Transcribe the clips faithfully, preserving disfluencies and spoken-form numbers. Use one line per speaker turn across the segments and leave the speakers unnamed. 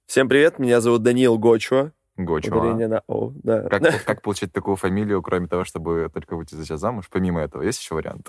Всем привет, меня зовут Даниил Гочуа.
Гочуа.
Ударение на О, да.
Как, как получить такую фамилию, кроме того, чтобы только выйти за тебя замуж? Помимо этого, есть еще вариант?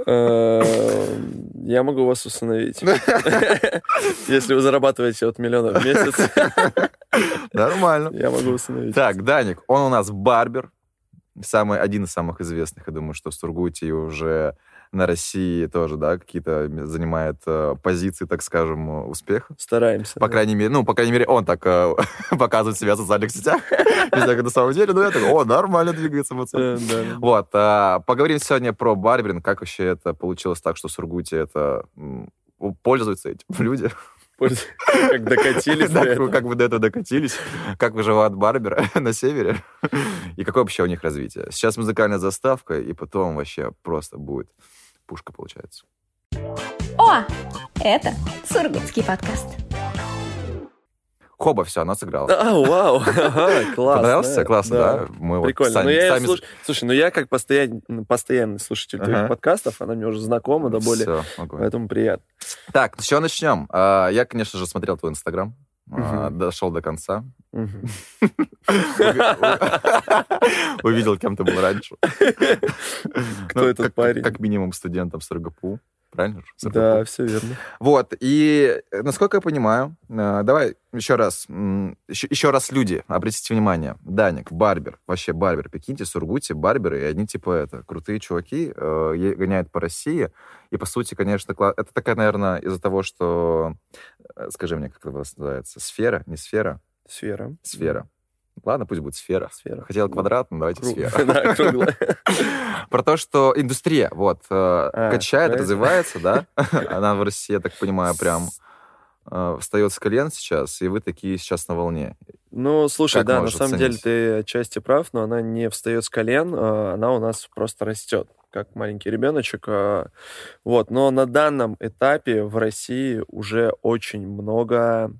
Я могу вас установить. Если вы зарабатываете от миллиона в месяц.
Нормально.
Я могу установить.
Так, Даник, он у нас барбер. Самый, один из самых известных. Я думаю, что в Сургуте уже на России тоже, да, какие-то занимает э, позиции, так скажем, успеха.
Стараемся.
По да. крайней мере, ну, по крайней мере, он так э, показывает себя в социальных сетях. Не знаю, как на самом деле, но я такой, о, нормально двигается пацан. Вот. Поговорим сегодня про барберинг. Как вообще это получилось так, что в Сургуте это пользуются этим люди.
Как докатились до этого.
Как вы до этого докатились, как выживают барберы на севере, и какое вообще у них развитие. Сейчас музыкальная заставка, и потом вообще просто будет пушка, получается.
О, это Сургутский подкаст.
Хоба, все, она сыграла.
А, вау, ага, классно.
Понравился? Классно, да? да?
Мы прикольно. Вот сами, ну, я сами... слуш... Слушай, ну я как постоянный, постоянный слушатель ага. твоих подкастов, она мне уже знакома до боли, все, поэтому приятно.
Так, с чего начнем? Я, конечно же, смотрел твой Инстаграм, угу. дошел до конца. Увидел, кем ты был раньше.
Кто этот парень?
Как минимум студентом с РГПУ. Правильно же?
Да, все верно.
Вот, и насколько я понимаю, давай еще раз, еще, еще раз люди, обратите внимание, Даник, барбер, вообще барбер, прикиньте, в Сургуте барберы, и они типа это, крутые чуваки, э, гоняют по России, и по сути, конечно, это такая, наверное, из-за того, что, скажи мне, как это называется, сфера, не сфера?
Сфера.
Сфера. Ладно, пусть будет сфера.
Сфера.
Хотел квадрат, но давайте
Круг.
сфера.
Да, круглая.
Про то, что индустрия, вот,
а,
качает,
правильно.
развивается, да? Она в России, я так понимаю, прям встает с колен сейчас, и вы такие сейчас на волне.
Ну, слушай,
как
да, на самом оценить? деле ты отчасти прав, но она не встает с колен, она у нас просто растет, как маленький ребеночек. Вот, но на данном этапе в России уже очень много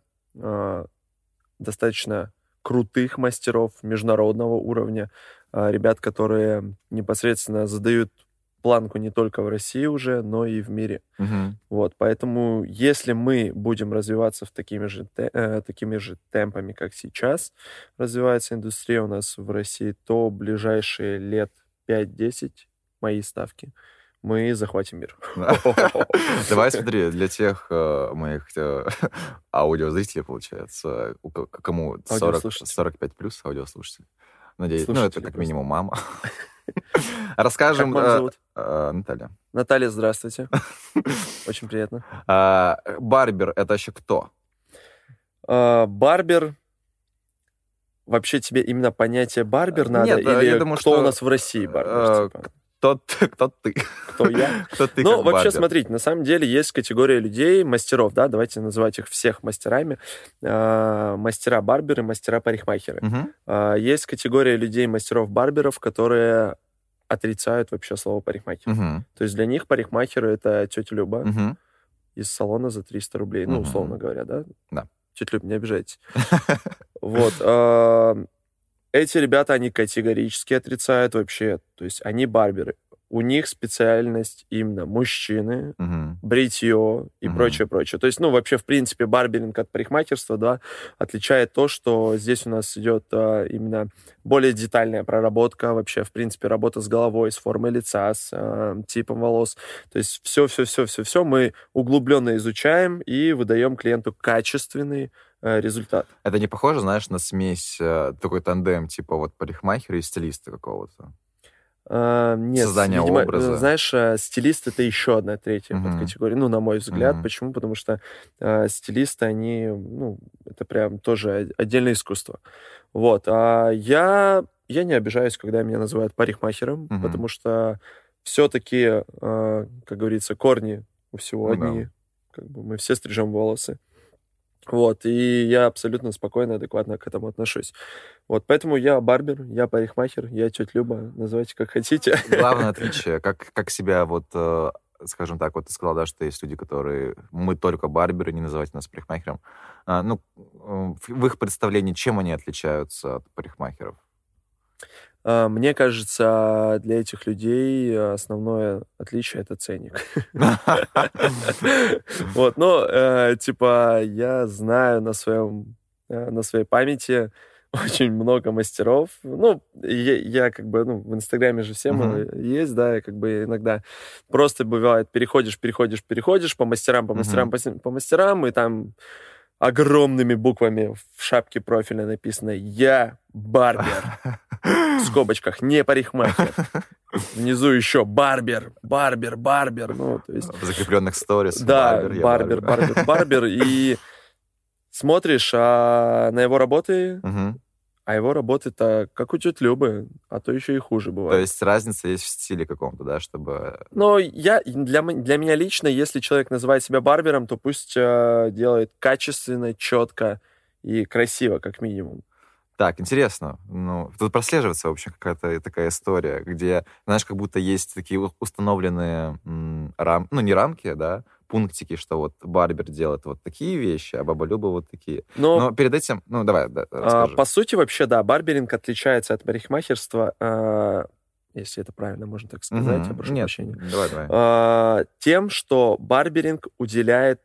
достаточно крутых мастеров международного уровня, ребят, которые непосредственно задают планку не только в России уже, но и в мире.
Uh-huh.
Вот, поэтому если мы будем развиваться в такими же, э, такими же темпами, как сейчас развивается индустрия у нас в России, то в ближайшие лет пять-десять, мои ставки, мы захватим мир.
Давай смотри, для тех э, моих э, аудиозрителей, получается, кому сорок пять плюс аудиослушателей. Надеюсь, ну это как минимум мама. Расскажем...
Как маму зовут?
Наталья.
Наталья, здравствуйте. Очень приятно.
Барбер — это еще кто?
Барбер... Вообще тебе именно понятие барбер надо? Или кто у нас в России барбер?
Тот, кто ты.
Кто я?
Кто ты,
ну,
как
вообще,
барбер.
Смотрите, на самом деле есть категория людей, мастеров, да, давайте называть их всех мастерами. Э, мастера-барберы, мастера-парикмахеры.
Угу.
Э, есть категория людей, мастеров-барберов, которые отрицают вообще слово парикмахер.
Угу.
То есть для них парикмахеры — это тетя Люба
угу.
из салона за триста рублей. Ну,
угу.
условно говоря, да?
Да.
Тетя Люб, не обижайтесь. Вот. Эти ребята, они категорически отрицают вообще, то есть они барберы. У них специальность именно мужчины,
uh-huh.
бритье и uh-huh. прочее, прочее. То есть, ну, вообще, в принципе, барберинг от парикмахерства, да, отличает то, что здесь у нас идет а, именно более детальная проработка, вообще, в принципе, работа с головой, с формой лица, с а, типом волос. То есть все-все-все-все-все мы углубленно изучаем и выдаем клиенту качественный результат.
Это не похоже, знаешь, на смесь, такой тандем, типа вот парикмахера и стилиста какого-то?
А, нет,
создание
видимо,
образа.
Знаешь, стилист — это еще одна третья uh-huh. подкатегория, ну, на мой взгляд.
Uh-huh.
Почему? Потому что а, стилисты, они, ну, это прям тоже отдельное искусство. Вот. А я, я не обижаюсь, когда меня называют парикмахером, uh-huh. потому что все-таки, а, как говорится, корни у всего
uh-huh.
одни. Как бы мы все стрижем волосы. Вот, и я абсолютно спокойно, адекватно к этому отношусь. Вот, поэтому я барбер, я парикмахер, я тетя Люба, называйте как хотите.
Главное отличие, как, как себя вот, э, скажем так, вот ты сказал, да, что есть люди, которые, мы только барберы, не называйте нас парикмахером. А, ну, в их представлении, чем они отличаются от парикмахеров?
Мне кажется, для этих людей основное отличие — это ценник. Вот, но, типа, я знаю на своем на своей памяти очень много мастеров. Ну, я, я как бы, ну, в Инстаграме же все мы uh-huh. есть, да, и как бы иногда просто бывает, переходишь, переходишь, переходишь по мастерам, по мастерам, uh-huh. по, по мастерам, и там огромными буквами в шапке профиля написано «Я барбер». В скобочках, не парикмахер. Внизу еще барбер, барбер, барбер. Ну, то есть...
В закрепленных сторис.
Да, барбер, барбер, барбер, барбер. И смотришь а на его работы,
угу.
а его работы-то как у тети Любы, а то еще и хуже бывает.
То есть разница есть в стиле каком-то, да, чтобы...
Ну, я, для, для меня лично, если человек называет себя барбером, то пусть э, делает качественно, четко и красиво, как минимум.
Так, интересно. Ну, тут прослеживается, в общем, какая-то такая история, где, знаешь, как будто есть такие установленные м, рам... ну, не рамки, да, пунктики, что вот барбер делает вот такие вещи, а баба Люба вот такие. Но, Но перед этим... Ну, давай, да, расскажи.
А, по сути, вообще, да, барберинг отличается от парикмахерства, а, если это правильно можно так сказать,
угу.
я прошу
Нет,
прощения.
Давай, давай.
А, тем, что барберинг уделяет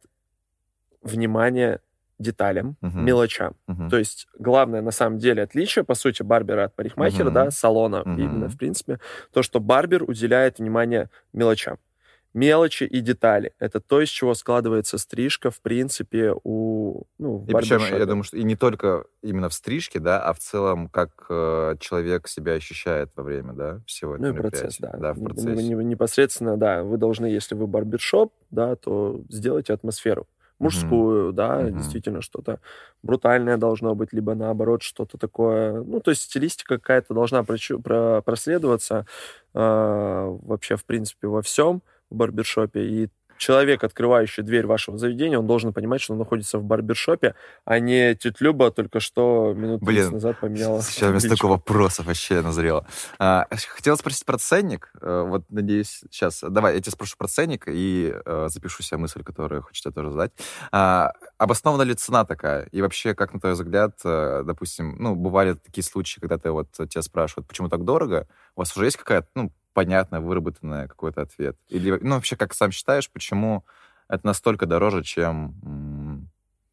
внимание деталям,
uh-huh.
мелочам.
Uh-huh.
То есть главное, на самом деле, отличие, по сути, барбера от парикмахера, uh-huh. да, салона, uh-huh. именно, в принципе, то, что барбер уделяет внимание мелочам. Мелочи и детали. Это то, из чего складывается стрижка, в принципе, у, ну, в
и причем, я думаю, что и не только именно в стрижке, да, а в целом, как э, человек себя ощущает во время, да, всего этого
ну, и процесс, да.
да, в процессе.
Непосредственно, да, вы должны, если вы барбершоп, да, то сделайте атмосферу. Мужскую, mm-hmm. да, mm-hmm. действительно что-то брутальное должно быть, либо наоборот что-то такое. Ну, то есть стилистика какая-то должна проследоваться э, вообще, в принципе, во всем в барбершопе. И человек, открывающий дверь вашего заведения, он должен понимать, что он находится в барбершопе, а не тетя Люба только что минут тридцать назад поменяла.
Сейчас у меня столько вопросов вообще назрело. А, хотел спросить про ценник. Вот, надеюсь, сейчас... Давай, я тебя спрошу про ценник и э, запишу себе мысль, которую хочется тоже задать. А, обоснована ли цена такая? И вообще, как на твой взгляд, э, допустим, ну, бывали такие случаи, когда ты вот тебя спрашивают, почему так дорого? У вас уже есть какая-то, ну, понятно, выработанный какой-то ответ? Или, ну, вообще, как сам считаешь, почему это настолько дороже, чем...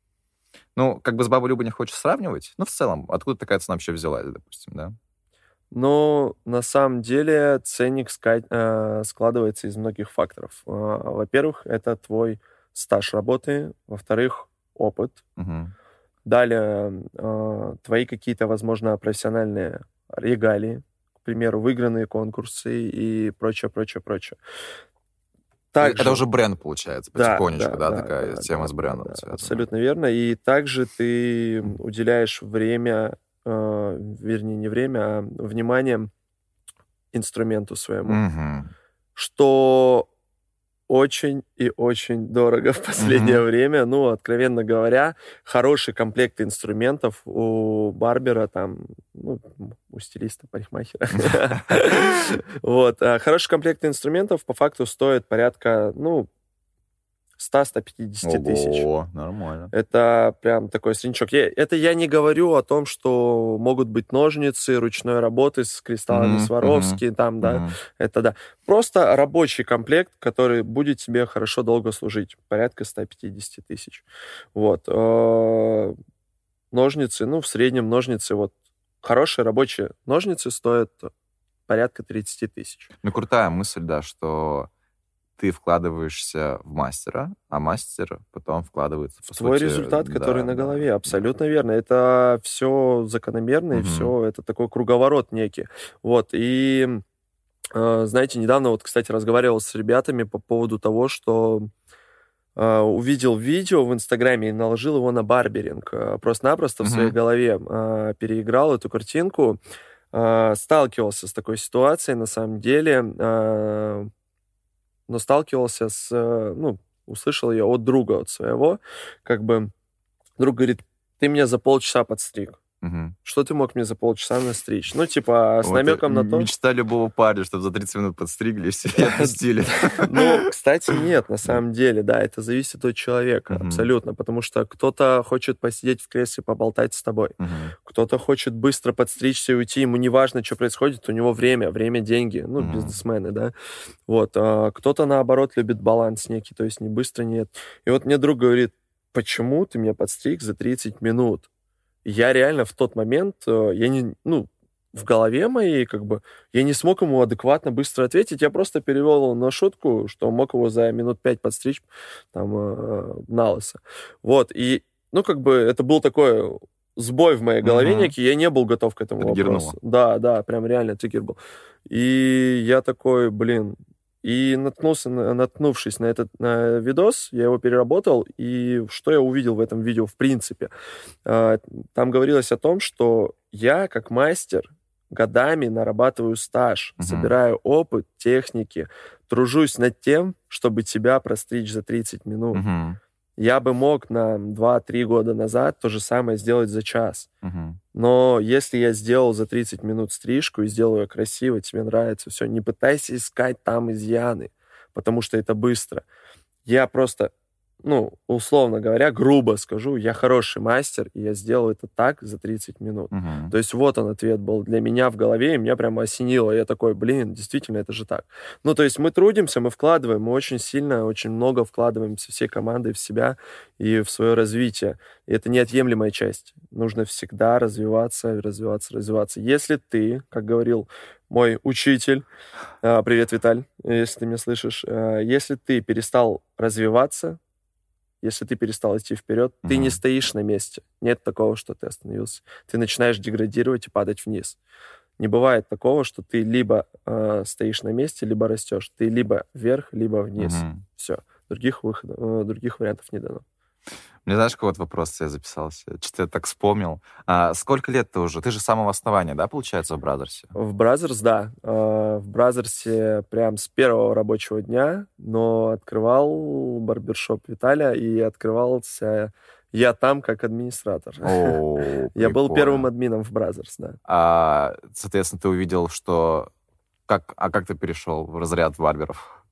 Ну, как бы с бабой Любой не хочешь сравнивать, но в целом, откуда такая цена вообще взялась, допустим, да?
Ну, на самом деле, ценник складывается из многих факторов. Во-первых, это твой стаж работы. Во-вторых, опыт.
Угу.
Далее, твои какие-то, возможно, профессиональные регалии. К примеру, выигранные конкурсы и прочее, прочее, прочее.
Также... Это уже бренд, получается, потихонечку, да, да, да, да такая
да,
тема
да,
с брендом.
Да, да, абсолютно верно. И также ты уделяешь время, э, вернее, не время, а внимание инструменту своему,
угу.
что очень и очень дорого в последнее mm-hmm. время. Ну, откровенно говоря, хороший комплект инструментов у барбера, там, ну, у стилиста, парикмахера. Вот. Хороший комплект инструментов по факту стоит порядка, ну, сто - сто пятьдесят тысяч.
О, нормально.
Это прям такой среднячок. Я, это я не говорю о том, что могут быть ножницы ручной работы с кристаллами mm-hmm. Сваровски, mm-hmm. там, да, mm-hmm. это да. Просто рабочий комплект, который будет тебе хорошо долго служить. Порядка сто пятьдесят тысяч. Вот. Ножницы, ну, в среднем ножницы, вот, хорошие рабочие ножницы стоят порядка тридцать тысяч.
Ну, крутая мысль, да, что ты вкладываешься в мастера, а мастер потом вкладывается в
твой
сути,
результат,
да,
который на
да,
голове. Абсолютно да. верно. Это все закономерно, mm-hmm. и все это такой круговорот некий. Вот. И, э, знаете, недавно, вот, кстати, разговаривал с ребятами по поводу того, что э, увидел видео в Инстаграме и наложил его на барберинг. Просто-напросто mm-hmm. в своей голове э, переиграл эту картинку. Э, сталкивался с такой ситуацией, на самом деле... Э, но сталкивался с, ну, услышал ее от друга, от своего, как бы, друг говорит, ты меня за полчаса подстриг.
Угу.
Что ты мог мне за полчаса настричь? Ну, типа, с
вот
намеком на то...
Мечта любого парня, чтобы за тридцать минут подстригли и все отпустили.
Ну, кстати, нет, на самом деле, да, это зависит от человека, абсолютно, потому что кто-то хочет посидеть в кресле, поболтать с тобой, кто-то хочет быстро подстричься и уйти, ему не важно, что происходит, у него время, время, деньги, ну, бизнесмены, да, вот, кто-то, наоборот, любит баланс некий, то есть не быстро, нет. И вот мне друг говорит, почему ты меня подстриг за тридцать минут? я реально в тот момент, я не, ну, в голове моей, как бы, я не смог ему адекватно быстро ответить, я просто перевел его на шутку, что он мог его за минут пять подстричь там э, на лысо. Вот, и, ну, как бы, это был такой сбой в моей голове mm-hmm. некий, я не был готов к этому
Триггернуло.
вопросу. Да, да, прям реально триггер был. И я такой, блин, и наткнулся, наткнувшись на этот на видос, я его переработал, и что я увидел в этом видео в принципе? Там говорилось о том, что я, как мастер, годами нарабатываю стаж, uh-huh. собираю опыт, техники, тружусь над тем, чтобы тебя простричь за тридцать минут.
Uh-huh.
Я бы мог на два-три года назад то же самое сделать за час.
Uh-huh.
Но если я сделал за тридцать минут стрижку и сделаю ее красиво, тебе нравится, все, не пытайся искать там изъяны, потому что это быстро. Я просто, ну, условно говоря, грубо скажу, я хороший мастер, и я сделал это так за тридцать минут.
Uh-huh.
То есть вот он ответ был для меня в голове, и меня прямо осенило. Я такой, блин, действительно, это же так. Ну, то есть мы трудимся, мы вкладываем, мы очень сильно, очень много вкладываемся всей командой в себя и в свое развитие. И это неотъемлемая часть. Нужно всегда развиваться, развиваться, развиваться. Если ты, как говорил мой учитель, привет, Виталь, если ты меня слышишь, если ты перестал развиваться, если ты перестал идти вперед, mm-hmm. ты не стоишь на месте. Нет такого, что ты остановился. Ты начинаешь деградировать и падать вниз. Не бывает такого, что ты либо э, стоишь на месте, либо растешь. Ты либо вверх, либо вниз. Mm-hmm. Все. Других выходов, э, других вариантов не дано.
Мне знаешь, какой вот вопрос я записался? Что-то я так вспомнил. А сколько лет ты уже? Ты же с самого основания, да, получается, в Бразерсе?
В Бразерс, да. В Бразерсе прям с первого рабочего дня, но открывал барбершоп Виталя, и открывался я там как администратор.
О,
я был первым админом в Бразерс, да.
А, соответственно, ты увидел, что... Как... А как ты перешел в разряд барберов?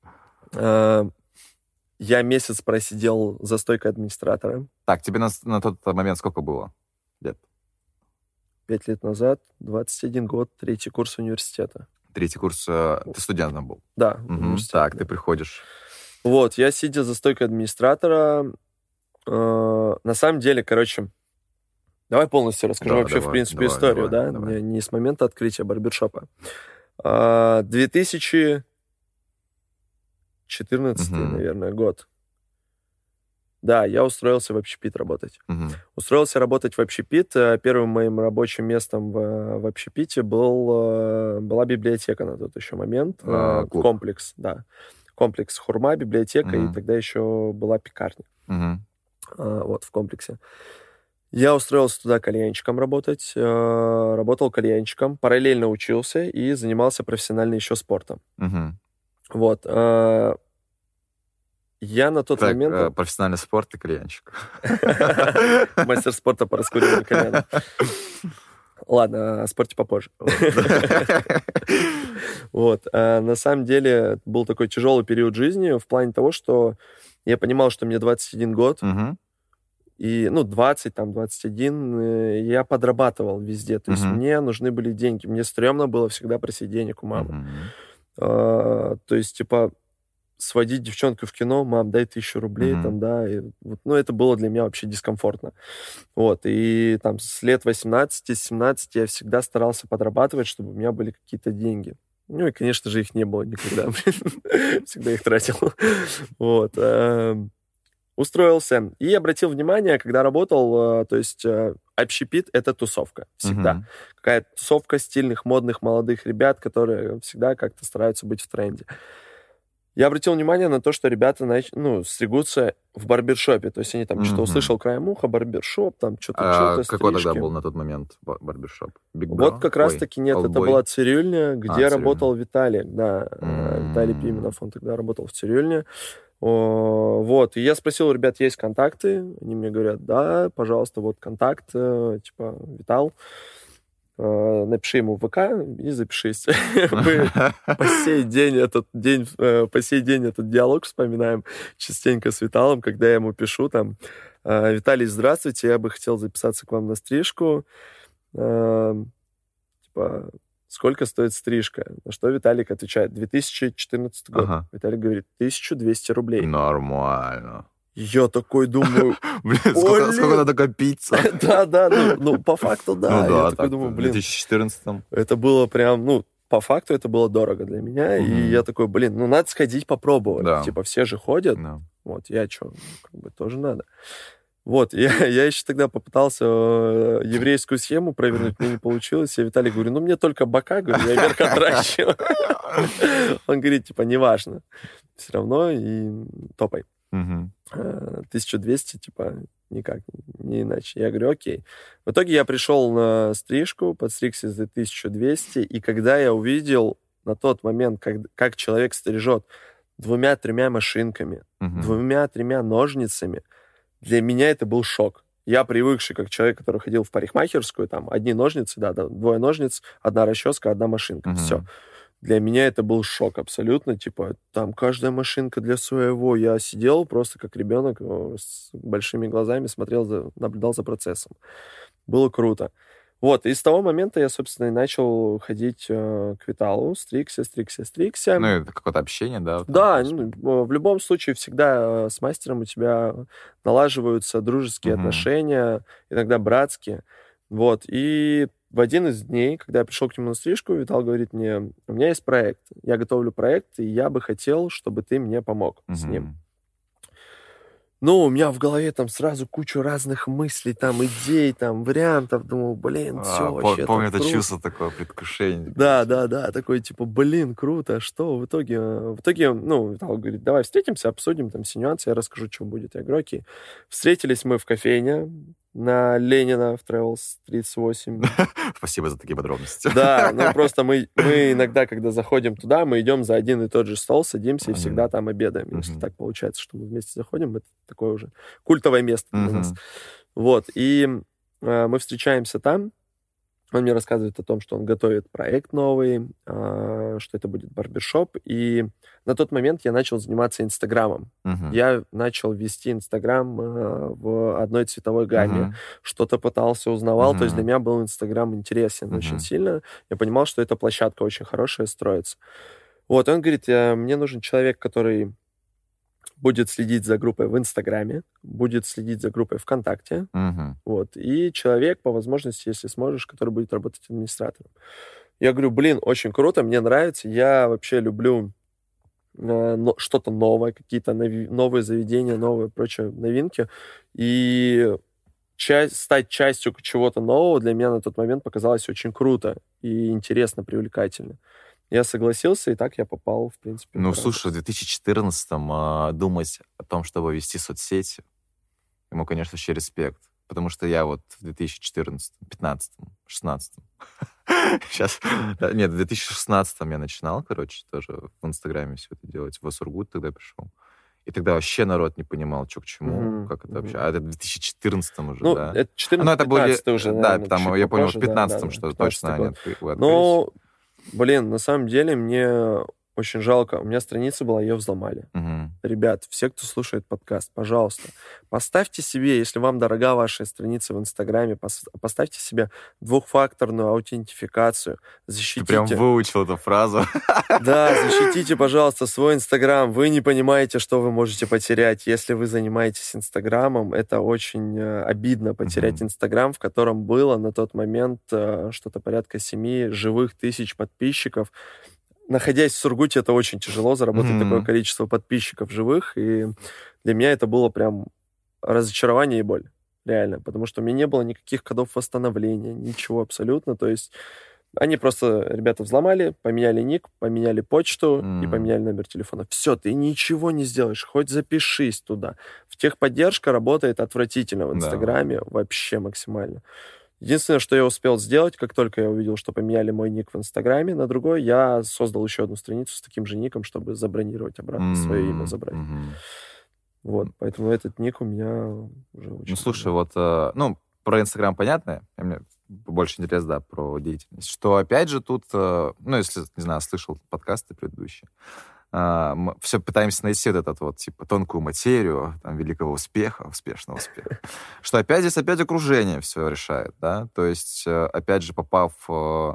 Я месяц просидел за стойкой администратора.
Так, тебе на, на тот момент сколько было лет?
Пять лет назад, двадцать один год, третий курс университета.
Третий курс, э, ты студентом был?
Да,
угу. Так, да. Ты приходишь.
Вот, я, сидя за стойкой администратора, э, на самом деле, короче, давай полностью расскажу да, вообще, давай, в принципе, давай, историю, давай, да, давай. Не, не с момента открытия барбершопа. две тысячи четырнадцатый, uh-huh. наверное, год. Да, я устроился в общепит работать.
Uh-huh.
Устроился работать в общепит. Первым моим рабочим местом в, в общепите был, была библиотека на тот еще момент.
Uh,
комплекс, да. Комплекс хурма, библиотека, uh-huh. и тогда еще была пекарня.
Uh-huh.
Вот, в комплексе. Я устроился туда кальянщиком работать. Работал кальянщиком, параллельно учился и занимался профессионально еще спортом.
Uh-huh.
Вот. Э, я на тот
так,
момент...
Э, профессиональный спорт и кальянщик.
Мастер спорта по раскуриванию кальяна. Ладно, о спорте попозже. Вот. На самом деле был такой тяжелый период жизни в плане того, что я понимал, что мне двадцать один год, и, ну, двадцать, там, двадцать один, я подрабатывал везде. То есть мне нужны были деньги. Мне стрёмно было всегда просить денег у мамы. Uh, то есть, типа, сводить девчонку в кино, мам, дай тысячу рублей, mm-hmm. там, да, и, вот, ну, это было для меня вообще дискомфортно. Вот, и там с лет восемнадцати-семнадцати я всегда старался подрабатывать, чтобы у меня были какие-то деньги. Ну, и, конечно же, их не было никогда. Всегда их тратил. Вот. Устроился. И обратил внимание, когда работал, то есть общепит — это тусовка. Всегда. Uh-huh. Какая-то тусовка стильных, модных, молодых ребят, которые всегда как-то стараются быть в тренде. Я обратил внимание на то, что ребята, ну, стригутся в барбершопе. То есть они там uh-huh. что-то услышал краем уха, барбершоп, там что-то,
а
что-то,
какой
стрижки.
тогда был на тот момент барбершоп? Big
вот как раз-таки нет,
Old
это
boy.
была цирюльня, где
а,
работал Виталий. Да, mm-hmm. Виталий Пименов, он тогда работал в цирюльне. О, вот, и я спросил у ребят, есть контакты? Они мне говорят, да, пожалуйста, вот контакт, типа, Витал. Напиши ему в ВК и запишись. Мы по сей день этот день, по сей день этот диалог вспоминаем частенько с Виталом, когда я ему пишу там: Виталий, здравствуйте, я бы хотел записаться к вам на стрижку. Типа, сколько стоит стрижка? На что Виталик отвечает: две тысячи четырнадцатый год.
Ага.
Виталик говорит: тысяча двести рублей.
Нормально.
Я такой думаю...
Блин, сколько, сколько надо копиться?
Да, да, ну, ну, по факту, да.
Ну, да,
я такой думаю, блин...
в две тысячи четырнадцатом.
Это было прям, ну, по факту это было дорого для меня.
Mm-hmm.
И я такой, блин, ну, надо сходить попробовать.
Да.
Типа, все же ходят.
Да.
Вот, я что, как бы тоже надо. Вот, я, я еще тогда попытался еврейскую схему провернуть, мне не получилось. Я Виталий говорю, ну, мне только бока, говорю, я вверх отращиваю. Он говорит, типа, неважно. Все равно и топай. тысяча двести, типа, никак, не иначе. Я говорю, окей. В итоге я пришел на стрижку, подстригся за тысячу двести, и когда я увидел на тот момент, как, как человек стрижет двумя-тремя машинками, uh-huh. двумя-тремя ножницами, для меня это был шок. Я привыкший, как человек, который ходил в парикмахерскую, там, одни ножницы, да, двое ножниц, одна расческа, одна машинка, uh-huh. все. Для меня это был шок абсолютно, типа, там каждая машинка для своего. Я сидел просто как ребенок с большими глазами, смотрел, за, наблюдал за процессом. Было круто. Вот, и с того момента я, собственно, и начал ходить э, к Виталу, стригся, стригся, стригся.
Ну, это какое-то общение, да? Вот
да, ну, в любом случае всегда с мастером у тебя налаживаются дружеские угу. отношения, иногда братские. Вот, и в один из дней, когда я пришел к нему на стрижку, Витал говорит мне, у меня есть проект, я готовлю проект, и я бы хотел, чтобы ты мне помог угу. с ним. Ну, у меня в голове там сразу кучу разных мыслей, там, идей, там, вариантов. Думаю, блин, а, все вообще
Помню это
круто.
чувство такое, предвкушение.
Да, да, да, такое, типа, блин, круто, что в итоге? В итоге, ну, Витал говорит, давай встретимся, обсудим там все нюансы, я расскажу, что будет. Я говорю, окей. Встретились мы в кофейне на Ленина в Travels тридцать восемь.
Спасибо за такие подробности.
Да, ну просто мы, мы иногда, когда заходим туда, мы идем за один и тот же стол, садимся и всегда там обедаем. Mm-hmm. Если так получается, что мы вместе заходим, это такое уже культовое место для mm-hmm. нас. Вот, и э, мы встречаемся там. Он мне рассказывает о том, что он готовит проект новый, э, что это будет барбершоп. И на тот момент я начал заниматься Инстаграмом. Uh-huh. Я начал вести Инстаграм э, в одной цветовой гамме. Uh-huh. Что-то пытался, узнавал. Uh-huh. То есть для меня был Инстаграм интересен uh-huh. очень сильно. Я понимал, что эта площадка очень хорошая, строится. Вот, он говорит, мне нужен человек, который будет следить за группой в Инстаграме, будет следить за группой ВКонтакте. Uh-huh. Вот, и человек, по возможности, если сможешь, который будет работать администратором. Я говорю, блин, очень круто, мне нравится. Я вообще люблю э, но, что-то новое, какие-то нови- новые заведения, новые прочие новинки. И часть, стать частью чего-то нового для меня на тот момент показалось очень круто и интересно, привлекательно. Я согласился, и так я попал, в принципе.
Ну, в слушай, в две тысячи четырнадцатом э, думать о том, чтобы вести соцсети, ему, конечно, вообще респект. Потому что я вот в две тысячи четырнадцатом, пятнадцатом, шестнадцатом сейчас, нет, в две тысячи шестнадцатом я начинал, короче, тоже в Инстаграме все это делать. В Сургут тогда пришел. И тогда вообще народ не понимал, что к чему, mm-hmm. как это вообще. А это в две тысячи четырнадцатом уже,
ну,
да?
это четырнадцатый уже,
да, там, я помню, в пятнадцатом, да, что точно они
открылись. Ну, блин, на самом деле мне очень жалко. У меня страница была, ее взломали. Uh-huh. Ребят, все, кто слушает подкаст, пожалуйста, поставьте себе, если вам дорога ваша страница в Инстаграме, поставьте себе двухфакторную аутентификацию. Защитите.
Ты прям выучил эту фразу.
Да, защитите, пожалуйста, свой Инстаграм. Вы не понимаете, что вы можете потерять. Если вы занимаетесь Инстаграмом, это очень обидно потерять uh-huh. Инстаграм, в котором было на тот момент что-то порядка семи живых тысяч подписчиков. Находясь в Сургуте, это очень тяжело заработать mm-hmm. такое количество подписчиков живых, и для меня это было прям разочарование и боль, реально, потому что у меня не было никаких кодов восстановления, ничего абсолютно, то есть они просто, ребята, взломали, поменяли ник, поменяли почту mm-hmm. и поменяли номер телефона. Все, ты ничего не сделаешь, хоть запишись туда. В техподдержка работает отвратительно в Инстаграме, да. вообще максимально. Единственное, что я успел сделать, как только я увидел, что поменяли мой ник в Инстаграме на другой, я создал еще одну страницу с таким же ником, чтобы забронировать обратно, mm-hmm. свое имя забрать. Mm-hmm. Вот, поэтому этот ник у меня уже очень...
Ну, слушай, вот, э, ну, про Инстаграм понятно, мне больше интерес, да, про деятельность. Что, опять же, тут, э, ну, если, не знаю, слышал подкасты предыдущие, Uh, мы все пытаемся найти вот этот вот, типа, тонкую материю, там, великого успеха, успешного успеха. Что опять здесь опять окружение все решает, да, то есть, опять же, попав, ну,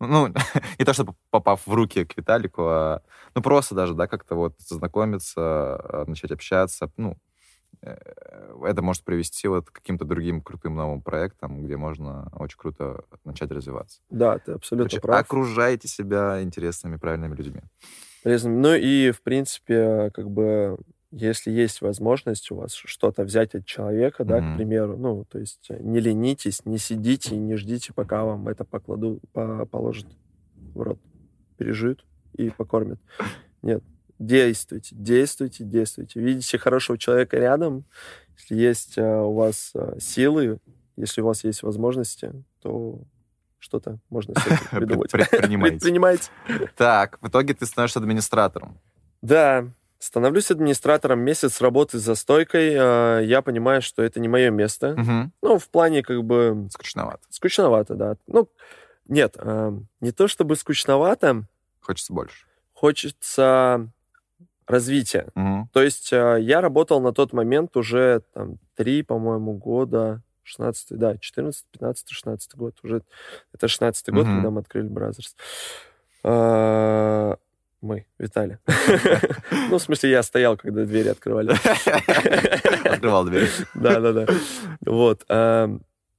не то, что попав в руки к Виталику, а, ну, просто даже, да, как-то вот знакомиться, начать общаться, ну, это может привести вот к каким-то другим крутым новым проектам, где можно очень круто начать развиваться.
Да, ты абсолютно
Короче,
прав.
окружайте себя интересными, правильными людьми.
Ну и, в принципе, как бы, если есть возможность у вас что-то взять от человека, да,
Мгм.
к примеру, ну, то есть не ленитесь, не сидите и не ждите, пока вам это покладут, по- положат в рот, пережуют и покормят. Нет, действуйте, действуйте, действуйте. Видите хорошего человека рядом, если есть э, у вас э, силы, если у вас есть возможности, то что-то можно с этим придумать.
Предпринимайте.
Предпринимайте.
Так, в итоге ты становишься администратором.
Да, становлюсь администратором, месяц работы за стойкой. э, Я понимаю, что это не мое место.
Мгм.
Ну, в плане как бы
Скучновато.
скучновато, да. Ну, нет, э, не то чтобы скучновато,
Хочется больше.
хочется развития.
Мгм.
То есть э, я работал на тот момент уже там три, по-моему, года, шестнадцатый, да, четырнадцатый, пятнадцатый, шестнадцатый год. Уже это шестнадцатый год,
Мгм.
когда мы открыли Бразерс. А, Мы, Виталий. Ну, в смысле, я стоял, когда двери открывали.
Открывал дверь.
Да-да-да. Вот. а,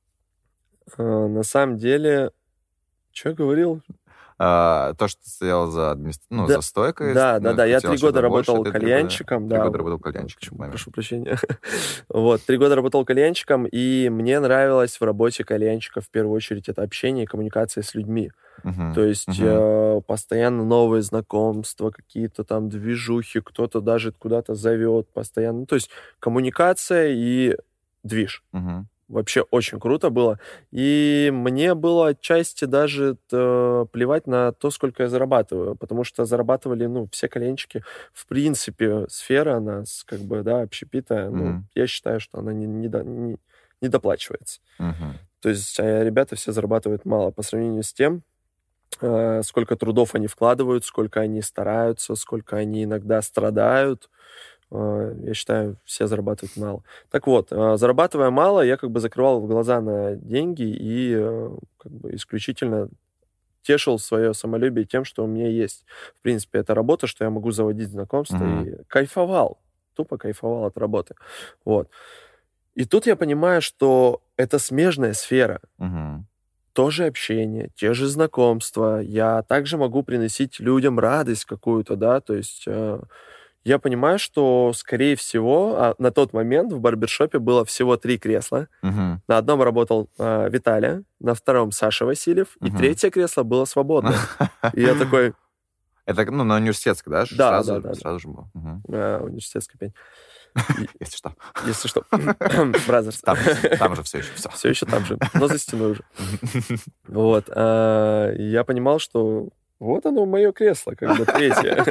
а, На самом деле, что я говорил?
А, то, что ты стоял за, администр- ну,
Да,
за стойкой.
Да,
ну,
да, да. Я
хотел
три
что-то
года
больше,
работал
ты три года-
кальянщиком.
Три
да.
года работал кальянщиком.
Почему?
в момент.
Прошу прощения. Вот, три года работал кальянщиком, и мне нравилось в работе кальянщика в первую очередь это общение и коммуникация с людьми.
Мгм.
То есть
Мгм.
э, постоянно новые знакомства, какие-то там движухи, кто-то даже куда-то зовет постоянно. Ну, то есть коммуникация и движ.
Мгм.
Вообще очень круто было. И мне было отчасти даже э, плевать на то, сколько я зарабатываю, потому что зарабатывали, ну, все кальянщики. В принципе, сфера, она с, как бы, да, общепитая, ну,
Мгм.
я считаю, что она не, не, до- не- не доплачивается.
Мгм.
То есть э, ребята все зарабатывают мало по сравнению с тем, э, сколько трудов они вкладывают, сколько они стараются, сколько они иногда страдают. Э, Я считаю, все зарабатывают мало. Так вот, э, зарабатывая мало, я как бы закрывал глаза на деньги и э, как бы исключительно тешил свое самолюбие тем, что у меня есть. В принципе, это работа, что я могу заводить знакомства,
Мгм.
и кайфовал. Тупо кайфовал от работы. Вот. И тут я понимаю, что это смежная сфера.
Мгм.
Тоже общение, те же знакомства. Я также могу приносить людям радость какую-то, да, то есть э, я понимаю, что, скорее всего, а, на тот момент в барбершопе было всего три кресла.
Мгм.
На одном работал э, Виталя, на втором Саша Васильев, и
Мгм.
третье кресло было свободное. И я такой,
Это, ну, на университетской, да? ж-
Да,
сразу,
да, да, да.
Сразу же был. Мгм.
э, университетская пень.
Если что.
Если что, Бразерс.
Там, же- там же все еще все.
Все еще там же, но за стеной уже. Вот. а, и Я понимал, что вот оно, мое кресло, как бы третье.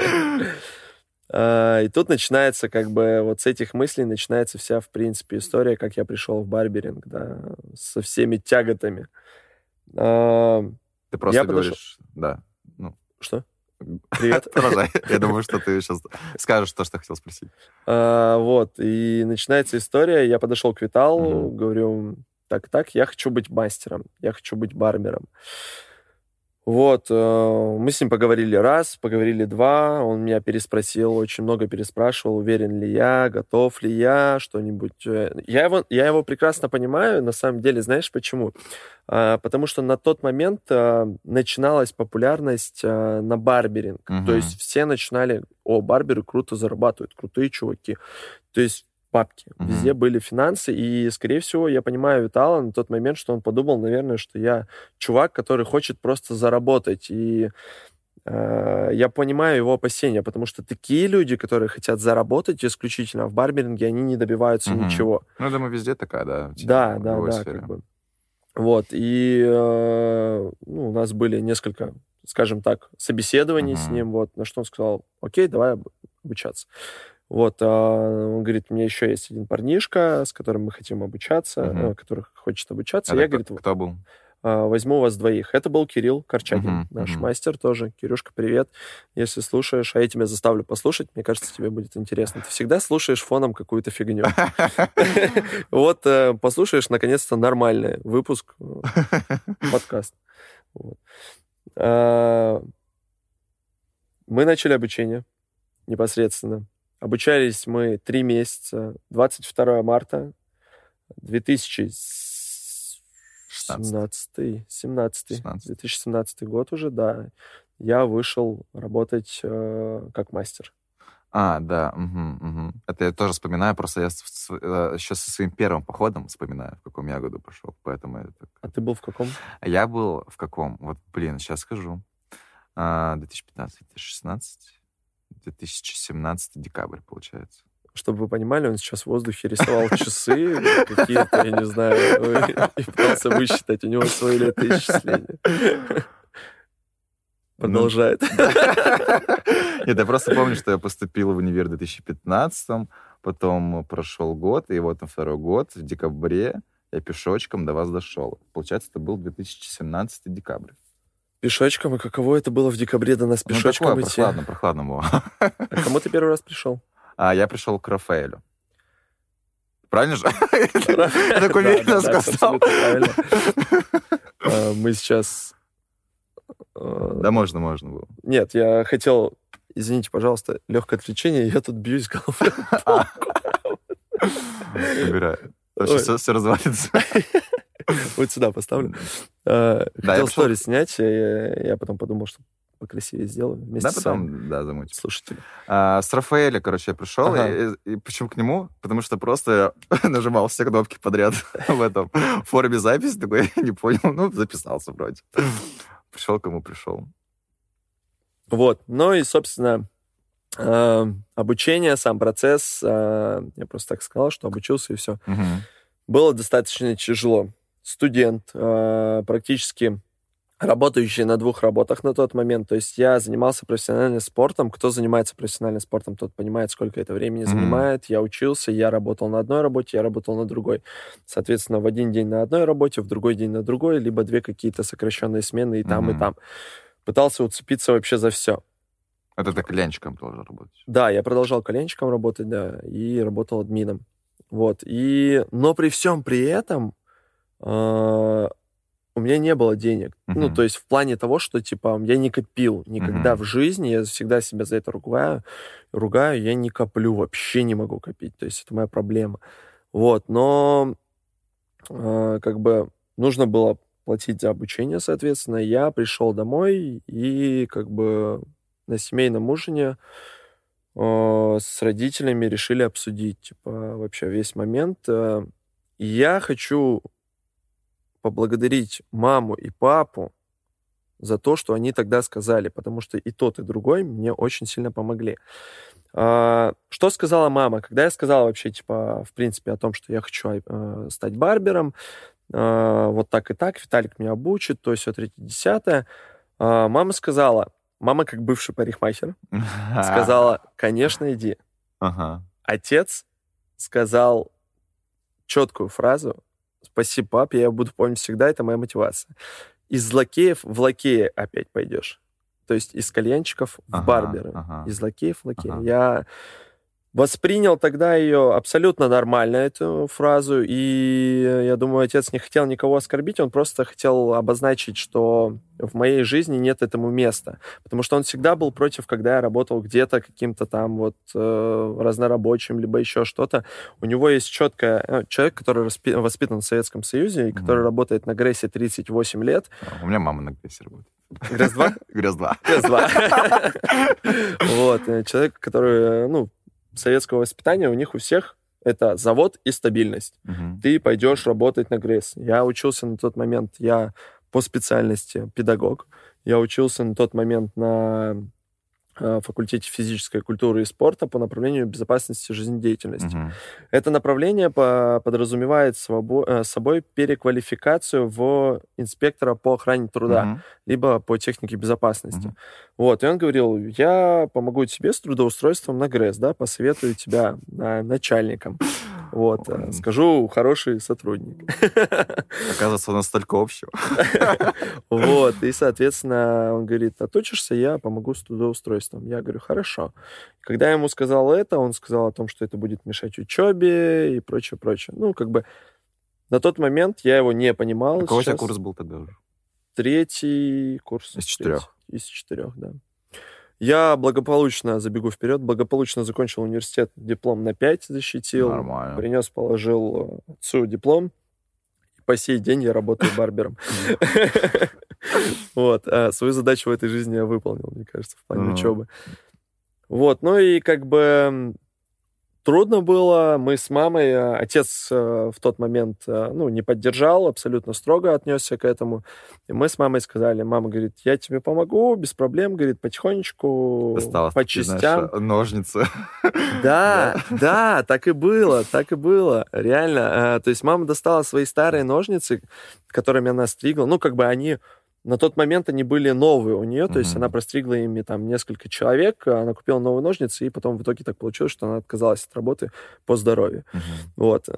А, И тут начинается, как бы, вот с этих мыслей начинается вся, в принципе, история, как я пришел в барберинг, да, со всеми тяготами. А,
Ты просто
Я подошел-
говоришь, да. Ну,
Что? Привет.
продолжай. Я думаю, что ты сейчас скажешь то, что хотел спросить.
А, Вот, и начинается история, я подошел к Виталу,
Мгм.
говорю, так-так, я хочу быть мастером, я хочу быть барбером. Вот, э, мы с ним поговорили раз, поговорили два, он меня переспросил, очень много переспрашивал, уверен ли я, готов ли я, что-нибудь. э. Я его, я его прекрасно понимаю, на самом деле, знаешь почему? А, Потому что на тот момент э, начиналась популярность э, на барберинг.
Мгм.
То есть все начинали, о, барберы круто зарабатывают, крутые чуваки. То есть бабки.
Мгм.
Везде были финансы, и, скорее всего, я понимаю Витала на тот момент, что он подумал, наверное, что я чувак, который хочет просто заработать. И э, я понимаю его опасения, потому что такие люди, которые хотят заработать исключительно в барберинге, они не добиваются
Мгм.
ничего.
Ну, я думаю, везде такая, да, тема
Да,
в
да,
любой
да,
сфере.
как бы. Вот, и э, ну, у нас были несколько, скажем так, собеседований с
Мгм.
ним, вот, на что он сказал, окей, давай об- обучаться. Вот, а, он говорит, у меня еще есть один парнишка, с которым мы хотим обучаться,
Мгм.
э, который хочет обучаться.
Это
Я,
кто,
говорит,
кто был?
а, возьму вас двоих. Это был Кирилл Корчагин,
Мгм,
наш
мгм.
мастер тоже. Кирюшка, привет. Если слушаешь, а я тебя заставлю послушать, мне кажется, тебе будет интересно. Ты всегда слушаешь фоном какую-то фигню. Вот э, послушаешь, наконец-то, нормальный выпуск, э, подкаст. Вот. А, Мы начали обучение непосредственно. Обучались мы три месяца. двадцать второго марта две тысячи семнадцатый, семнадцатый, две тысячи семнадцатый год уже, да. Я вышел работать э, как мастер.
А, да, угу, угу. Это я тоже вспоминаю, просто я с, с, еще со своим первым походом вспоминаю, в каком я году пошел, поэтому это...
А ты был в каком?
Я был в каком? Вот, блин, сейчас скажу. две тысячи пятнадцатый, две тысячи шестнадцатый, две тысячи семнадцатый, декабрь, получается.
Чтобы вы понимали, он сейчас в воздухе рисовал часы какие-то, я не знаю, и пытался высчитать у него свои летоисчисления. Продолжает.
Нет, я просто помню, что я поступил в универ в две тысячи пятнадцатом, потом прошел год, и вот на второй год, в декабре, я пешочком до вас дошел. Получается, это был две тысячи семнадцатый декабрь.
Пешочком? И каково это было в декабре до нас пешочком
ну, такое,
идти?
Прохладно, прохладно было.
А к кому ты первый раз пришел?
А я пришел к Рафаэлю. Правильно же? Я так уверенно сказал.
Мы сейчас...
Да, можно, можно было.
Нет, я хотел, извините, пожалуйста, легкое отвлечение, я тут бьюсь головой.
Убираю. Все, все развалится.
Вот сюда поставлю. Хотел сторис снять, я потом подумал, что покрасивее сделаю вместе
да,
с вами.
потом, да, замутим.
Слушатели.
А, с Рафаэля, короче, я пришел,
ага.
и, и, и почему к нему? Потому что просто нажимал все кнопки подряд в этом форуме записи, такой, не понял, ну, записался вроде. Пришел, кому пришел.
Вот, ну и, собственно, э, обучение, сам процесс, э, я просто так сказал, что обучился и все.
Угу.
Было достаточно тяжело. Студент, э, практически работающий на двух работах на тот момент. То есть я занимался профессиональным спортом. Кто занимается профессиональным спортом, тот понимает, сколько это времени mm-hmm. занимает. Я учился, я работал на одной работе, я работал на другой. Соответственно, в один день на одной работе, в другой день на другой, либо две какие-то сокращенные смены и там, mm-hmm. и там. Пытался уцепиться вообще за все.
Это ты коленчиком продолжал работать?
Да, я продолжал коленчиком работать, да, и работал админом. Вот. И... Но при всем при этом... Э- у меня не было денег. Uh-huh. Ну, то есть в плане того, что, типа, я не копил никогда uh-huh. в жизни, я всегда себя за это ругаю, ругаю, я не коплю, вообще не могу копить. То есть это моя проблема. Вот, но э, как бы нужно было платить за обучение, соответственно. Я пришел домой и как бы на семейном ужине э, с родителями решили обсудить, типа, вообще весь момент. Э, я хочу... поблагодарить маму и папу за то, что они тогда сказали, потому что и тот, и другой мне очень сильно помогли. А, что сказала мама? Когда я сказала вообще, типа, в принципе, о том, что я хочу а, стать барбером, а, вот так и так, Виталик меня обучит, то все третье-десятое, а, мама сказала, мама как бывший парикмахер, сказала, конечно, иди.
Ага.
Отец сказал четкую фразу, спасибо, пап, я буду помнить всегда, это моя мотивация. Из лакеев в лакея опять пойдешь. То есть из кальянчиков в
ага,
барберы.
Ага.
Из лакеев в лакея.
Ага.
Я воспринял тогда ее абсолютно нормально, эту фразу, и я думаю, отец не хотел никого оскорбить, он просто хотел обозначить, что в моей жизни нет этому места. Потому что он всегда был против, когда я работал где-то каким-то там вот э, разнорабочим, либо еще что-то. У него есть четкое... Э, человек, который распи- воспитан в Советском Союзе, и который mm-hmm. работает на ГРЭСе тридцать восемь лет.
У меня мама на ГРЭСе работает.
ГРЭС-два?
ГРЭС-два.
ГРЭС-два. Вот. Человек, который, ну, советского воспитания, у них у всех это завод и стабильность.
Uh-huh.
Ты пойдешь работать на ГРЭС. Я учился на тот момент, я по специальности педагог. Я учился на тот момент на э, факультете физической культуры и спорта по направлению безопасности жизнедеятельности.
Uh-huh.
Это направление по, подразумевает свобо- э, собой переквалификацию в инспектора по охране труда, uh-huh. либо по технике безопасности. Uh-huh. Вот, и он говорил, я помогу тебе с трудоустройством на ГРЭС, да, посоветую тебя э, начальником. Вот, э, скажу, хороший сотрудник.
Оказывается, у нас столько общего.
Вот, и, соответственно, он говорит, отучишься, я помогу с трудоустройством. Я говорю, хорошо. Когда я ему сказал это, он сказал о том, что это будет мешать учебе и прочее, прочее. Ну, как бы на тот момент я его не понимал.
Какой у тебя курс был тогда уже?
Третий курс.
Из четырех?
Из четырех, да. Я благополучно, забегу вперед, благополучно закончил университет, диплом на пять защитил.
Нормально.
Принес, положил отцу диплом. По сей день я работаю барбером. Вот. Свою задачу в этой жизни я выполнил, мне кажется, в плане учебы. Вот. Ну и как бы трудно было. Мы с мамой, отец в тот момент, ну, не поддержал, абсолютно строго отнесся к этому. И мы с мамой сказали, мама говорит, я тебе помогу, без проблем, говорит, потихонечку,
Досталось
по
такие,
частям.
Знаешь, ножницы.
Да, да, так и было, так и было, реально. То есть мама достала свои старые ножницы, которыми она стригла. Ну, как бы они... На тот момент они были новые у нее, то mm-hmm. есть она простригла ими там несколько человек, она купила новые ножницы, и потом в итоге так получилось, что она отказалась от работы по здоровью. Mm-hmm. Вот.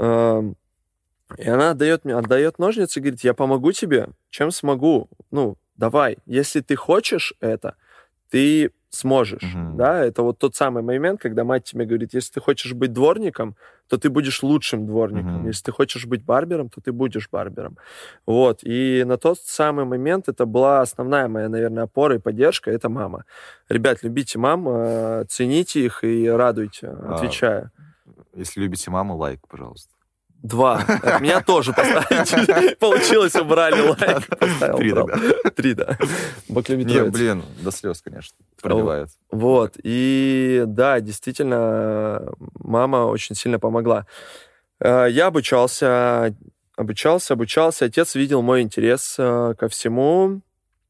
И она отдает мне, отдает ножницы и говорит, я помогу тебе, чем смогу. Ну, давай, если ты хочешь это, ты сможешь. Mm-hmm. Да? Это вот тот самый момент, когда мать тебе говорит, если ты хочешь быть дворником, то ты будешь лучшим дворником. Mm-hmm. Если ты хочешь быть барбером, то ты будешь барбером. Вот. И на тот самый момент это была основная моя, наверное, опора и поддержка. Это мама. Ребят, любите мам, цените их и радуйте, отвечаю.
Если любите маму, лайк, пожалуйста.
Два. От меня тоже поставить. Получилось, убрали лайк.
Три, да.
Три, да. Бог любит
Не, блин, до слез, конечно, проливает.
Вот. И да, действительно, мама очень сильно помогла. Я обучался, обучался, обучался. Отец видел мой интерес ко всему.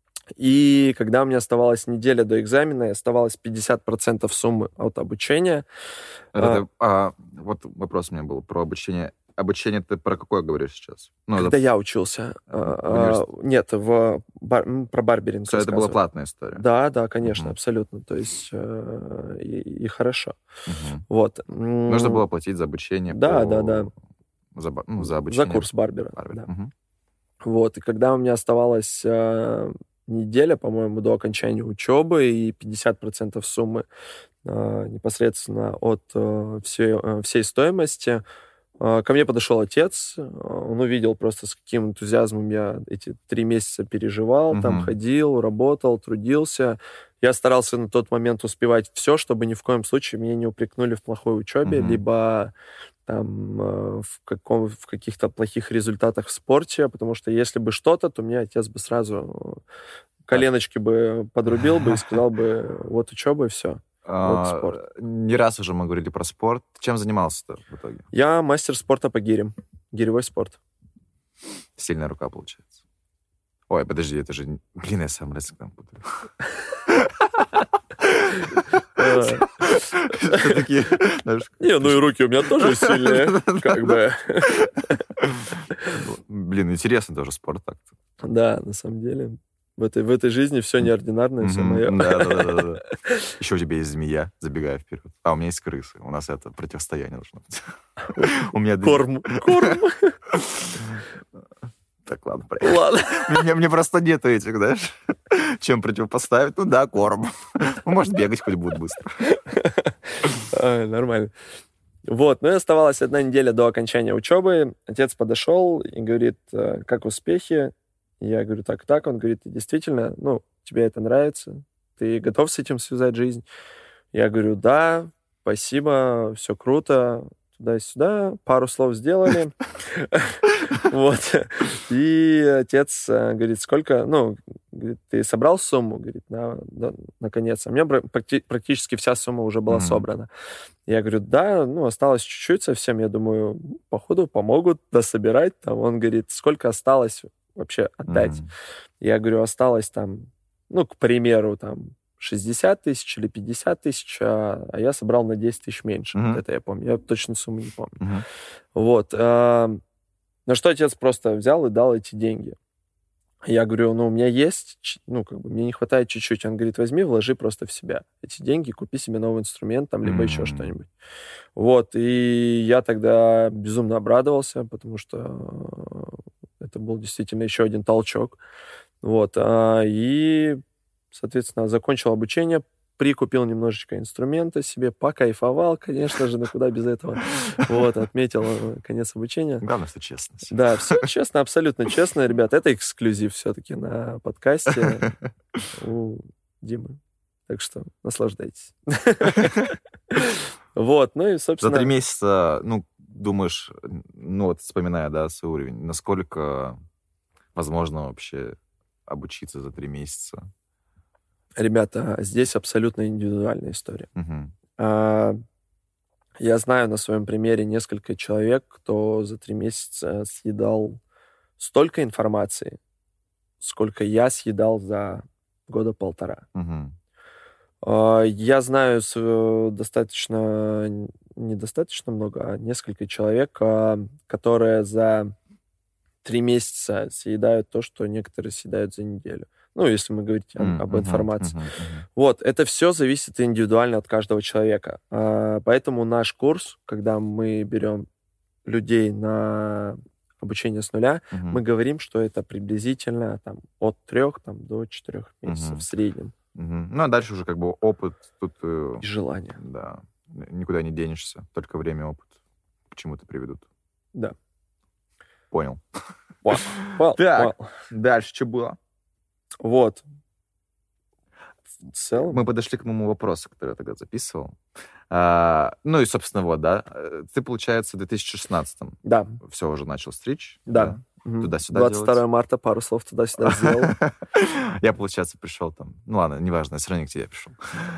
И когда у меня оставалась неделя до экзамена, и оставалось пятьдесят процентов суммы от обучения.
Это, а, а, вот вопрос у меня был про обучение. Обучение ты про какое говоришь сейчас? Ну,
Когда
это...
я учился. А, нет, в бар... про барберинг.
Все это была платная история?
Да, да, конечно, uh-huh. абсолютно. То есть э, и, и хорошо.
Uh-huh.
Вот.
Нужно было платить за обучение?
Да,
по...
да, да.
За, ну, за обучение?
За курс барбера.
Барбер.
Да.
Uh-huh.
Вот. И когда у меня оставалась э, неделя, по-моему, до окончания учебы, и пятьдесят процентов суммы э, непосредственно от э, всей, э, всей стоимости, ко мне подошел отец, он увидел просто, с каким энтузиазмом я эти три месяца переживал, uh-huh. там ходил, работал, трудился. Я старался на тот момент успевать все, чтобы ни в коем случае меня не упрекнули в плохой учебе, uh-huh. либо там, в, каком, в каких-то плохих результатах в спорте, потому что если бы что-то, то мне отец бы сразу коленочки бы подрубил бы и сказал бы, вот учеба и все. Вот спорт.
Не раз уже мы говорили про спорт. Чем занимался-то в итоге?
Я мастер спорта по гирям. Гиревой спорт.
Сильная рука, получается. Ой, подожди, это же... Блин, я сам рестлингом путаю.
Не, ну и руки у меня тоже сильные. Как бы.
Блин, интересный тоже спорт так-то.
Да, на самом деле. В этой, в этой жизни все неординарное, все мое.
Да, да, да, да. Еще у тебя есть змея, забегая вперед. А у меня есть крысы. У нас это противостояние должно быть. У меня
корм. Корм.
Так, ладно, проехали.
Ладно.
Мне, мне просто нету этих, знаешь, чем противопоставить. Ну да, корм. Может, бегать хоть будет быстро.
А, нормально. Вот, ну и оставалась одна неделя до окончания учебы. Отец подошел и говорит, как успехи? Я говорю, так, так. Он говорит, действительно, ну, тебе это нравится? Ты готов с этим связать жизнь? Я говорю, да, спасибо, все круто. Туда-сюда, пару слов сделали. Вот. И отец говорит, сколько, ну, ты собрал сумму? Говорит, наконец. А у меня практически вся сумма уже была собрана. Я говорю, да, ну, осталось чуть-чуть совсем. Я думаю, походу, помогут дособирать. Он говорит, сколько осталось вообще отдать? Mm-hmm. Я говорю, осталось там, ну, к примеру, там, шестьдесят тысяч или пятьдесят тысяч, а, а я собрал на десять тысяч меньше. Mm-hmm. Вот это я помню. Я точно сумму не помню. Mm-hmm. Вот. А, на что отец просто взял и дал эти деньги. Я говорю, ну, у меня есть, ну, как бы, мне не хватает чуть-чуть. Он говорит, возьми, вложи просто в себя эти деньги, купи себе новый инструмент, там, либо mm-hmm. еще что-нибудь. Вот. И я тогда безумно обрадовался, потому что это был действительно еще один толчок. Вот. И, соответственно, закончил обучение, прикупил немножечко инструмента себе, покайфовал, конечно же, ну куда без этого. Вот, отметил конец обучения.
Главное, что честно.
Да, все честно, абсолютно честно, ребят. Это эксклюзив все-таки на подкасте у Димы. Так что наслаждайтесь. Вот, ну и, собственно...
За три месяца, ну, думаешь, ну, вот вспоминая, да, свой уровень, насколько возможно вообще обучиться за три месяца?
Ребята, здесь абсолютно индивидуальная история.
Угу.
А, я знаю на своем примере несколько человек, кто за три месяца съедал столько информации, сколько я съедал за года полтора.
Угу.
А, я знаю с- достаточно, недостаточно много, а несколько человек, а, которые за три месяца съедают то, что некоторые съедают за неделю. Ну, если мы говорим о-
М,
об
мгм,
информации.
мгм, мгм.
Вот, это все зависит индивидуально от каждого человека. А, Поэтому наш курс, когда мы берем людей на обучение с нуля,
Мгм.
мы говорим, что это приблизительно там, от трех там, до четырех месяцев
Мгм.
в среднем.
Мгм. Ну, а дальше уже как бы опыт тут, э,
И желание.
да, никуда не денешься. Только время и опыт к чему-то приведут.
Да.
Понял.
Вау, вау,
Так.
вау.
Дальше что было?
Вот. В целом...
Мы подошли к моему вопросу, который я тогда записывал. А, ну и, собственно, вот, да. э, Ты, получается, в две тысячи шестнадцатом
Да,
все уже начал стричь.
да. Мгм.
Туда-сюда
двадцать второго
делать.
марта пару слов туда-сюда сделал.
Я, получается, пришел там... Ну ладно, неважно, я все равно не к тебе пришел.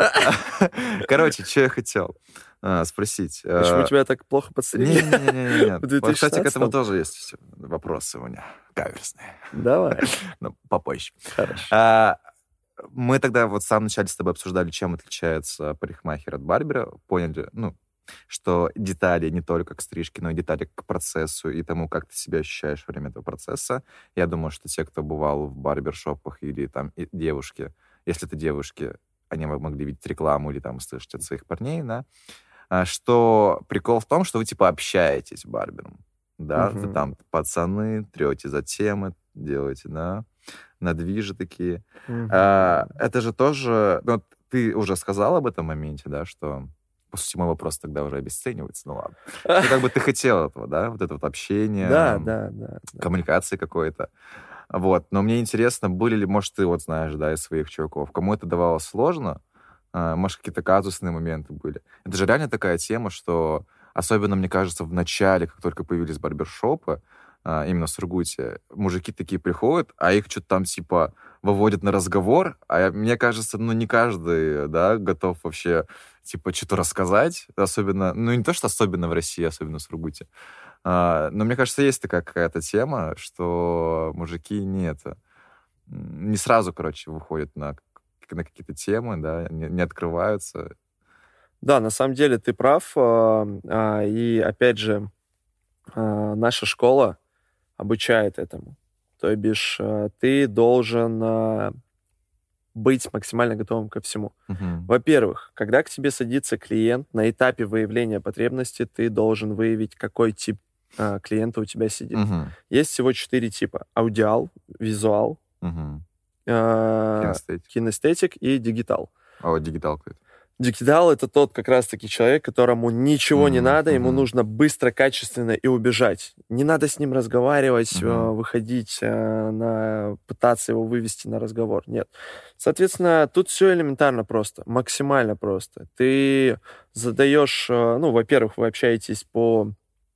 Короче, что я хотел а, спросить.
Почему тебя так плохо подстригли?
Не-не-не.
В две
Вот,
тысячи
кстати, к этому
шестнадцатом?
тоже есть вопросы у меня каверзные.
Давай.
Но попозже.
Хорошо.
А, Мы тогда вот в самом начале с тобой обсуждали, чем отличается парикмахер от барбера. Поняли, ну, что детали не только к стрижке, но и детали к процессу и тому, как ты себя ощущаешь во время этого процесса. Я думаю, что те, кто бывал в барбершопах или там и девушки, если это девушки, они могли видеть рекламу или там слышать от своих парней, да, а, что прикол в том, что вы типа общаетесь с барбером, да, вы
Мгм.
там пацаны, трете за темы, делаете, да, надвижи такие.
Мгм.
А, это же тоже... Ну, вот ты уже сказал об этом моменте, да, что... По сути, мой вопрос тогда уже обесценивается, ну ладно. Что как бы ты хотел этого, да, вот это вот общение,
Да, да, да. да.
коммуникации какой-то. Вот. Но мне интересно, были ли, может, ты вот знаешь, да, из своих чуваков, кому это давалось сложно, а, может, какие-то казусные моменты были. Это же реально такая тема, что особенно, мне кажется, в начале, как только появились барбершопы, а, именно в Сургуте, мужики такие приходят, а их что-то там, типа, выводят на разговор, а я- мне кажется, ну, не каждый, да, готов вообще, типа, что-то рассказать, особенно, ну, не то, что особенно в России, особенно в Сургуте, а, но мне кажется, есть такая какая-то тема, что мужики не это, м, не сразу, короче, выходят на, к- на какие-то темы, да, не, не открываются.
Да, на самом деле ты прав. а, а, И опять же, а, наша школа обучает этому. То бишь, а, ты должен а, быть максимально готовым ко всему.
Мгм.
Во-первых, когда к тебе садится клиент, на этапе выявления потребности ты должен выявить, какой тип а, клиента у тебя сидит.
Мгм.
Есть всего четыре типа. Аудиал, визуал,
Мгм.
а,
Кинестетик.
кинестетик и дигитал.
А вот дигитал какой-то.
Дигитал — это тот как раз-таки человек, которому ничего не
Мгм,
надо, ему
мгм.
нужно быстро, качественно и убежать. Не надо с ним разговаривать,
Мгм.
э, выходить, э, на, пытаться его вывести на разговор. Нет. Соответственно, тут все элементарно просто, максимально просто. Ты задаешь, э, ну, во-первых, вы общаетесь по...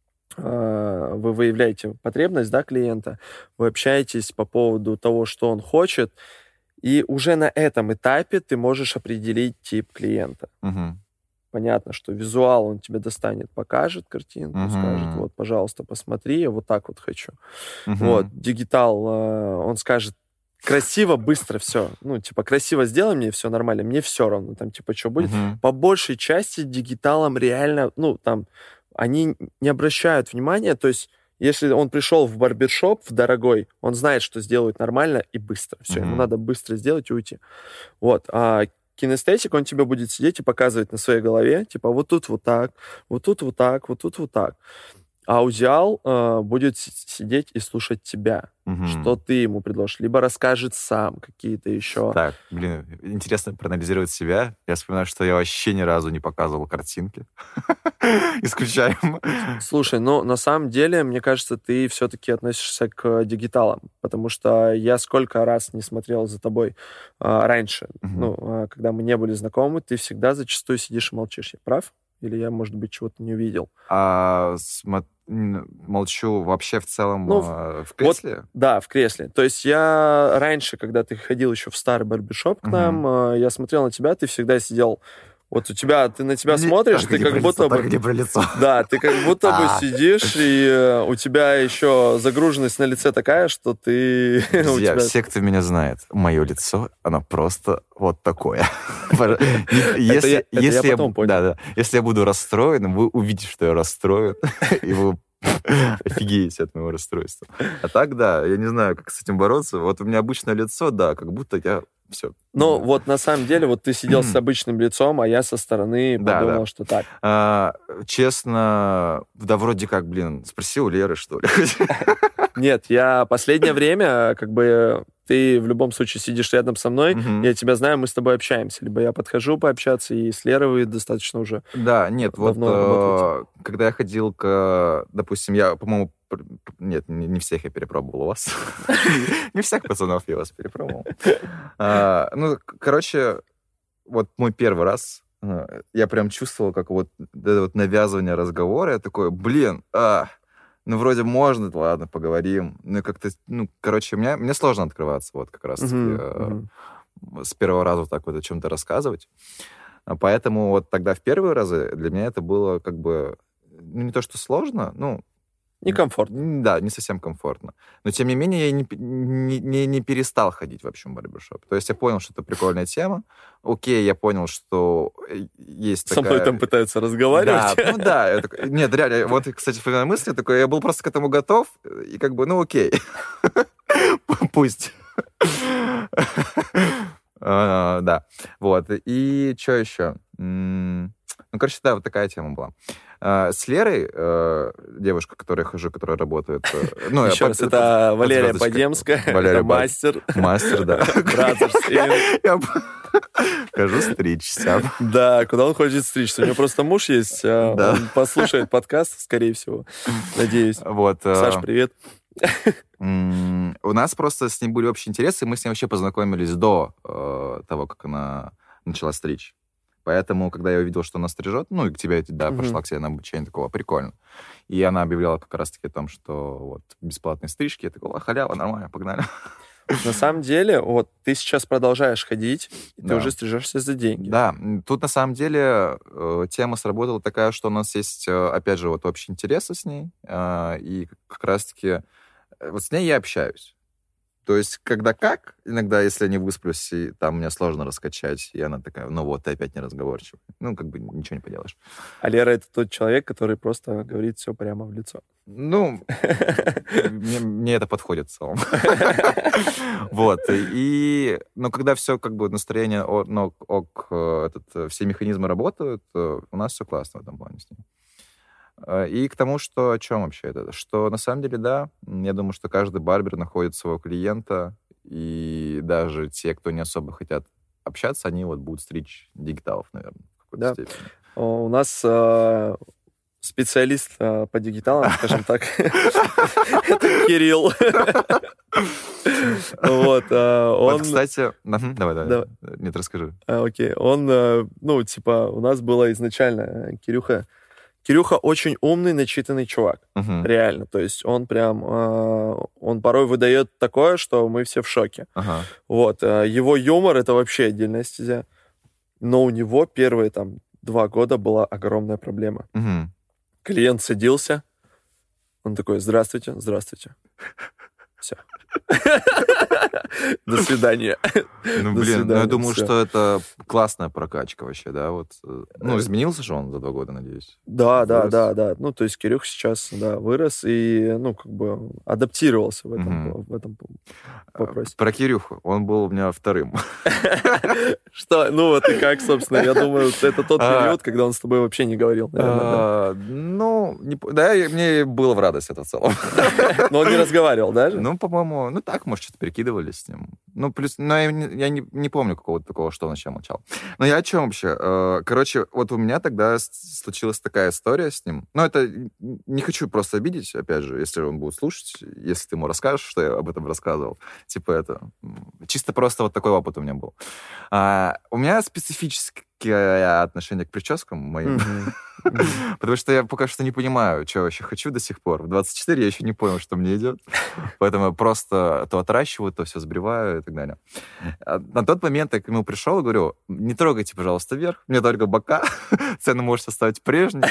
э, Вы выявляете потребность, да, клиента, вы общаетесь по поводу того, что он хочет, и уже на этом этапе ты можешь определить тип клиента.
Мгм.
Понятно, что визуал он тебе достанет, покажет картинку,
Мгм.
скажет, вот, пожалуйста, посмотри, я вот так вот хочу.
Мгм.
Вот, дигитал, э, он скажет, красиво, быстро, все. Ну, типа, красиво сделай мне, все нормально, мне все равно, там, типа, что будет.
Мгм.
По большей части дигиталам реально, ну, там, они не обращают внимания, то есть, если он пришел в барбершоп, в дорогой, он знает, что сделают нормально и быстро. Все, ему
Мгм.
надо быстро сделать и уйти. Вот. А кинестетик, он тебе будет сидеть и показывать на своей голове, типа, вот тут вот так, вот тут вот так, вот тут вот так. Аудиал э, будет с- сидеть и слушать тебя.
Мгм.
Что ты ему предложишь? Либо расскажет сам какие-то еще...
Так, блин, интересно проанализировать себя. Я вспоминаю, что я вообще ни разу не показывал картинки. Исключаем.
Слушай, ну, на самом деле, мне кажется, ты все-таки относишься к дигиталам, потому что я сколько раз не смотрел за тобой а, раньше,
Мгм.
ну, а, когда мы не были знакомы, ты всегда зачастую сидишь и молчишь. Я прав? Или я, может быть, чего-то не увидел?
А смо- м, молчу вообще в целом
Ну,
э, в кресле.
Да, в кресле. То есть я раньше, когда ты ходил еще в старый барбершоп к нам, э, я смотрел на тебя, ты всегда сидел... Вот у тебя, ты на тебя
Не-
смотришь,
только
ты
не
как
про
будто
лицо,
бы...
только не про лицо.
Да, ты как будто бы
А.
сидишь, и э, у тебя еще загруженность на лице такая, что ты... у
Друзья,
тебя-
все, кто меня знает, мое лицо, оно просто вот такое. Если
я- это я
если
потом понял.
да, да. Если я буду расстроен, вы увидите, что я расстроен, и вы офигеете от моего расстройства. А так, да, я не знаю, как с этим бороться. Вот у меня обычное лицо, да, как будто я все.
Ну, вот на самом деле, вот ты сидел с обычным лицом, а я со стороны
Да,
подумал,
да.
что так.
А, честно, да вроде как, блин, спроси у Леры, что ли.
Нет, я последнее время, как бы, ты в любом случае сидишь рядом со мной,
Мгм.
я тебя знаю, мы с тобой общаемся. Либо я подхожу пообщаться, и с Лерой вы достаточно уже...
Да, нет, вот
Давно работаете?
э, когда я ходил к, допустим, я, по-моему, пр- пр- нет, не, не всех я перепробовал у вас. Не всех пацанов я вас перепробовал. А, Ну, к- короче, вот мой первый раз, э, я прям чувствовал, как вот это вот навязывание разговора, я такой, блин, а, ну, вроде можно, ладно, поговорим. Ну, и как-то, ну, короче, мне, мне сложно открываться вот как раз-таки
Мгм,
э,
мгм.
с первого раза вот так вот о чем-то рассказывать. А Поэтому вот тогда в первые разы для меня это было как бы, ну, не то что сложно, ну,
Некомфортно.
м, да, не совсем комфортно. Но, тем не менее, я не, пе- не, не- не перестал ходить в общем барбершоп. То есть я понял, что это прикольная тема. Окей, я понял, что э, есть
Со мной
такая...
там пытаются разговаривать.
Да, ну да. я такой- Нет, реально, вот, кстати, в мысли такой, я был просто к этому готов, и как бы, ну окей, пусть. А, Да, вот. И что еще? М, Ну, короче, да, вот такая тема была. А, С Лерой, э, девушка, которая хожу, которая работает... э, Ну, я
Еще
под-
раз,
под-
это
под
Валерия
звездочкой.
Подемская,
Валерия
это
Бад-
мастер.
Мастер, да.
Brothers in.
Я хожу стричься.
Да, куда он ходит стричься? У него просто муж есть, а
Да.
он послушает подкаст, скорее всего, надеюсь.
Вот. э,
Саш, привет.
М, У нас просто с ней были общие интересы, мы с ней вообще познакомились до э, того, как она начала стричь. Поэтому, когда я увидел, что она стрижет, ну, и к тебе, да,
Мгм.
пошла к тебе на обучение, такого, прикольно. И она объявляла как раз-таки о том, что вот бесплатные стрижки, я такой, «О, халява, нормально, погнали».
На самом деле, вот ты сейчас продолжаешь ходить, и ты
Да.
уже стрижешься за деньги.
Да, м, тут на самом деле э, тема сработала такая, что у нас есть, э, опять же, вот общие интересы с ней, э, и как раз-таки э, вот с ней я общаюсь. То есть, когда как, иногда, если я не высплюсь, и там мне сложно раскачать, и она такая, ну вот, ты опять не разговорчивый. Ну, как бы ничего не поделаешь.
А Лера — это тот человек, который просто говорит все прямо в лицо.
Ну, мне, мне это подходит в целом. Вот. И, но когда все, как бы, настроение, о- ну, ок, э, этот, э, все механизмы работают, э, у нас все классно в этом плане с ним. Э, И к тому, что о чем вообще это? Что на самом деле, да, м, я думаю, что каждый барбер находит своего клиента, и даже те, кто не особо хотят общаться, они вот будут стричь дигиталов, наверное, в какой-то
Да.
степени.
О, У нас э, специалист э, по дигиталам, скажем так, это Кирилл. Вот, э,
Вот,
он...
кстати... Мгм, Давай, давай.
Давай.
Нет, расскажи.
А, Окей, он, э, ну, типа, у нас было изначально э, Кирюха. Кирюха очень умный, начитанный чувак.
Мгм.
Реально. То есть он прям... э, Он порой выдает такое, что мы все в шоке.
Ага.
Вот. э, Его юмор — это вообще отдельная стезя. Но у него первые, там, два года была огромная проблема.
Мгм.
Клиент садился, он такой: здравствуйте, здравствуйте. Все. До свидания.
Ну,
До
блин, ну, я
свидания,
думаю,
всё.
что это классная прокачка вообще, да, вот. э, Ну, изменился же он за два года, надеюсь.
Да, да,
Вырос.
да, да. Ну, то есть Кирюх сейчас, да, вырос и, ну, как бы адаптировался в этом,
Мгм.
в этом
А,
вопросе.
Про Кирюху. Он был у меня вторым.
Что, ну, вот и как, собственно, я думаю, это тот
А.
период, когда он с тобой вообще не говорил, наверное, да.
А, Ну, не п- да, и мне было в радость это в целом.
Но он не разговаривал даже?
Ну, по-моему, ну так, может, что-то перекидывались с ним. Ну, плюс, ну, я, не, я не, не помню какого-то такого, что он еще молчал. Но я о чем вообще? Э, Короче, вот у меня тогда с- случилась такая история с ним. Ну, это н- не хочу просто обидеть, опять же, если он будет слушать, если ты ему расскажешь, что я об этом рассказывал. Типа это... м, Чисто просто вот такой опыт у меня был. А, у меня специфическое отношение к прическам моим.
Мгм.
Потому что я пока что не понимаю, что я вообще хочу до сих пор. В двадцать четыре я еще не понял, что мне идет. Поэтому я просто то отращиваю, то все сбриваю и так далее. А На тот момент я к нему пришел и говорю, не трогайте, пожалуйста, вверх, мне только бока. Цену можете оставить прежней,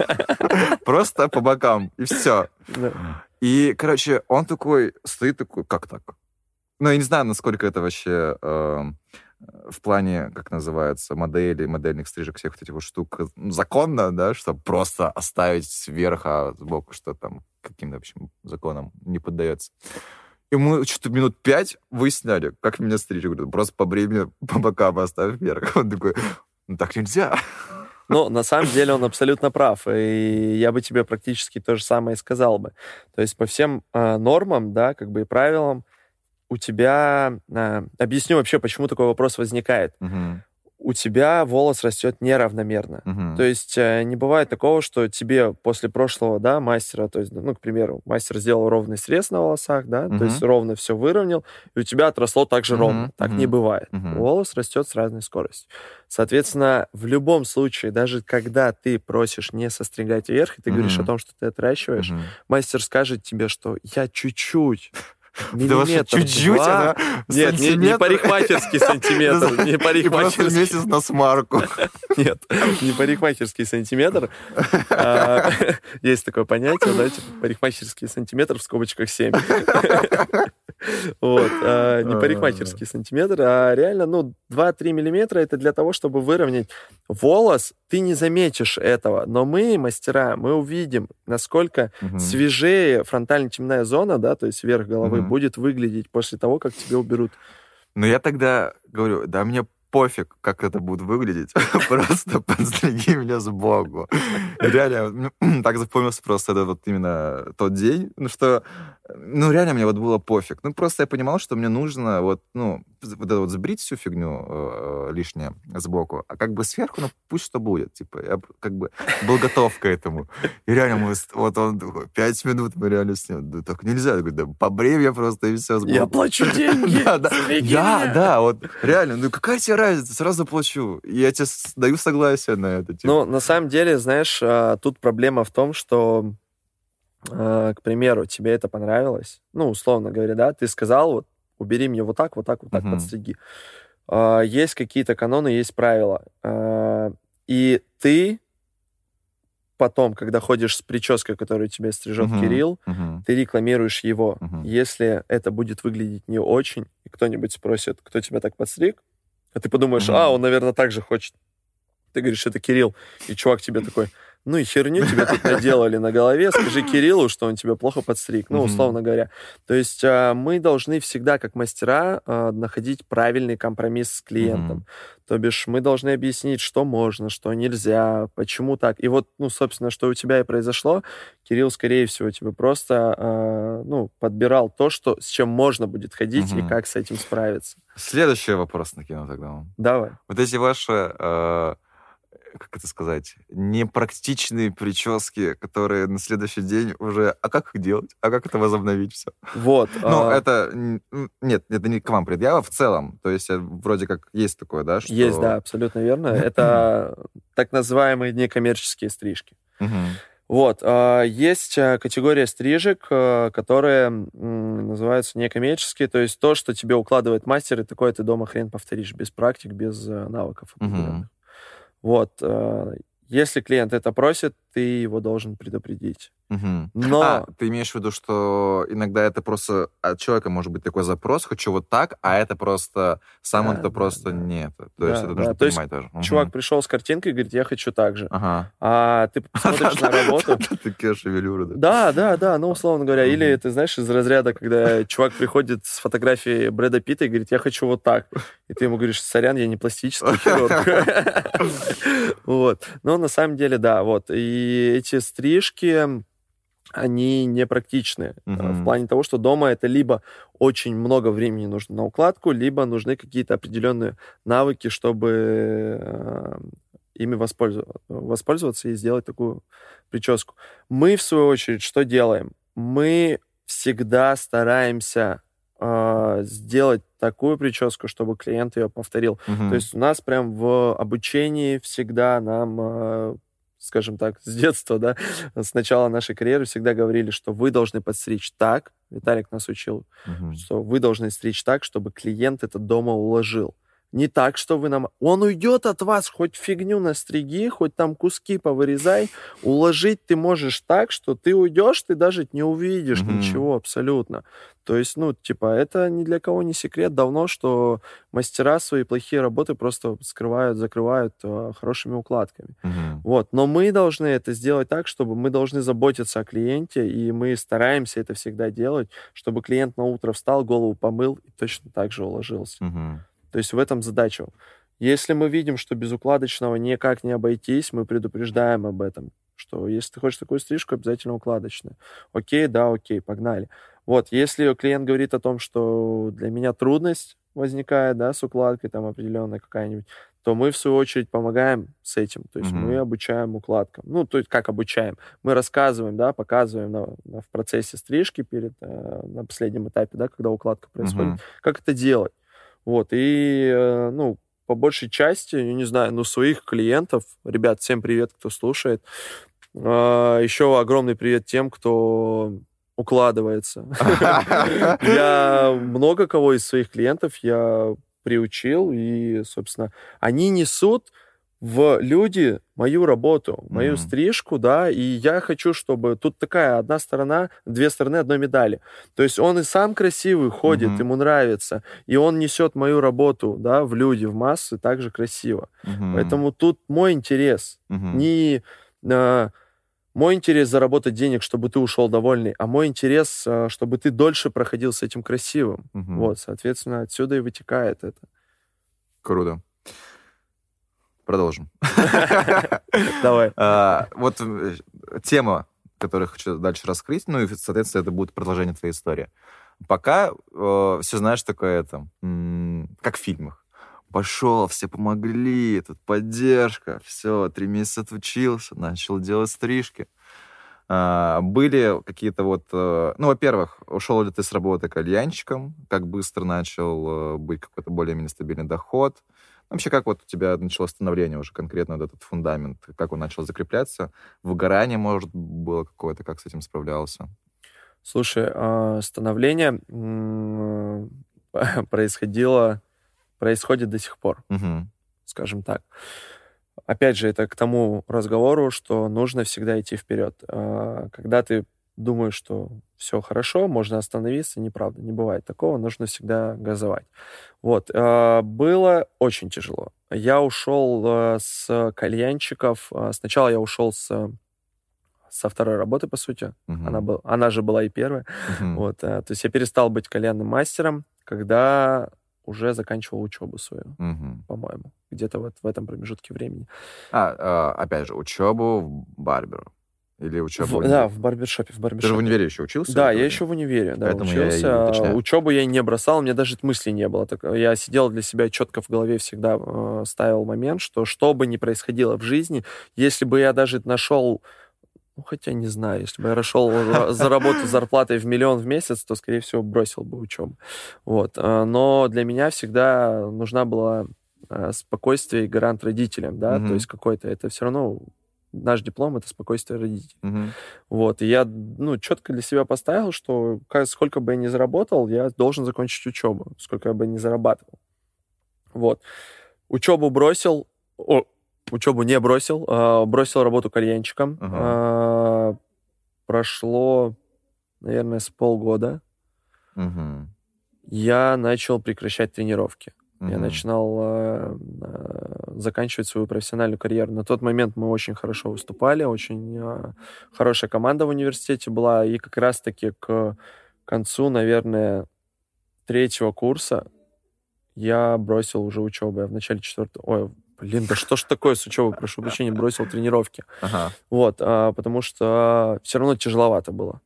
но просто по бокам, и все.
Да.
И, короче, он такой стоит такой, как так? Ну, я не знаю, насколько это вообще э, в плане, как называется, модели, модельных стрижек, всех вот этих вот штук ну, законно, да, чтобы просто оставить сверху, а сбоку, что там каким-то, в общем, законам не поддается. И мы что-то минут пять выясняли, как меня стричь. Я говорю, просто побрей меня по бокам, оставь вверх. Он такой, ну так нельзя.
Ну, на самом деле он абсолютно прав, и я бы тебе практически то же самое и сказал бы. То есть по всем э, нормам, да, как бы и правилам, у тебя... э, объясню вообще, почему такой вопрос возникает.
Мгм,
У тебя волос растет неравномерно.
мгм,
То есть э, не бывает такого, что тебе после прошлого, да, мастера, то есть, ну, к примеру, мастер сделал ровный срез на волосах, да,
Мгм.
то есть ровно все выровнял, и у тебя отросло так же
Мгм,
ровно. Так не
мгм,
бывает.
мгм.
Волос растет с разной скоростью. Соответственно, в любом случае, даже когда ты просишь не состригать вверх, и ты говоришь
Мгм.
о том, что ты отращиваешь,
Мгм.
мастер скажет тебе, что я чуть-чуть,
Да вообще
миллиметр,
чуть-чуть,
два.
а,
Нет, не, не
сантиметр.
парикмахерский сантиметр, не
И просто
парикмахерский.
месяц на смарку.
Нет, не парикмахерский сантиметр. А, Есть такое понятие, да, типа парикмахерский сантиметр в скобочках семь. Вот, а, не парикмахерский сантиметр, а реально, ну, два-три миллиметра это для того, чтобы выровнять волос. Ты не заметишь этого, но мы, мастера, мы увидим, насколько
Мгм.
свежее фронтально-темная зона, да, то есть верх головы,
Мгм.
будет выглядеть после того, как тебе уберут.
Но я тогда говорю, да мне пофиг, как это будет выглядеть, просто подстриги меня сбоку. И реально, ну, так запомнился просто этот вот именно тот день, ну что, ну реально мне вот было пофиг. Ну просто я понимал, что мне нужно вот, ну, вот это вот сбрить всю фигню э, лишнее сбоку, а как бы сверху, ну пусть что будет. Типа я как бы был готов к этому. И реально мы, с- вот он такой, пять минут мы реально с ним, да так нельзя. Я говорю, да побрей я просто и все сбоку.
Я плачу деньги.
Да, да,
Стриги
да,
меня.
да, вот реально, ну какая тебе разница, сразу плачу. И я тебе с- даю согласие на это. типа.
Ну, на самом деле, знаешь, а, тут проблема в том, что, а, к примеру, тебе это понравилось. Ну, условно говоря, да, ты сказал, вот, убери мне вот так, вот так, вот так,
Мгм.
подстриги. А, Есть какие-то каноны, есть правила. А, И ты потом, когда ходишь с прической, которую тебе стрижет
Мгм,
Кирилл,
мгм,
ты рекламируешь его.
мгм.
Если это будет выглядеть не очень, и кто-нибудь спросит, кто тебя так подстриг, а ты подумаешь,
Мгм.
а, он, наверное, так же хочет. Ты говоришь, это Кирилл. И чувак тебе такой, ну и херню тебе тут наделали на голове, скажи Кириллу, что он тебя плохо подстриг. Ну,
Мгм.
условно говоря. То есть а, мы должны всегда, как мастера, а, находить правильный компромисс с клиентом.
Мгм.
То бишь мы должны объяснить, что можно, что нельзя, почему так. И вот, ну, собственно, что у тебя и произошло. Кирилл, скорее всего, тебе просто, а, ну, подбирал то, что, с чем можно будет ходить и
Мгм.
как с этим справиться.
Следующий вопрос накину тогда.
Давай.
Вот эти ваши, э, как это сказать, непрактичные прически, которые на следующий день уже, а как их делать? А как это возобновить все?
Вот.
Ну,
а,
это, н- н- нет, это не к вам предъява, в целом. То есть э, вроде как есть такое, да, что...
Есть, да, абсолютно верно. Это так называемые некоммерческие стрижки.
Мгм.
Вот. а, Есть а, категория стрижек, а, которые м, называются некоммерческие, то есть то, что тебе укладывает мастер, и такое ты дома хрен повторишь, без практик, без а, навыков
Мгм.
определенных. Вот. а, Если клиент это просит, ты его должен предупредить.
Угу.
Но...
А, ты имеешь в виду, что иногда это просто от человека может быть такой запрос, хочу вот так, а это просто сам
Да,
он-то
да,
просто
да.
не это. То
Да,
есть это
да.
нужно
То есть
понимать тоже.
чувак
Мгм.
пришел с картинкой и говорит, я хочу так же.
Ага.
А ты посмотришь на работу...
Такие шевелюры, да.
Да, да, да, ну, условно говоря.
Мгм.
Или, ты знаешь, из разряда, когда чувак приходит с фотографией Брэда Питта и говорит, я хочу вот так. И ты ему говоришь, сорян, я не пластический хирург. Вот. Но на самом деле, да, вот. И эти стрижки, они непрактичны.
Мгм.
В плане того, что дома это либо очень много времени нужно на укладку, либо нужны какие-то определенные навыки, чтобы э, ими воспользоваться, воспользоваться и сделать такую прическу. Мы, в свою очередь, что делаем? Мы всегда стараемся э, сделать такую прическу, чтобы клиент ее повторил.
Мгм.
То есть у нас прям в обучении всегда нам, э, скажем так, с детства, да, с начала нашей карьеры всегда говорили, что вы должны подстричь так, Виталик нас учил,
Мгм.
что вы должны стричь так, чтобы клиент это дома уложил. Не так, что вы нам... Он уйдет от вас, хоть фигню настриги, хоть там куски повырезай. Уложить ты можешь так, что ты уйдешь, ты даже не увидишь
Мгм.
ничего абсолютно. То есть, ну, типа, это ни для кого не секрет давно, что мастера свои плохие работы просто скрывают, закрывают э, хорошими укладками.
Мгм.
Вот. Но мы должны это сделать так, чтобы мы должны заботиться о клиенте, и мы стараемся это всегда делать, чтобы клиент на утро встал, голову помыл и точно так же уложился.
Мгм.
То есть в этом задача. Если мы видим, что без укладочного никак не обойтись, мы предупреждаем об этом, что если ты хочешь такую стрижку, обязательно укладочную. Окей, да, окей, погнали. Вот, если клиент говорит о том, что для меня трудность возникает, да, с укладкой там определенная какая-нибудь, то мы, в свою очередь, помогаем с этим. То есть
Мгм.
мы обучаем укладкам. Ну, то есть как обучаем? Мы рассказываем, да, показываем на, на- в процессе стрижки перед, э, на последнем этапе, да, когда укладка происходит,
Мгм.
как это делать. Вот, и, э, ну, по большей части, я не знаю, ну, своих клиентов, ребят, всем привет, кто слушает, А, еще огромный привет тем, кто укладывается. Я много кого из своих клиентов я приучил, и, собственно, они несут в люди мою работу, мою
Мгм.
стрижку, да, и я хочу, чтобы тут такая одна сторона, две стороны одной медали. То есть он и сам красивый ходит,
Мгм.
ему нравится, и он несет мою работу, да, в люди, в массы также красиво.
Мгм.
Поэтому тут мой интерес
Мгм.
не а, мой интерес заработать денег, чтобы ты ушел довольный, а мой интерес, а, чтобы ты дольше проходил с этим красивым.
Мгм.
Вот, соответственно, отсюда и вытекает это.
Круто. Продолжим.
Давай.
А, Вот э, тема, которую хочу дальше раскрыть, ну и, соответственно, это будет продолжение твоей истории. Пока все, знаешь, такое это, м, как в фильмах. Пошел, все помогли, тут поддержка, все, три месяца отучился, начал делать стрижки. А, были какие-то вот... э, Ну, во-первых, ушел ли ты с работы кальянщиком, как быстро начал э, быть какой-то более-менее стабильный доход. Вообще, как вот у тебя началось становление уже конкретно, вот этот фундамент, как он начал закрепляться? Выгорание, может, было какое-то, как с этим справлялся?
Слушай, а, становление м, происходило, происходит до сих пор,
Мгм.
скажем так. Опять же, это к тому разговору, что нужно всегда идти вперед. А, Когда ты думаешь, что все хорошо, можно остановиться, неправда, не бывает такого, нужно всегда газовать. Вот, а, было очень тяжело. Я ушел а, с кальянщиков, а, сначала я ушел с, со второй работы, по сути,
Мгм.
она, был, она же была и первая.
Мгм.
Вот, а, то есть я перестал быть кальянным мастером, когда уже заканчивал учебу свою,
Мгм.
по-моему, где-то вот в этом промежутке времени.
А, а, опять же, учебу в барберу? Или учебу
В-
в универе?
да, в барбершопе, в
Ты же в
барбершопе.
универе еще учился?
Да,
или
я
нет?
еще в универе, да,
Поэтому я и
учился.
уточняю.
Учебу я не бросал, у меня даже мыслей не было. Так, я сидел для себя четко в голове, всегда э, ставил момент, что что бы ни происходило в жизни, если бы я даже нашел, ну, хотя не знаю, если бы я нашел за работу с зарплатой в миллион в месяц, то, скорее всего, бросил бы учебу. Вот. э, Но для меня всегда нужна была э, спокойствие и гарант родителям, да,
Мгм.
то есть какой-то, это все равно наш диплом — это спокойствие родителей.
Мгм.
Вот, и я, ну, четко для себя поставил, что как- сколько бы я ни заработал, я должен закончить учебу, сколько я бы ни зарабатывал. Вот. Учебу бросил, о, учебу не бросил. Э, бросил работу кальянщиком.
Ага.
Э, прошло, наверное, с полгода.
Угу.
Я начал прекращать тренировки.
Угу.
Я начинал э, э, заканчивать свою профессиональную карьеру. На тот момент мы очень хорошо выступали, очень э, хорошая команда в университете была. И как раз-таки к концу, наверное, третьего курса я бросил уже учебу. Я в начале четвертого... Ой, блин, да что ж такое с учебой? Прошу прощения, бросил тренировки.
Ага.
Вот, а, потому что все равно тяжеловато было.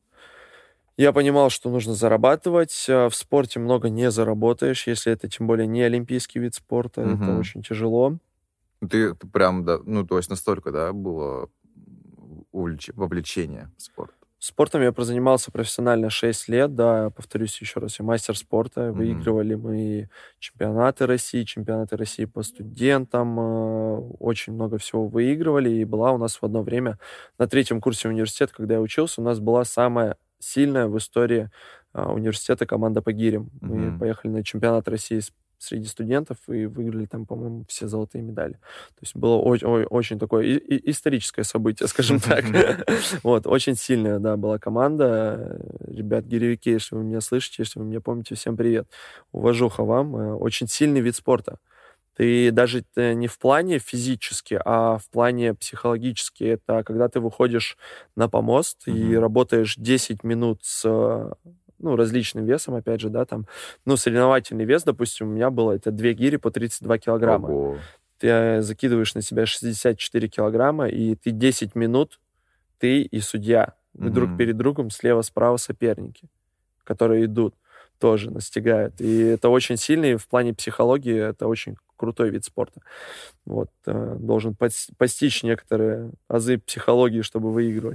Я понимал, что нужно зарабатывать. В спорте много не заработаешь, если это тем более не олимпийский вид спорта.
Угу.
Это очень тяжело.
Ты, ты прям, да, ну, то есть настолько, да, было увлеч... вовлечение в спорт?
Спортом я прозанимался профессионально шесть лет, да, повторюсь еще раз, я мастер спорта. Mm-hmm. Выигрывали мы чемпионаты России, чемпионаты России по студентам, очень много всего выигрывали. И была у нас в одно время на третьем курсе университета, когда я учился, у нас была самая сильная в истории университета команда по гирям. Mm-hmm. Мы поехали на чемпионат России среди студентов и выиграли там, по-моему, все золотые медали. То есть было очень, очень такое и, и историческое событие, скажем так. Вот, очень сильная, да, была команда. Ребят, гиревики, если вы меня слышите, если вы меня помните, всем привет. Уважуха вам. Очень сильный вид спорта. Ты даже не в плане физически, а в плане психологически. Это когда ты выходишь на помост и работаешь десять минут с... ну, различным весом, опять же, да, там, ну, соревновательный вес, допустим, у меня было, это две гири по тридцать два килограмма.
Ого.
Ты закидываешь на себя шестьдесят четыре килограмма, и ты десять минут, ты и судья, вы mm-hmm. друг перед другом, слева-справа соперники, которые идут, тоже настигают. И это очень сильно, и в плане психологии это очень крутой вид спорта. Вот, должен постичь некоторые азы психологии, чтобы выигрывать.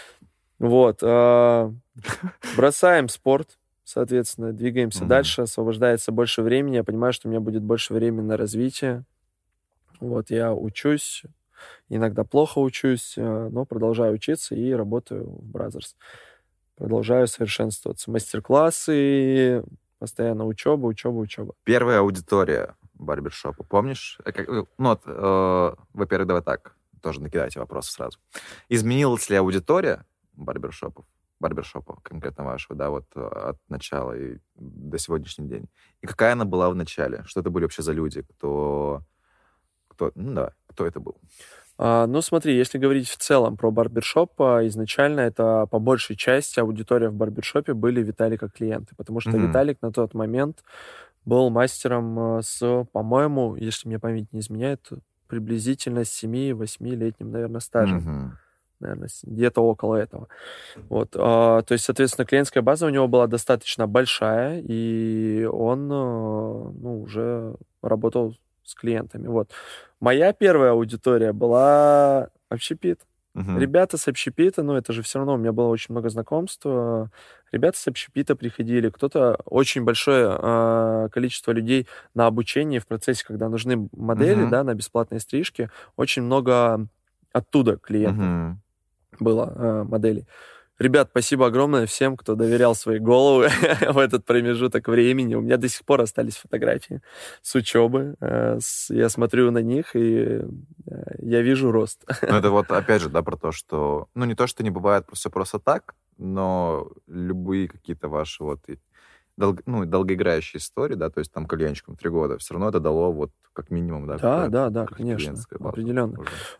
Вот. Э, бросаем спорт, соответственно, двигаемся mm-hmm. дальше, освобождается больше времени. Я понимаю, что у меня будет больше времени на развитие. Вот, я учусь, иногда плохо учусь, но продолжаю учиться и работаю в Бразерс. Продолжаю совершенствоваться. Мастер-классы, постоянно учеба, учеба, учеба.
Первая аудитория барбершопа, помнишь? Ну, вот, э, во-первых, давай так, тоже накидайте вопросы сразу. Изменилась ли аудитория барбершопов, барбершопа конкретно вашего, да, вот от начала и до сегодняшнего дня? И какая она была в начале? Что это были вообще за люди? Кто, кто, ну да, кто это был?
А, ну, смотри, если говорить в целом про барбершоп, изначально это по большей части аудитория в барбершопе были Виталик как клиенты, потому что mm-hmm. Виталик на тот момент был мастером с, по-моему, если мне память не изменяет, приблизительно семь-восьмилетним, наверное, стажем. Mm-hmm. Наверное, где-то около этого. Вот. А, то есть, соответственно, клиентская база у него была достаточно большая, и он ну, уже работал с клиентами. Вот. Моя первая аудитория была общепит. Uh-huh. Ребята с общепита, ну, это же все равно, у меня было очень много знакомств. Ребята с общепита приходили, кто-то, очень большое э, количество людей на обучении в процессе, когда нужны модели, uh-huh. да, на бесплатные стрижки, очень много оттуда клиентов. Uh-huh. было э, моделей. Ребят, спасибо огромное всем, кто доверял свои головы в этот промежуток времени. У меня до сих пор остались фотографии с учебы. Э, с, я смотрю на них, и э, я вижу рост.
Ну, это вот, опять же, да, про то, что... Ну, не то, что не бывает все просто так, но любые какие-то ваши вот... Долго, ну, долгоиграющие истории, да, то есть там кальянщикам три года, все равно это дало вот как минимум, да,
да, да, да, конечно, определенно.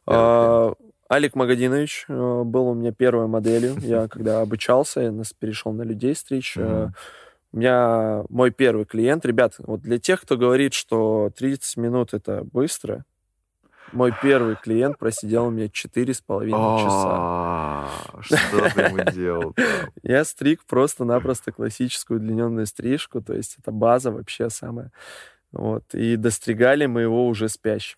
А, Алик Магадинович был у меня первой моделью. Я когда обучался, я перешел на людей стричь. Mm-hmm. У меня мой первый клиент. Ребят, вот для тех, кто говорит, что тридцать минут это быстро, мой первый клиент просидел у меня четыре с половиной часа.
Что ты ему делал?
Я стриг просто-напросто классическую удлиненную стрижку, то есть это база вообще самая. Вот. И достригали мы его уже спящим.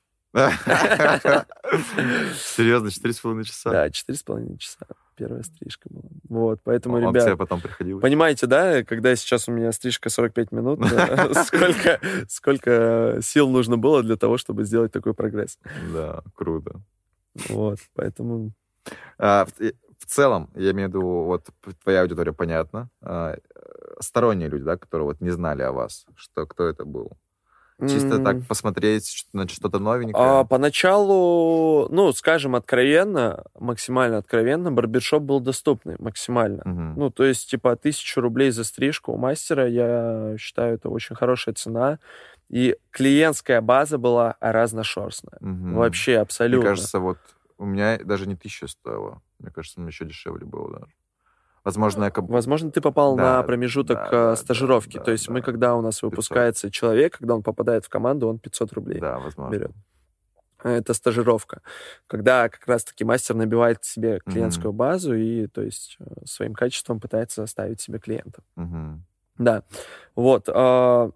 Серьезно, четыре с половиной часа?
Да, четыре с половиной часа. Первая стрижка была. Вот, поэтому,
Он
ребят...
тебе потом приходил?
Понимаете, да, когда сейчас у меня стрижка сорок пять минут, сколько, сколько сил нужно было для того, чтобы сделать такой прогресс.
Да, круто.
Вот, поэтому...
А, в, в целом, я имею в виду, вот твоя аудитория понятна. А, сторонние люди, да, которые вот не знали о вас, что, кто это был? Чисто
М,
так посмотреть на что-то
А,
новенькое?
поначалу, ну, скажем откровенно, максимально откровенно, барбершоп был доступный максимально.
Мгм.
Ну, то есть, типа, тысячу рублей за стрижку у мастера, я считаю, это очень хорошая цена. И клиентская база была разношерстная.
Мгм.
Вообще,
Мне
абсолютно.
кажется, вот у меня даже не тысяча стоило. Мне кажется, мне еще дешевле было даже. Возможно, я... ком-
Возможно, ты попал
Да,
на промежуток
да,
э,
да,
стажировки.
да,
То есть
да,
мы,
да.
когда у нас выпускается человек, когда он попадает в команду, он пятьсот рублей
Да, возможно.
берет. Это стажировка. Когда как раз-таки мастер набивает себе клиентскую
Мгм.
базу и, то есть, э, своим качеством пытается оставить себе клиентов.
Мгм.
Да. Вот. а,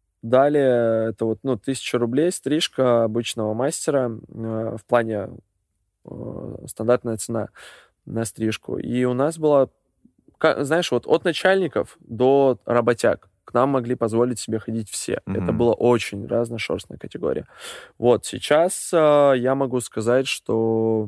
Далее это вот, ну, тысяча рублей стрижка обычного мастера э, в плане э, стандартная цена на стрижку. И у нас была, ка- знаешь, вот от начальников до работяг к нам могли позволить себе ходить все. Это
Мгм.
была очень разношерстная категория. Вот сейчас э, я могу сказать, что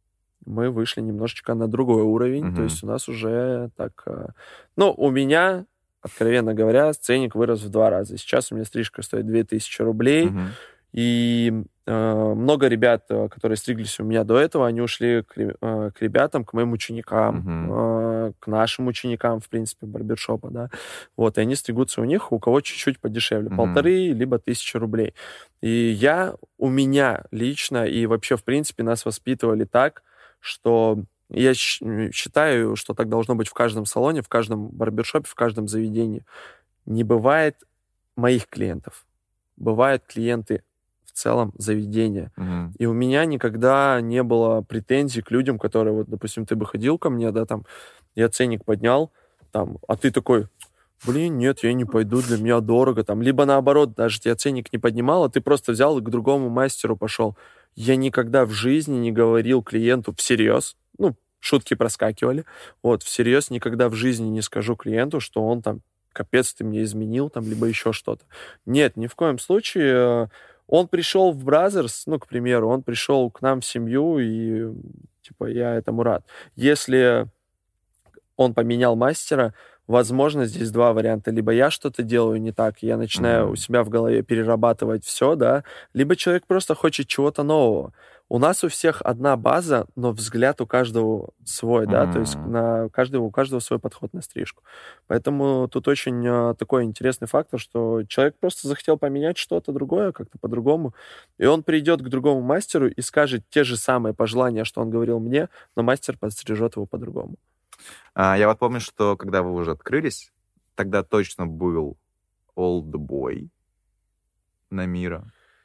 мы вышли немножечко на другой уровень. То
Мгм.
есть у нас уже так... э, Ну, у меня, откровенно говоря, ценник вырос в два раза. Сейчас у меня стрижка стоит две тысячи рублей.
Мгм.
И э, много ребят, э, которые стриглись у меня до этого, они ушли к, ре- э, к ребятам, к моим ученикам,
Мгм.
э, к нашим ученикам, в принципе, барбершопа, да. Вот, и они стригутся у них, у кого чуть-чуть подешевле,
Мгм.
полторы, либо тысяча рублей. И я, у меня лично, и вообще, в принципе, нас воспитывали так, что я щ- считаю, что так должно быть в каждом салоне, в каждом барбершопе, в каждом заведении. Не бывает моих клиентов. Бывают клиенты в целом заведения.
Мгм.
И у меня никогда не было претензий к людям, которые, вот, допустим, ты бы ходил ко мне, да, там, я ценник поднял, там, а ты такой, блин, нет, я не пойду, для меня дорого, там, либо наоборот, даже я ценник не поднимал, а ты просто взял и к другому мастеру пошел. Я никогда в жизни не говорил клиенту всерьез, ну, шутки проскакивали, вот, всерьез никогда в жизни не скажу клиенту, что он там, капец, ты мне изменил, там, либо еще что-то. Нет, ни в коем случае. Он пришел в Бразерс, ну, к примеру, он пришел к нам в семью, и, типа, я этому рад. Если он поменял мастера, возможно, здесь два варианта. Либо я что-то делаю не так, и я начинаю
Мгм.
у себя в голове перерабатывать все, да, либо человек просто хочет чего-то нового. У нас у всех одна база, но взгляд у каждого свой, да, то есть
Мгм.
на каждого, у каждого свой подход на стрижку. Поэтому тут очень э, такой интересный фактор, что человек просто захотел поменять что-то другое, как-то по-другому, и он придет к другому мастеру и скажет те же самые пожелания, что он говорил мне, но мастер подстрижет его по-другому.
А, я вот помню, что когда вы уже открылись, тогда точно был Old Boy на Мира.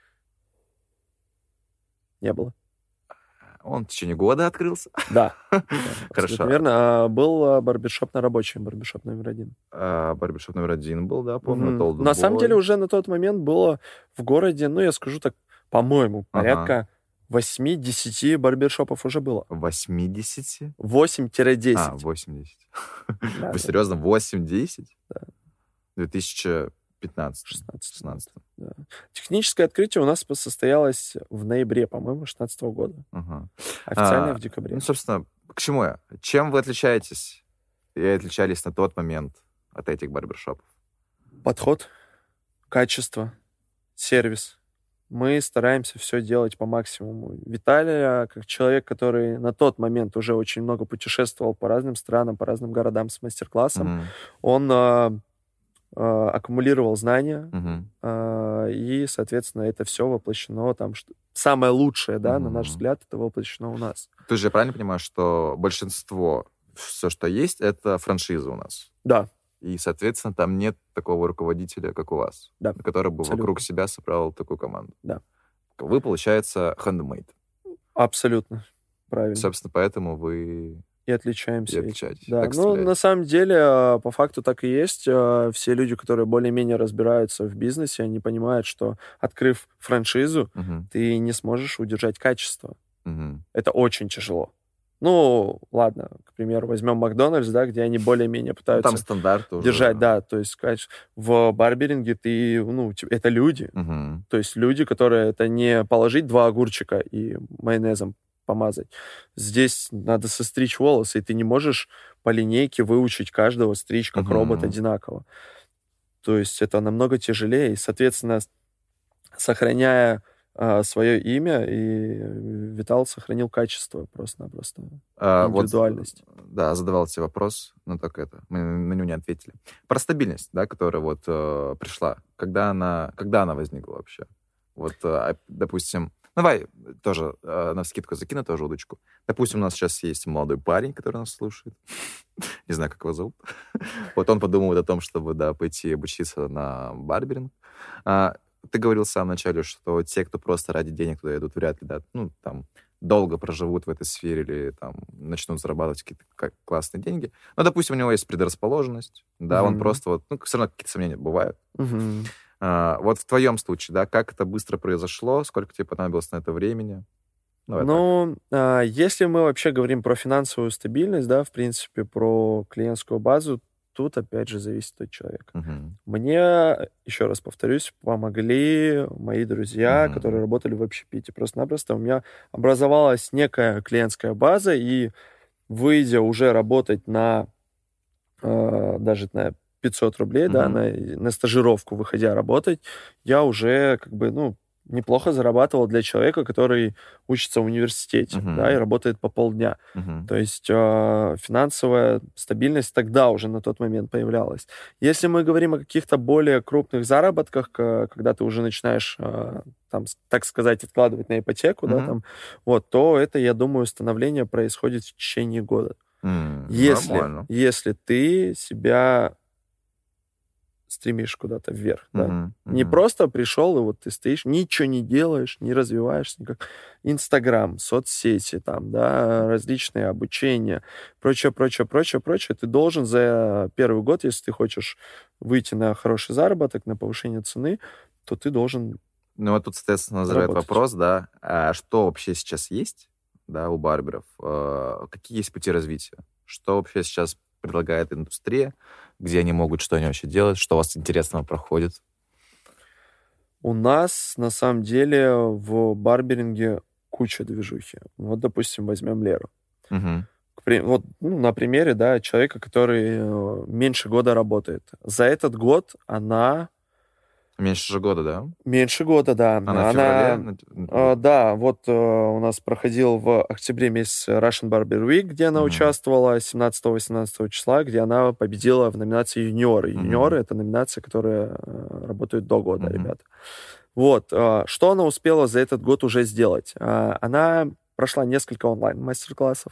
Не было.
Он в течение года открылся.
Да. Да,
Хорошо.
абсолютно верно. А, был а, барбершоп на рабочем, барбершоп номер один.
А, барбершоп номер один был, да, помню.
Мгм.
это Old
На самом деле
Boy.
уже на тот момент было в городе, ну, я скажу так, по-моему,
Ага.
порядка восемь-десять барбершопов уже было.
восемьдесят?
восемь-десять.
А, восемьдесят.
Да,
Вы
да,
серьезно? восемь-десять?
Да.
В две тысячи пятнадцатом.
шестнадцать.
шестнадцатом.
Да. Техническое открытие у нас состоялось в ноябре, по-моему, шестнадцатого года.
Ага.
Официально
А,
в декабре.
Ну, собственно, к чему я? Чем вы отличаетесь и отличались на тот момент от этих барбершопов?
Подход, качество, сервис. Мы стараемся все делать по максимуму. Виталий, как человек, который на тот момент уже очень много путешествовал по разным странам, по разным городам с мастер-классом,
Мгм.
он а, а, аккумулировал знания,
Мгм.
а, и, соответственно, это все воплощено там. Что... Самое лучшее, да, на наш
Мгм.
взгляд, это воплощено у нас.
Ты же правильно понимаешь, что большинство, все, что есть, это франшиза у нас.
Да,
И, соответственно, там нет такого руководителя, как у вас,
Да,
который бы
абсолютно.
вокруг себя собрал такую команду.
Да.
Вы, получается, handmade.
абсолютно правильно.
Собственно, поэтому вы
И отличаемся.
и
этим.
отличаетесь.
Да,
Так
ну,
стреляете.
на самом деле, а, по факту так и есть. А, Все люди, которые более-менее разбираются в бизнесе, они понимают, что, открыв франшизу,
Мгм.
ты не сможешь удержать качество.
Мгм.
Это очень тяжело. Ну, ладно, к примеру, возьмем Макдональдс, да, где они более-менее
Ну,
пытаются
там стандарты уже.
держать, да, то есть, каче- в барберинге ты, ну, те- это люди,
Мгм.
то есть люди, которые, это не положить два огурчика и майонезом помазать. Здесь надо состричь волосы, и ты не можешь по линейке выучить каждого стричь как
Мгм.
робот одинаково. То есть это намного тяжелее, и, соответственно, сохраняя а, свое имя, и Витал сохранил качество просто-напросто,
А,
индивидуальность.
Вот, да, задавал тебе вопрос, но только это, мы на него не ответили. Про стабильность, да, которая вот э, пришла. Когда она, когда она возникла вообще? Вот, э, допустим, давай тоже э, навскидку закину тоже удочку. Допустим, у нас сейчас есть молодой парень, который нас слушает. Не знаю, как его зовут. Вот он подумывает о том, чтобы, да, пойти обучиться на барберинг. А, ты говорил в самом начале, что те, кто просто ради денег туда идут, вряд ли, да, ну, там, долго проживут в этой сфере или там начнут зарабатывать какие-то классные деньги. Но, допустим, у него есть предрасположенность, да, mm-hmm. он просто вот, ну, все равно какие-то сомнения бывают.
Mm-hmm.
А, вот в твоем случае, да, как это быстро произошло, сколько тебе понадобилось на это времени?
Ну, ну а, если мы вообще говорим про финансовую стабильность, да, в принципе, про клиентскую базу, тут, опять же, зависит от человека.
Uh-huh.
Мне, еще раз повторюсь, помогли мои друзья, uh-huh. которые работали в общепите. Просто-напросто у меня образовалась некая клиентская база, и выйдя уже работать на э, даже на пятьсот рублей, uh-huh. да, на, на стажировку, выходя работать, я уже как бы, ну, неплохо зарабатывал для человека, который учится в университете, uh-huh. да, и работает по полдня. Uh-huh. То есть э, финансовая стабильность тогда уже на тот момент появлялась. Если мы говорим о каких-то более крупных заработках, когда ты уже начинаешь, э, там, так сказать, откладывать на ипотеку, uh-huh. да, там, вот, то это, я думаю, становление происходит в течение года.
Uh-huh.
Если, если ты себя стремишь куда-то вверх, да.
Uh-huh, uh-huh.
Не просто пришел, и вот ты стоишь, ничего не делаешь, не развиваешься никак. Инстаграм, соцсети, там, да, различные обучения, прочее, прочее, прочее, прочее. Ты должен за первый год, если ты хочешь выйти на хороший заработок, на повышение цены, то ты должен
Ну, вот тут, соответственно, назревает вопрос, да, а что вообще сейчас есть, да, у барберов? Какие есть пути развития? Что вообще сейчас предлагает индустрия, где они могут, что они вообще делают, что у вас интересного проходит?
У нас, на самом деле, в барберинге куча движухи. Вот, допустим, возьмем Леру.
Угу.
Вот, ну, на примере, да, человека, который меньше года работает. За этот год она...
Меньше же года, да?
Меньше года, да.
Она,
она
в феврале?
э, да, вот э, у нас проходил в октябре месяц Russian Barber Week, где она mm-hmm. участвовала семнадцатого-восемнадцатого числа, где она победила в номинации юниоры. Mm-hmm. Юниоры — это номинация, которая э, работает до года, mm-hmm. ребята. Вот. Э, что она успела за этот год уже сделать? Э, она прошла несколько онлайн-мастер-классов.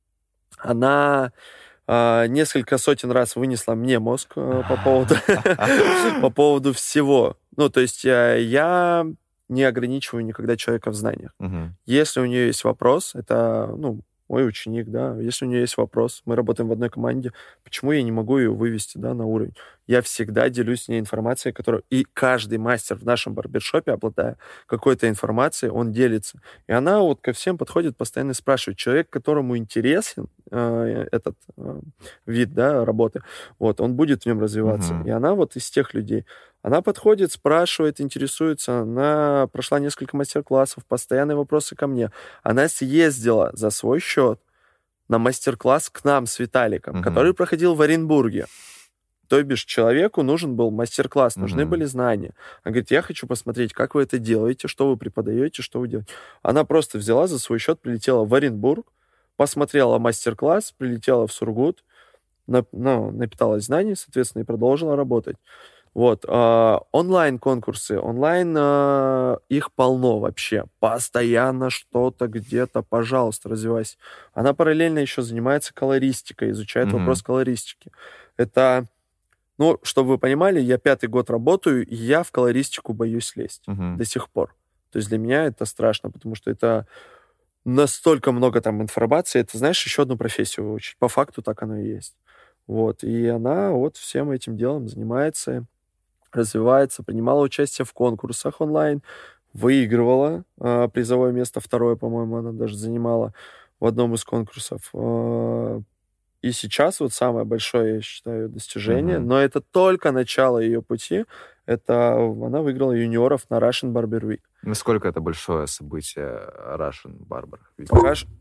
Она... Uh, несколько сотен раз вынесла мне мозг uh, по поводу по поводу всего. Ну, то есть я, я не ограничиваю никогда человека в знаниях. Uh-huh. Если у нее есть вопрос, это, ну, мой ученик, да, если у нее есть вопрос, мы работаем в одной команде, почему я не могу ее вывести, да, на уровень? Я всегда делюсь с ней информацией, которую... И каждый мастер в нашем барбершопе, обладая какой-то информацией, он делится. И она вот ко всем подходит, постоянно спрашивает. Человек, которому интересен э, этот э, вид, да, работы, вот, он будет в нем развиваться. Uh-huh. И она вот из тех людей. Она подходит, спрашивает, интересуется. Она прошла несколько мастер-классов, постоянные вопросы ко мне. Она съездила за свой счет на мастер-класс к нам с Виталиком, uh-huh. который проходил в Оренбурге. То бишь человеку нужен был мастер-класс, нужны uh-huh. были знания. Она говорит, я хочу посмотреть, как вы это делаете, что вы преподаете, что вы делаете. Она просто взяла за свой счет, прилетела в Оренбург, посмотрела мастер-класс, прилетела в Сургут, на, ну, напиталась знаний, соответственно, и продолжила работать. Вот. Э, онлайн-конкурсы, онлайн, э, их полно вообще. Постоянно что-то где-то, пожалуйста, развивайся. Она параллельно еще занимается колористикой, изучает mm-hmm. вопрос колористики. Это, ну, чтобы вы понимали, я пятый год работаю, и я в колористику боюсь лезть mm-hmm. до сих пор. То есть для меня это страшно, потому что это настолько много там информации. Это, знаешь, еще одну профессию выучить. По факту так оно и есть. Вот. И она вот всем этим делом занимается, развивается, принимала участие в конкурсах онлайн, выигрывала э, призовое место, второе, по-моему, она даже занимала в одном из конкурсов. Э, и сейчас вот самое большое, я считаю, достижение, mm-hmm. но это только начало ее пути, это она выиграла юниоров на Russian Barber Week.
Насколько это большое событие Russian Barber Week?
Пока ж...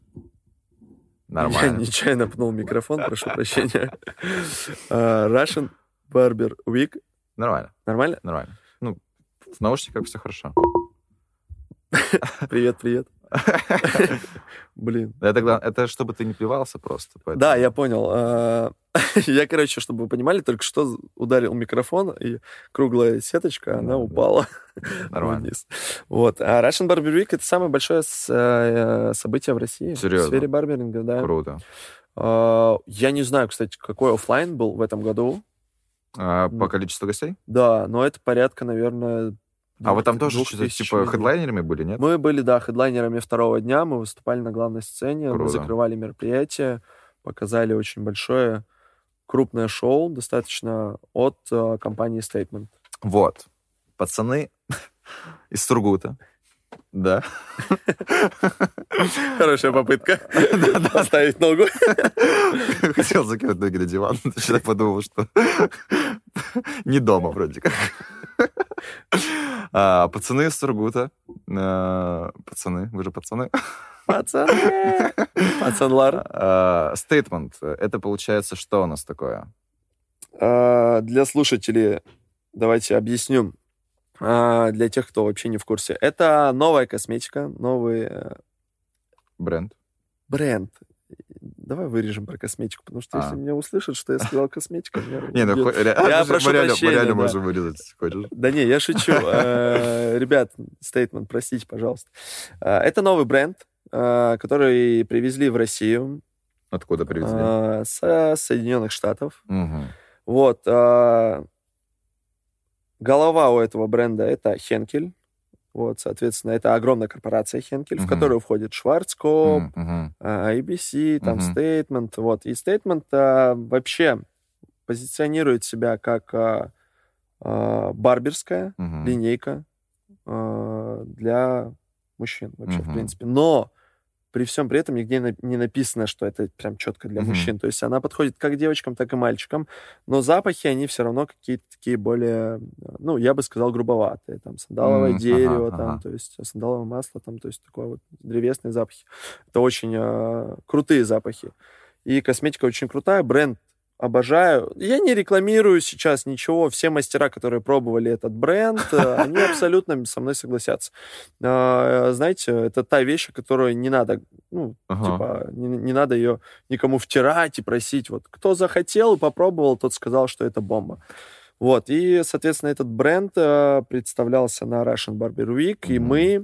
Нормально.
Я нечаянно пнул микрофон, прошу прощения. Russian Barber Week.
Нормально.
Нормально?
Нормально. Ну, В наушниках все хорошо.
Привет, привет. Блин.
Это, это чтобы ты не плевался просто. Поэтому...
Да, я понял. Я, короче, чтобы вы понимали, только что ударил микрофон, и круглая сеточка, она да, упала да. вниз. Вот. А Russian Barber Week — это самое большое событие в России.
Серьезно?
В сфере барберинга, да.
Круто.
Я не знаю, кстати, какой офлайн был в этом году.
А, по количеству гостей?
Да, но это порядка, наверное...
А вы там тоже что-то типа хедлайнерами были, нет?
Мы были, да, хедлайнерами второго дня. Мы выступали на главной сцене,
Круто.
Мы закрывали мероприятие, показали очень большое, крупное шоу, достаточно, от э, компании Statement.
Вот. Пацаны из Сургута. Да.
Хорошая попытка поставить ногу.
Хотел закинуть ноги на диван, я подумал, что не дома вроде как. А, пацаны из Сургута. А, пацаны, вы же пацаны.
Пацаны. Пацанлар.
Statement. Это получается, что у нас такое?
А, для слушателей давайте объясню. А, для тех, кто вообще не в курсе. Это новая косметика, новый...
Бренд.
Бренд. Давай вырежем про косметику, потому что а. если меня услышат, что я сказал косметика...
Не, ну, я прошу прощения. Мы реально можем вырезать, хочешь?
Да не, я шучу. Ребят, Statement, простите, пожалуйста. Это новый бренд, который привезли в Россию.
Откуда привезли?
Со Соединенных Штатов. Вот. Голова у этого бренда — это Henkel. Вот, соответственно, это огромная корпорация Henkel, uh-huh. в которую входит Schwarzkopf, uh-huh. ай би си, там uh-huh. Statement. Вот. И Statement а, вообще позиционирует себя как а, а, барберская uh-huh. линейка а, для мужчин вообще, uh-huh. в принципе. Но при всем при этом нигде не написано, что это прям четко для uh-huh. мужчин. То есть она подходит как девочкам, так и мальчикам, но запахи, они все равно какие-то такие более, ну, я бы сказал, грубоватые. Там сандаловое uh-huh. дерево, uh-huh. там, то есть сандаловое масло, там, то есть такое вот древесные запахи. Это очень э, крутые запахи. И косметика очень крутая, бренд обожаю. Я не рекламирую сейчас ничего. Все мастера, которые пробовали этот бренд, они абсолютно со мной согласятся. Знаете, это та вещь, которую не надо, ну, ага. типа, не, не надо ее никому втирать и просить. Вот кто захотел и попробовал, тот сказал, что это бомба. Вот. И, соответственно, этот бренд представлялся на Russian Barber Week, mm-hmm. и мы...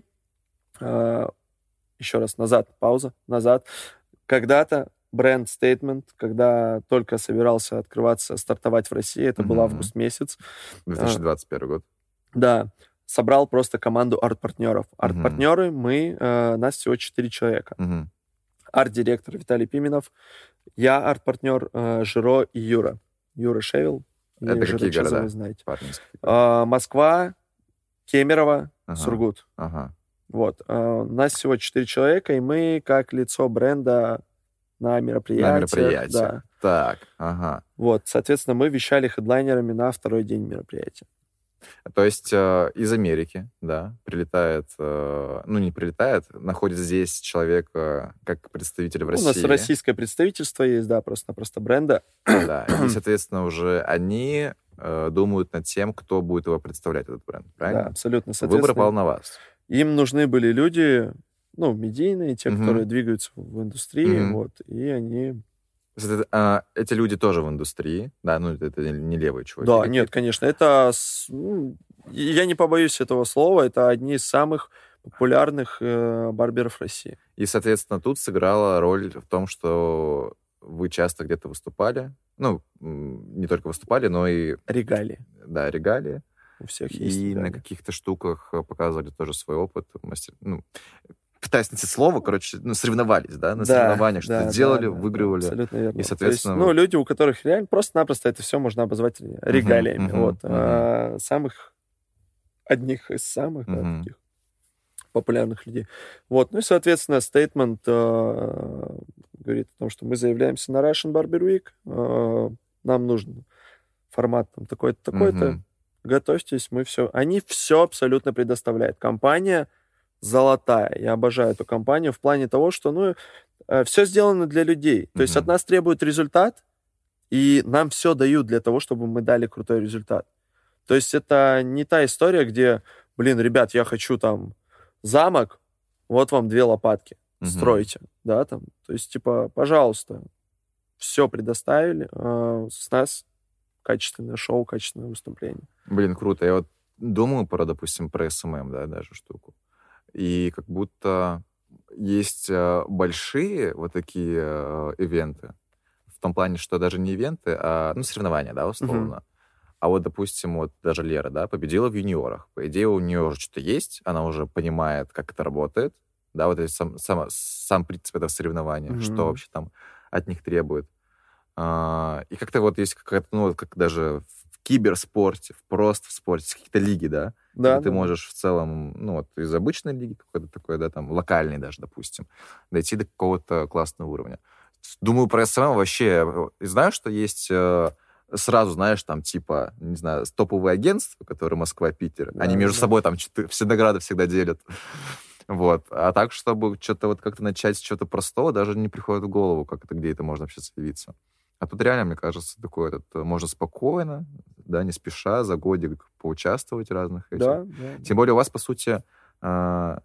Еще раз, назад, пауза, назад. Когда-то бренд Statement, когда только собирался открываться, стартовать в России, это mm-hmm. был август месяц.
две тысячи двадцать первый год.
Да. Собрал просто команду арт-партнеров. Арт-партнеры, mm-hmm. мы, э, нас всего четыре человека.
Mm-hmm.
Арт-директор Виталий Пименов, я арт-партнер э, Жиро и Юра. Юра Шевел.
Это какие
Жиро,
города?
Вы знаете. Э, Москва, Кемерово,
ага.
Сургут.
Ага.
Вот. Э, нас всего четыре человека, и мы, как лицо бренда, на мероприятиях.
На мероприятиях.
Да.
Так, ага.
Вот, соответственно, мы вещали хедлайнерами на второй день мероприятия.
То есть э, из Америки, да, прилетает, э, ну, не прилетает, находит здесь человек э, как представитель в России.
У нас российское представительство есть, да, просто-напросто бренда.
Да, и, соответственно, уже они э, думают над тем, кто будет его представлять, этот бренд, правильно?
Да, абсолютно.
Выбор пал на вас.
Им нужны были люди... ну, медийные, те, uh-huh. которые двигаются в индустрии, uh-huh. вот, и они...
Это, а, эти люди тоже в индустрии, да, ну, это, это не левые чуваки.
Да, нет, конечно, это, ну, я не побоюсь этого слова, это одни из самых популярных э, барберов России.
И, соответственно, тут сыграла роль в том, что вы часто где-то выступали, ну, не только выступали, но и...
Регалии.
Да, регалии.
У всех есть
И регалии. На каких-то штуках показывали тоже свой опыт, мастер, ну... пытаясь найти слово, короче, ну, соревновались, да, на да, соревнованиях, да, что-то да, делали, да, выигрывали.
Абсолютно верно.
И, соответственно...
То есть, ну, люди, у которых реально просто-напросто это все можно обозвать регалиями. Uh-huh, uh-huh, вот. Uh-huh. А, самых, одних из самых, uh-huh. да, таких популярных людей. Вот. Ну и, соответственно, Statement а, говорит о том, что мы заявляемся на Russian Barber Week, а, нам нужен формат там такой-то, такой-то, uh-huh. готовьтесь, мы все... Они все абсолютно предоставляют. Компания золотая. Я обожаю эту компанию в плане того, что, ну, все сделано для людей. То mm-hmm. есть от нас требуют результат, и нам все дают для того, чтобы мы дали крутой результат. То есть это не та история, где, блин, ребят, я хочу там замок, вот вам две лопатки,
Мгм.
стройте, да, там. То есть, типа, пожалуйста, все предоставили, а с нас качественное шоу, качественное выступление.
Блин, круто. Я вот думаю про, допустим, про эс эм эм, да, даже штуку. И как будто есть э, большие вот такие э, ивенты, в том плане, что даже не ивенты, а, ну, соревнования, да, условно. А вот, допустим, вот даже Лера, да, победила в юниорах. По идее, у нее уже что-то есть, она уже понимает, как это работает, да, вот это сам, сам, сам принцип этого соревнования,
Мгм.
что вообще там от них требует. А, и как-то вот есть какая-то, ну, вот как даже в киберспорте, в просто в спорте, есть какие-то лиги, да,
Да,
когда ты
да, да.
можешь в целом, ну, вот из обычной лиги какой-то такой, да, там, локальной даже, допустим, дойти до какого-то классного уровня. Думаю, про эс эм эм вообще, э, знаю, что есть э, сразу, знаешь, там, типа, не знаю, топовые агентства, которые Москва, Питер,
Да,
они между
да.
собой там что-то, все награды всегда делят. Вот. А так, чтобы что-то вот как-то начать с чего-то простого, даже не приходит в голову, как это, где это можно вообще заявиться. А тут реально, мне кажется, такое, этот, э, можно спокойно, да, не спеша, за годик поучаствовать в разных этих.
Да, да,
Тем более у вас, по сути, а,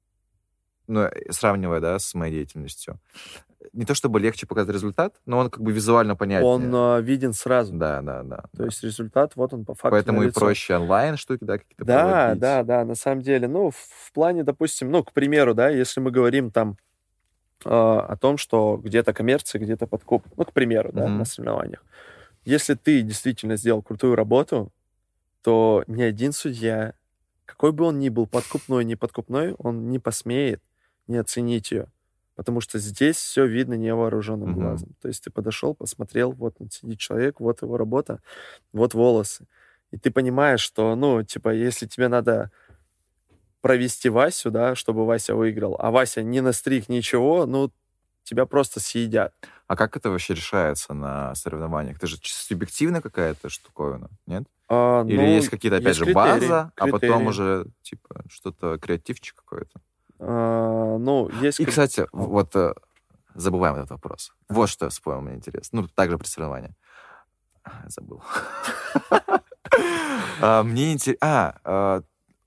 ну, э, сравнивая, да, с моей деятельностью, не то чтобы легче показать результат, но он как бы визуально понятнее.
Он а, виден сразу.
Да, да, да.
То
да.
есть результат, вот он по факту
Поэтому и
налицо.
проще онлайн штуки, да, какие-то
Да,
проводить.
да, да, на самом деле. Ну, в, в плане, допустим, ну, к примеру, да, если мы говорим там э, о том, что где-то коммерция, где-то подкуп, ну, к примеру, да,
Мгм.
на соревнованиях. Если ты действительно сделал крутую работу, то ни один судья, какой бы он ни был подкупной, не подкупной, он не посмеет не оценить ее. Потому что здесь все видно невооруженным
Мгм.
глазом. То есть ты подошел, посмотрел, вот он сидит человек, вот его работа, вот волосы. И ты понимаешь, что, ну, типа, если тебе надо провести Васю, да, чтобы Вася выиграл, а Вася не настриг ничего, ну, тебя просто съедят.
А как это вообще решается на соревнованиях? Это же чисто субъективная какая-то штуковина, нет?
А,
Или
ну,
есть какие-то, опять
есть
же,
критерии,
база, а потом
критерии.
уже, типа, что-то, креативчик какой-то?
А, ну, есть...
И,
как-
кстати, вот э, забываем этот вопрос. Вот что я вспомнил, мне интересно. Ну, также при соревновании. Забыл. А, Мне интересно... А, а,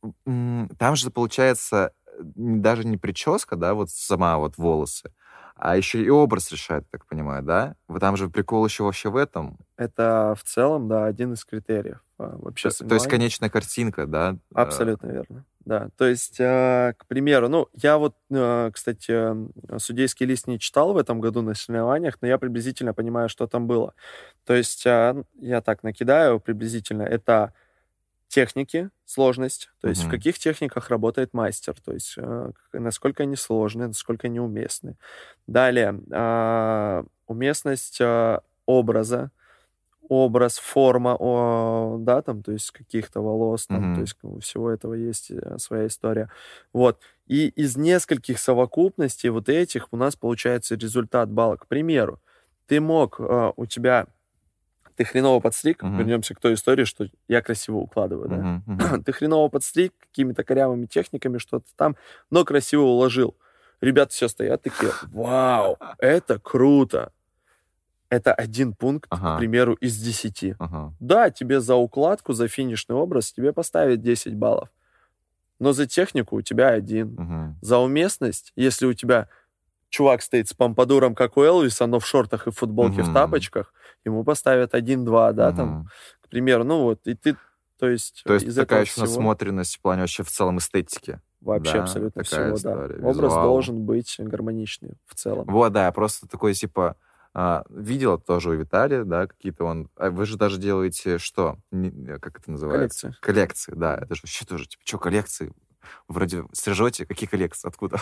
м, там же, получается, м, даже не прическа, да, вот сама вот волосы, а еще и образ решает, я так понимаю, да? Вот там же прикол еще вообще в этом.
Это в целом, да, один из критериев а, вообще
То, то есть
соревнований.
конечная картинка, да? э,
Абсолютно верно. Да, то есть, э, к примеру, ну, я вот, э, кстати, м, судейский лист не читал в этом году на соревнованиях, но я приблизительно понимаю, что там было. То есть, э, н- я так накидаю приблизительно, это техники, сложность, то есть в
Мгм.
каких техниках работает мастер, то есть э, к- насколько они сложные, насколько они уместны. Далее, а, уместность а, образа, образ, форма, о, да, там, то есть каких-то волос, там,
Мгм.
то есть у всего этого есть э, своя история. Вот. И из нескольких совокупностей вот этих у нас получается результат балла. К примеру, ты мог, э, у тебя, ты хреново подстриг,
Мгм.
вернемся к той истории, что я красиво укладываю, да?
Мгм, мгм.
Ты хреново подстриг какими-то корявыми техниками, что-то там, но красиво уложил. Ребята все стоят такие, вау, это круто. Это один пункт,
Ага.
к примеру, из десяти.
Ага.
Да, тебе за укладку, за финишный образ тебе поставят десять баллов. Но за технику у тебя один.
Мгм.
За уместность, если у тебя чувак стоит с помпадуром, как у Элвиса, но в шортах и футболке, в
Мгм.
тапочках, ему поставят один-два, да, там,
Мгм.
к примеру. Ну вот, и ты, то есть,
То есть
из
такая
этого
еще
всего
насмотренность в плане вообще в целом эстетики.
вообще
Да,
абсолютно
такая
всего, да.
история,
Образ
визуал.
должен быть гармоничный в целом.
Вот, да, я просто такой, типа, а, видел тоже у Виталия, да, какие-то он... а вы же даже делаете что? Не- как это называется?
Коллекции.
Коллекции, да. Это же вообще тоже, типа, что коллекции? Вроде стрижете, какие коллекции? Откуда?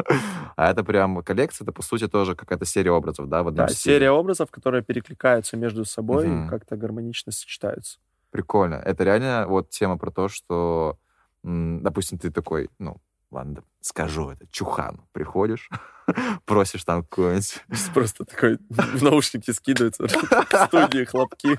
А это прям коллекция, это, по сути, тоже какая-то серия образов, да, в одном
Да,
стиле.
серия образов, которые перекликаются между собой
Мгм.
и как-то гармонично сочетаются.
Прикольно. Это реально вот тема про то, что, м, допустим, ты такой, ну, ладно, скажу это, чухан, приходишь, просишь там какой-нибудь...
Просто такой в наушники скидывается, в студии хлопки.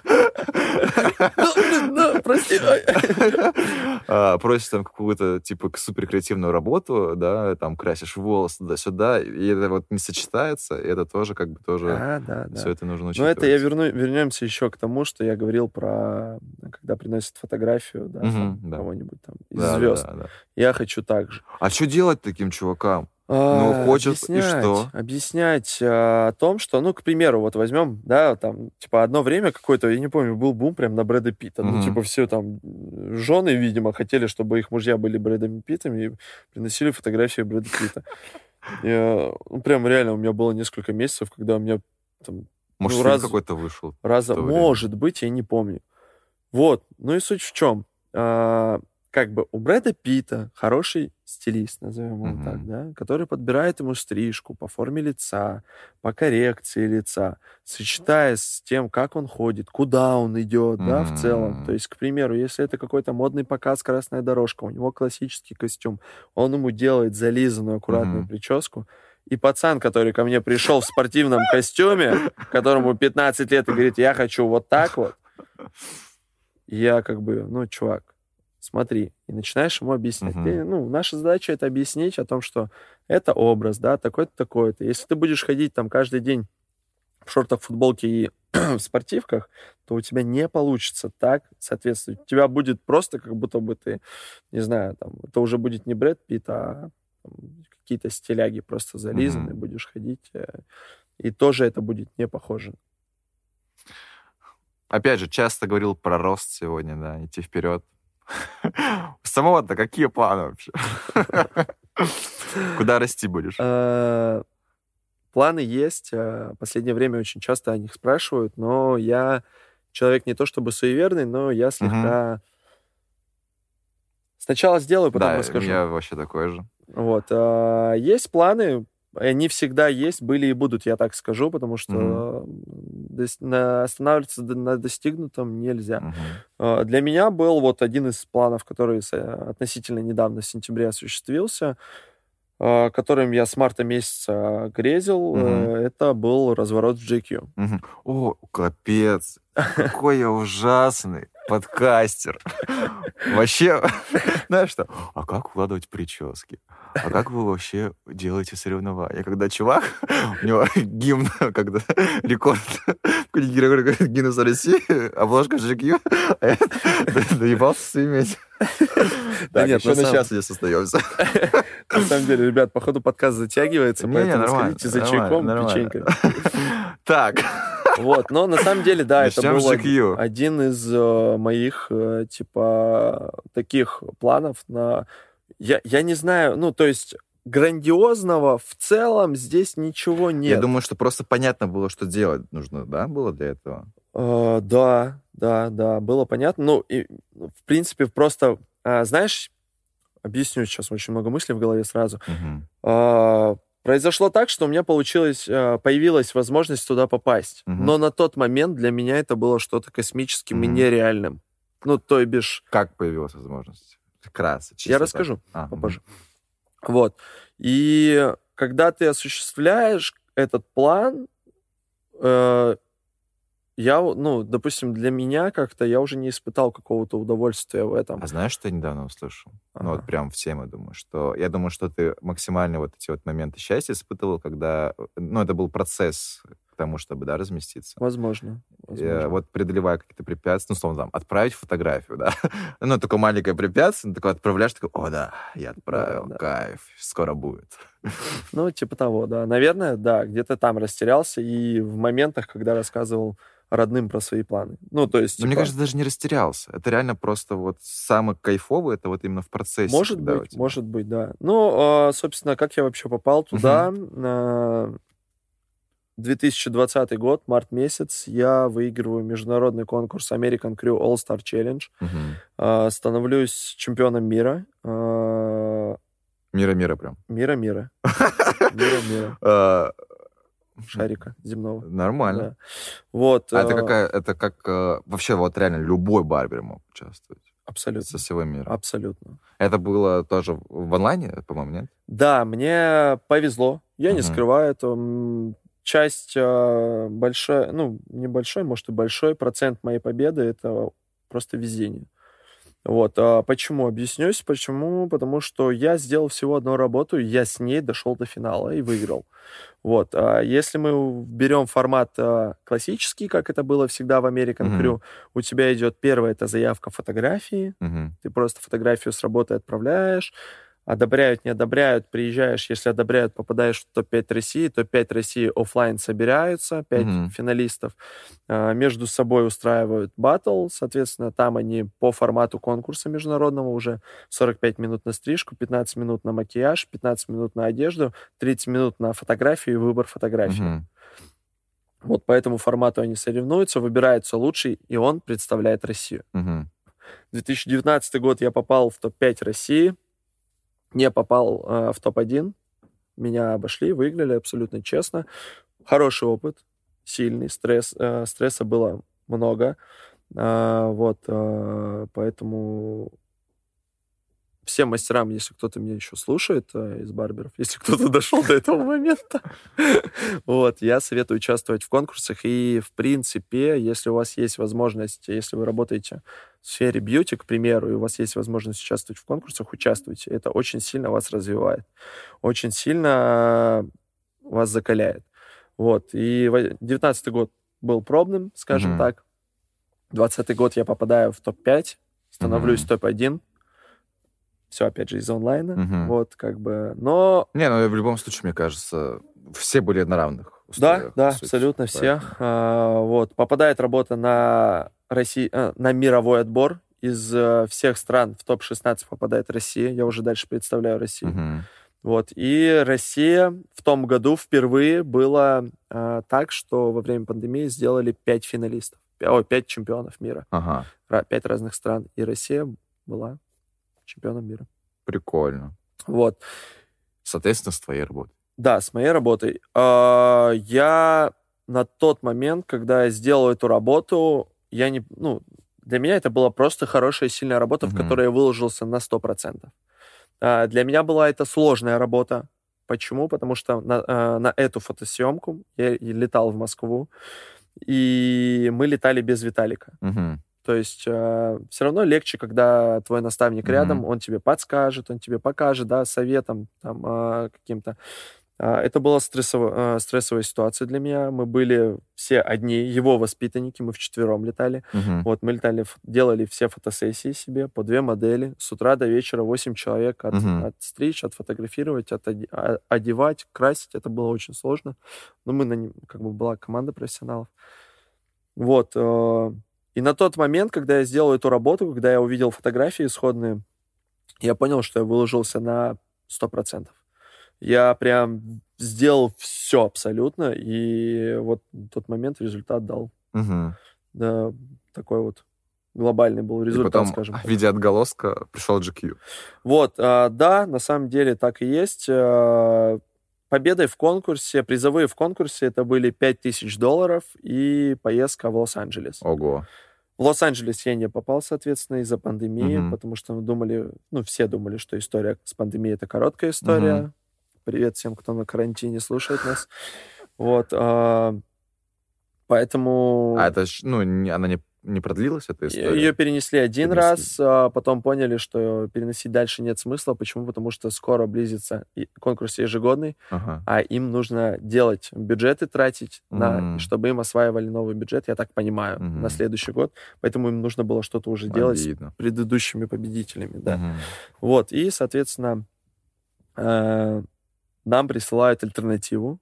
Ну, прости.
Просишь там какую-то, типа, суперкреативную работу, да, там красишь волосы туда-сюда, и это вот не сочетается, и это тоже как бы тоже...
Да, да, да.
Все это нужно
Но
учитывать.
это я верну, вернемся еще к тому, что я говорил про, когда приносят фотографию, да, там,
Мгм, да.
кого-нибудь там из
Да, да,
звезд.
да, да.
Я хочу так же.
А что делать таким чувакам?
А,
хочет, и
объяснять,
что?
Объяснять а, о том, что, ну, к примеру, вот возьмем, да, там, типа, одно время какое-то, я не помню, был бум прям на Брэда Питта.
Мгм.
Ну, типа, все там жены, видимо, хотели, чтобы их мужья были Брэдами Питтами и приносили фотографии Брэда Питта. Я, ну, прям реально у меня было несколько месяцев, когда у меня там
Может,
ну,
фильм
раз-
какой-то вышел?
раза...
в то время.
Может быть, я не помню. Вот. Ну и суть в чем? А, как бы у Брэда Питта хороший стилист, назовем его
Мгм.
так, да, который подбирает ему стрижку по форме лица, по коррекции лица, сочетая с тем, как он ходит, куда он идет, да, в целом.
Мгм.
То есть, к примеру, если это какой-то модный показ, красная дорожка, у него классический костюм, он ему делает зализанную, аккуратную
Мгм.
прическу, и пацан, который ко мне пришел в спортивном костюме, которому пятнадцать лет, и говорит, я хочу вот так вот, я как бы, ну, чувак, смотри, и начинаешь ему объяснять.
Мгм.
Ты, ну, наша задача это объяснить о том, что это образ, да, такой-то, такой-то. Если ты будешь ходить там каждый день в шортах, футболке и в спортивках, то у тебя не получится так соответствовать. У тебя будет просто как будто бы ты, не знаю, там, это уже будет не Брэд Питт, а там, какие-то стиляги просто зализаны,
Мгм.
будешь ходить, э, и тоже это будет не похоже.
Опять же, часто говорил про рост сегодня, да, идти вперед. У самого-то какие планы вообще? Куда расти будешь?
Э, Планы есть. э, В последнее время очень часто о них спрашивают, но я человек не то чтобы суеверный, но я слегка... Сначала сделаю, потом
Да,
расскажу.
я вообще такой же.
Вот. а, Есть планы, они всегда есть, были и будут, я так скажу, потому что дос- на- останавливаться д- на достигнутом нельзя.
Мгм.
А, Для меня был вот один из планов, который с- относительно недавно, в сентябре, осуществился, а, которым я с марта месяца грезил.
Мгм.
э, Это был разворот в джей кью.
Мгм. О, капец. Какой я ужасный подкастер. Вообще, знаешь что? А как укладывать прически? А как вы вообще делаете соревнования? Когда чувак, у него гимн, когда рекорд Гиннесса России, обложка джи кью, а я доебался своими этим.
Да
Так,
нет,
еще
на
на
самом-
час здесь остаемся.
На самом деле, ребят, походу подкаст затягивается,
Не-не,
поэтому
нормально,
сходите за
нормально,
чайком,
нормально.
печенькой.
Так.
Вот, но на самом деле, да, это
Начнем
был
с джи кью.
один из э, моих, э, типа, таких планов на... Я, я не знаю, ну, то есть грандиозного в целом здесь ничего нет.
Я думаю, что просто понятно было, что делать нужно, да, было для этого?
Э, да, да, да, было понятно. Ну, и, ну, в принципе, просто, а, знаешь, объясню сейчас, очень много мыслей в голове сразу.
Мгм.
А, Произошло так, что у меня получилось, а, появилась возможность туда попасть.
Мгм.
Но на тот момент для меня это было что-то космическим и
Мгм.
нереальным. Ну, то бишь,
Как появилась возможность? Вкратце, чисто
я
так.
расскажу
А,
попозже. Вот. И когда ты осуществляешь этот план, э, я, ну, допустим, для меня как-то я уже не испытал какого-то удовольствия в этом.
А знаешь, что я недавно услышал? Ну, вот
Ага.
прям в тему, думаю, что... Я думаю, что ты максимально вот эти вот моменты счастья испытывал, когда... Ну, это был процесс к тому, чтобы, да, разместиться.
Возможно.
Э,
возможно.
вот преодолевая какие-то препятствия, ну, словно там, отправить фотографию, да, ну, такое маленькое препятствие, ну, такое отправляешь, такой, о, да, я отправил,
да.
кайф, скоро будет.
Ну, типа того, да. Наверное, да, где-то там растерялся и в моментах, когда рассказывал родным про свои планы. Ну, то есть,
Но мне
типа,
кажется, даже не растерялся. Это реально просто вот самое кайфовое, это вот именно в процессе.
может
когда у
быть,
тебя-
может быть, да. Ну, а, собственно, как я вообще попал туда? А, две тысячи двадцатый год, март месяц, я выигрываю международный конкурс American Crew All-Star Challenge,
Мгм.
а, становлюсь чемпионом мира. а,
Мира-мира прям.
Мира-мира. Мира-мира.
А,
Шарика земного.
Нормально.
Да. Вот.
А это
а,
какая, это как э, вообще вот реально любой барбер мог участвовать
Абсолютно.
со всего мира.
Абсолютно.
Это было тоже в онлайне, по-моему, нет?
Да, мне повезло. я
Мгм.
не скрываю это. М, Часть э, большая, ну, небольшой, может, и большой процент моей победы — это просто везение. Вот. А почему? Объяснюсь, почему. Потому что я сделал всего одну работу, и я с ней дошел до финала и выиграл. Вот. А если мы берем формат а, классический, как это было всегда в American
Мгм.
Crew, у тебя идет первая — это заявка фотографии,
Мгм.
ты просто фотографию с работы отправляешь, одобряют, не одобряют, приезжаешь, если одобряют, попадаешь в топ пять России, топ пять России оффлайн собираются, пять
Мгм.
финалистов, а, между собой устраивают баттл, соответственно, там они по формату конкурса международного уже сорок пять минут на стрижку, пятнадцать минут на макияж, пятнадцать минут на одежду, тридцать минут на фотографию и выбор фотографии.
Мгм.
Вот по этому формату они соревнуются, выбирается лучший, и он представляет Россию.
Мгм.
две тысячи девятнадцатый год я попал в топ пять России, не попал э, в топ один. Меня обошли, выиграли абсолютно честно. Хороший опыт, сильный, стресс, э, стресса было много. А, вот, э, поэтому всем мастерам, если кто-то меня еще слушает э, из барберов, если кто-то дошел до этого момента, вот, я советую участвовать в конкурсах. И, в принципе, если у вас есть возможность, если вы работаете в сфере бьюти, к примеру, и у вас есть возможность участвовать в конкурсах, участвуйте. Это очень сильно вас развивает, очень сильно вас закаляет. Вот. И девятнадцатый год был пробным, скажем
Мгм.
так. двадцатый год я попадаю в топ пять, становлюсь
Мгм.
топ один. Все, опять же, из онлайна.
Мгм.
Вот, как бы. Но
Не, ну в любом случае, мне кажется, все были на равных
да,
условиях.
да,
по сути.
абсолютно все.
Поэтому-
А, вот. Попадает работа на, России, а, на мировой отбор. Из э, всех стран в топ шестнадцать попадает Россия. Я уже дальше представляю Россию.
Мгм.
Вот. И Россия в том году впервые было а, так, что во время пандемии сделали пять финалистов. Пя- Ой, пять чемпионов мира.
Ага,
Ра- Пять разных стран. И Россия была чемпионом мира.
прикольно.
Вот.
Соответственно, с твоей работой.
Да, с моей работой. А, Я на тот момент, когда я сделал эту работу, я не... Ну, для меня это была просто хорошая, сильная работа, в
Мгм.
которой я выложился на сто процентов. А, Для меня была это сложная работа. Почему? Потому что на, а, на эту фотосъемку я и летал в Москву, и мы летали без Виталика.
Мгм.
То есть все равно легче, когда твой наставник
Мгм.
рядом, он тебе подскажет, он тебе покажет, да, советом там, а, каким-то. А, Это была стрессово- а, стрессовая ситуация для меня. Мы были все одни, его воспитанники, мы вчетвером летали.
Мгм.
Вот мы летали, ф- делали все фотосессии себе по две модели. С утра до вечера восемь человек от,
Мгм.
отстричь, отфотографировать, отоде- а- одевать, красить. Это было очень сложно. Но мы на нем, как бы была команда профессионалов. Вот. э, И на тот момент, когда я сделал эту работу, когда я увидел фотографии исходные, я понял, что я выложился на сто процентов. Я прям сделал все абсолютно, и вот в тот момент результат дал.
Мгм.
Да, такой вот глобальный был
И
результат,
потом,
скажем
в
так.
виде отголоска, пришел джи кью.
Вот, а, да, на самом деле так и есть. А, Победой в конкурсе, призовые в конкурсе, это были пять тысяч долларов и поездка в Лос-Анджелес.
Ого.
В Лос-Анджелес я не попал, соответственно, из-за пандемии,
Мгм.
потому что мы думали, ну, все думали, что история с пандемией — это короткая история.
Мгм.
Привет всем, кто на карантине слушает нас. Вот, а, поэтому
А это, ж, ну, не- она не, не продлилась, эта история?
ее перенесли один
Перенесли.
раз, а потом поняли, что переносить дальше нет смысла. Почему? Потому что скоро близится и- конкурс ежегодный,
Ага.
а им нужно делать бюджеты, тратить, на,
М.
чтобы им осваивали новый бюджет, я так понимаю,
Мгм.
на следующий год. Поэтому им нужно было что-то уже делать с
Обидно.
предыдущими победителями. Да.
Мгм.
Вот, и, соответственно, э, нам присылают альтернативу.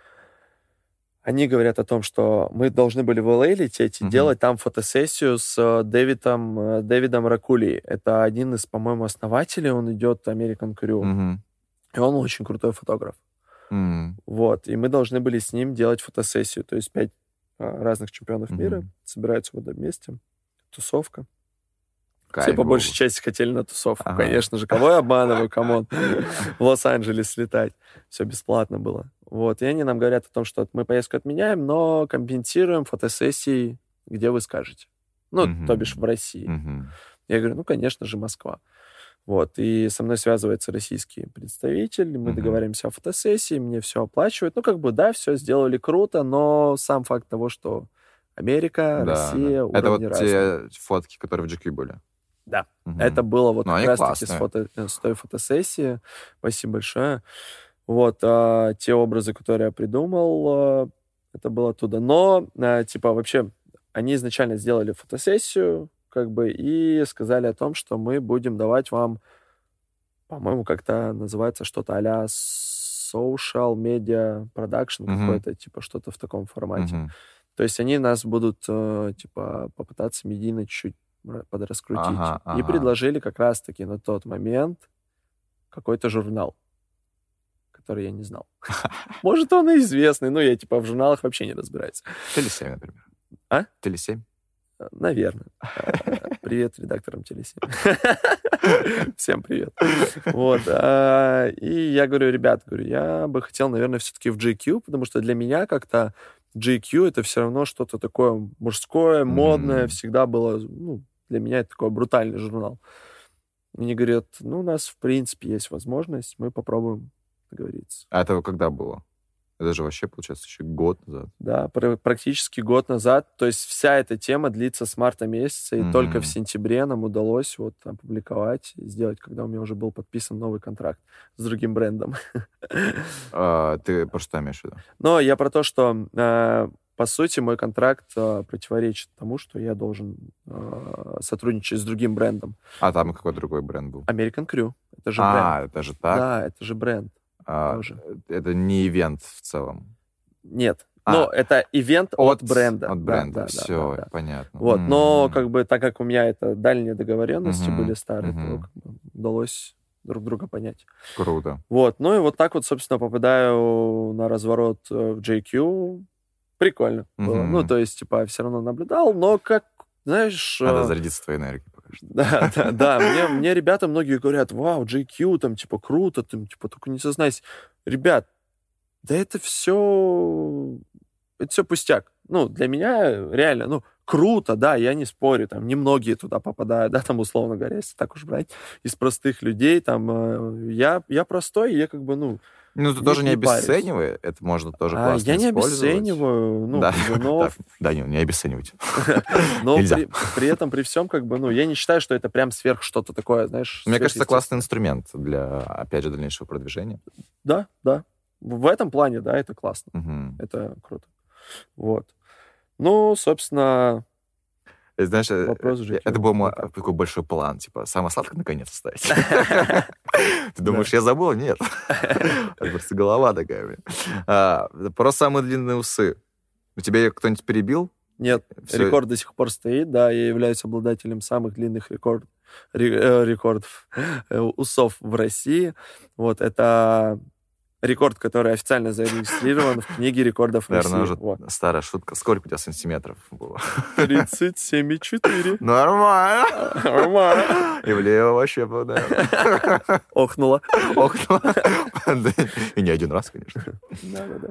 Они говорят о том, что мы должны были в эл эй лететь и
Мгм.
делать там фотосессию с э, Дэвидом, э, Дэвидом Ракули. Это один из, по-моему, основателей, он идет American Crew.
Мгм.
И он очень крутой фотограф.
М.
Вот, и мы должны были с ним делать фотосессию. То есть пять э, разных чемпионов
Мгм.
мира собираются в одном месте. Тусовка. Все
Кайф
по
был.
большей части хотели на тусовку,
Ага.
конечно же. Кого я обманываю, камон. В Лос-Анджелес летать. Все бесплатно было. Вот. И они нам говорят о том, что мы поездку отменяем, но компенсируем фотосессии, где вы скажете. Ну,
Мгм.
то бишь в России.
Мгм.
Я говорю, ну, конечно же, Москва. Вот, и со мной связывается российский представитель, мы
Мгм.
договариваемся о фотосессии, мне все оплачивают. Ну, как бы, да, все сделали круто, но сам факт того, что Америка,
Да,
Россия,
да. Это
уровни
вот
разные.
те фотки, которые в джи кью были?
Да,
Мгм.
это было вот
Ну,
как
они
раз-таки с,
классные.
фото, э, с той фотосессии. Спасибо большое. Вот, а, те образы, которые я придумал, а, это было оттуда. Но, а, типа, вообще, они изначально сделали фотосессию, как бы, и сказали о том, что мы будем давать вам, по-моему, как-то называется что-то а-ля social media production
Мгм.
какое-то, типа, что-то в таком формате.
Мгм.
То есть они нас будут, э, типа, попытаться медийно чуть-чуть ра- подраскрутить.
Ага,
И
ага.
предложили как раз-таки на тот момент какой-то журнал, который я не знал. Может, он и известный, но я, типа, в журналах вообще не разбираюсь.
Телесемь, например.
А?
Телесемь.
Э, Наверное. Э, Привет редакторам Телесемь. Всем привет. Вот. а, И я говорю, ребят, говорю, я бы хотел, наверное, все-таки в джи кью, потому что для меня как-то джи кью это все равно что-то такое мужское, модное,
Мгм.
всегда было, ну, для меня это такой брутальный журнал. Они говорят, ну, у нас, в принципе, есть возможность, мы попробуем договориться.
А это когда было? Это же вообще, получается, еще год назад.
Да, пр- практически год назад. То есть вся эта тема длится с марта месяца, и
Мгм.
только в сентябре нам удалось вот опубликовать, и сделать, когда у меня уже был подписан новый контракт с другим брендом.
А, ты про что имеешь в виду?
Но я про то, что, э, по сути, мой контракт э, противоречит тому, что я должен э, сотрудничать с другим брендом.
А там какой другой бренд был?
American Crew. Это же бренд.
А, это же так?
Да, это же бренд
А,
тоже.
это не ивент в целом.
Нет.
А.
Но это ивент от, бренда.
От
Да,
бренда,
да, да,
все,
да, да.
понятно.
Вот, но
М.
как бы так как у меня это дальние договоренности
Мгм,
были старые,
мгм.
то как бы удалось друг друга понять.
Круто.
Вот, ну и вот так вот, собственно, попадаю на разворот э, в джей кью. Прикольно было.
Мгм.
Ну, то есть, типа, все равно наблюдал, но как, знаешь...
Надо
э,
зарядиться твоей энергией пока что.
Да, да, да. Мне, мне ребята многие говорят, вау, джей кью, там, типа, круто, там, типа, только не сознайся. Ребят, да это все... Это все пустяк. Ну, для меня реально, ну, круто, да, я не спорю, там, немногие туда попадают, да, там, условно говоря, если так уж брать, из простых людей, там, э, я, я простой, я как бы, ну,
Ну, ты
не-
тоже не
не парюсь.
обесценивай, это можно тоже
А,
классно
я не
использовать.
обесцениваю, ну,
Да,
как бы, но,
да, Данил, не обесценивайте.
но
Нельзя.
при, при этом, при всем, как бы, ну, я не считаю, что это прям сверх что-то такое, знаешь,
Мне кажется, классный
сверхъестественное.
инструмент для, опять же, дальнейшего продвижения.
Да, да. В в этом плане, да, это классно.
Мгм.
Это круто. Вот. Ну, собственно,
И знаешь, э,
Вопрос
э,
же
это
кем?
был мой
Вот так.
такой большой план, типа, самое сладкое наконец ставить. Ты думаешь, я забыл? Нет. Это просто голова такая. блин. А, Про самые длинные усы. У тебя ее кто-нибудь перебил?
нет,
Всё.
рекорд до сих пор стоит, да, я являюсь обладателем самых длинных рекорд, ре- э, рекордов э, усов в России. Вот, это рекорд, который официально зарегистрирован в книге рекордов
Наверное,
России.
уже
Вот.
старая шутка. Сколько у тебя сантиметров было?
тридцать семь и четыре.
Нормально.
Нормально.
И влево вообще, да.
Охнуло.
Окна. Да, и не один раз, конечно.
Да-да-да.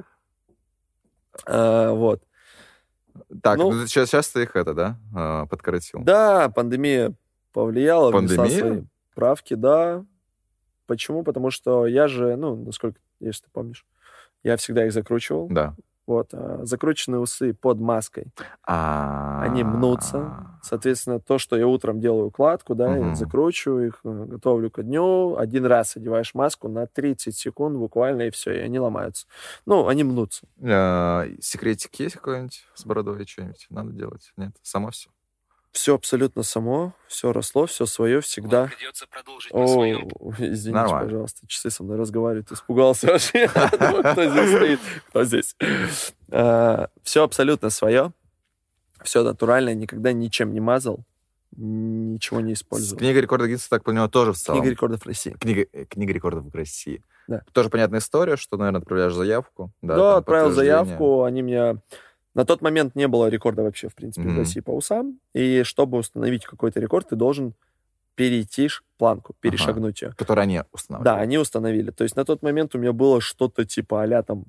А, Вот.
Так,
Ну,
ну, сейчас, сейчас ты их это, да, а, подкоротил?
Да, пандемия повлияла, внесла
Пандемия?
свои правки, да. Почему? Потому что я же, ну, насколько, если ты помнишь, я всегда их закручивал.
Да.
Вот, а закрученные усы под маской,
А,
они мнутся. Соответственно, то, что я утром делаю укладку, да, я
Мгм.
закручиваю их, э, готовлю ко дню, один раз одеваешь маску на тридцать секунд буквально, и все, и они ломаются. Ну, они мнутся.
А, секретик есть какой-нибудь с бородой, что-нибудь надо делать? Нет, само все.
Все абсолютно само, все росло, все свое всегда.
Придется продолжить на
О,
своем.
извините,
Нормально.
пожалуйста, часы со мной разговаривают, испугался вообще. Думаю, кто здесь стоит, кто здесь. Все абсолютно свое, все натуральное, никогда ничем не мазал, ничего не использовал.
Книга рекордов Гиннесса, так понял, тоже в целом.
Книга рекордов России.
Книга, э, книга рекордов в России.
Да.
Тоже понятная история, что, наверное, отправляешь заявку.
Да,
там
отправил
подтверждение.
заявку, они мне... На тот момент не было рекорда вообще, в принципе, в
Мгм.
России по усам, и чтобы установить какой-то рекорд, ты должен перейти ш- планку, перешагнуть ее.
Которые они
Да,
устанавливают.
они установили. То есть на тот момент у меня было что-то типа а-ля там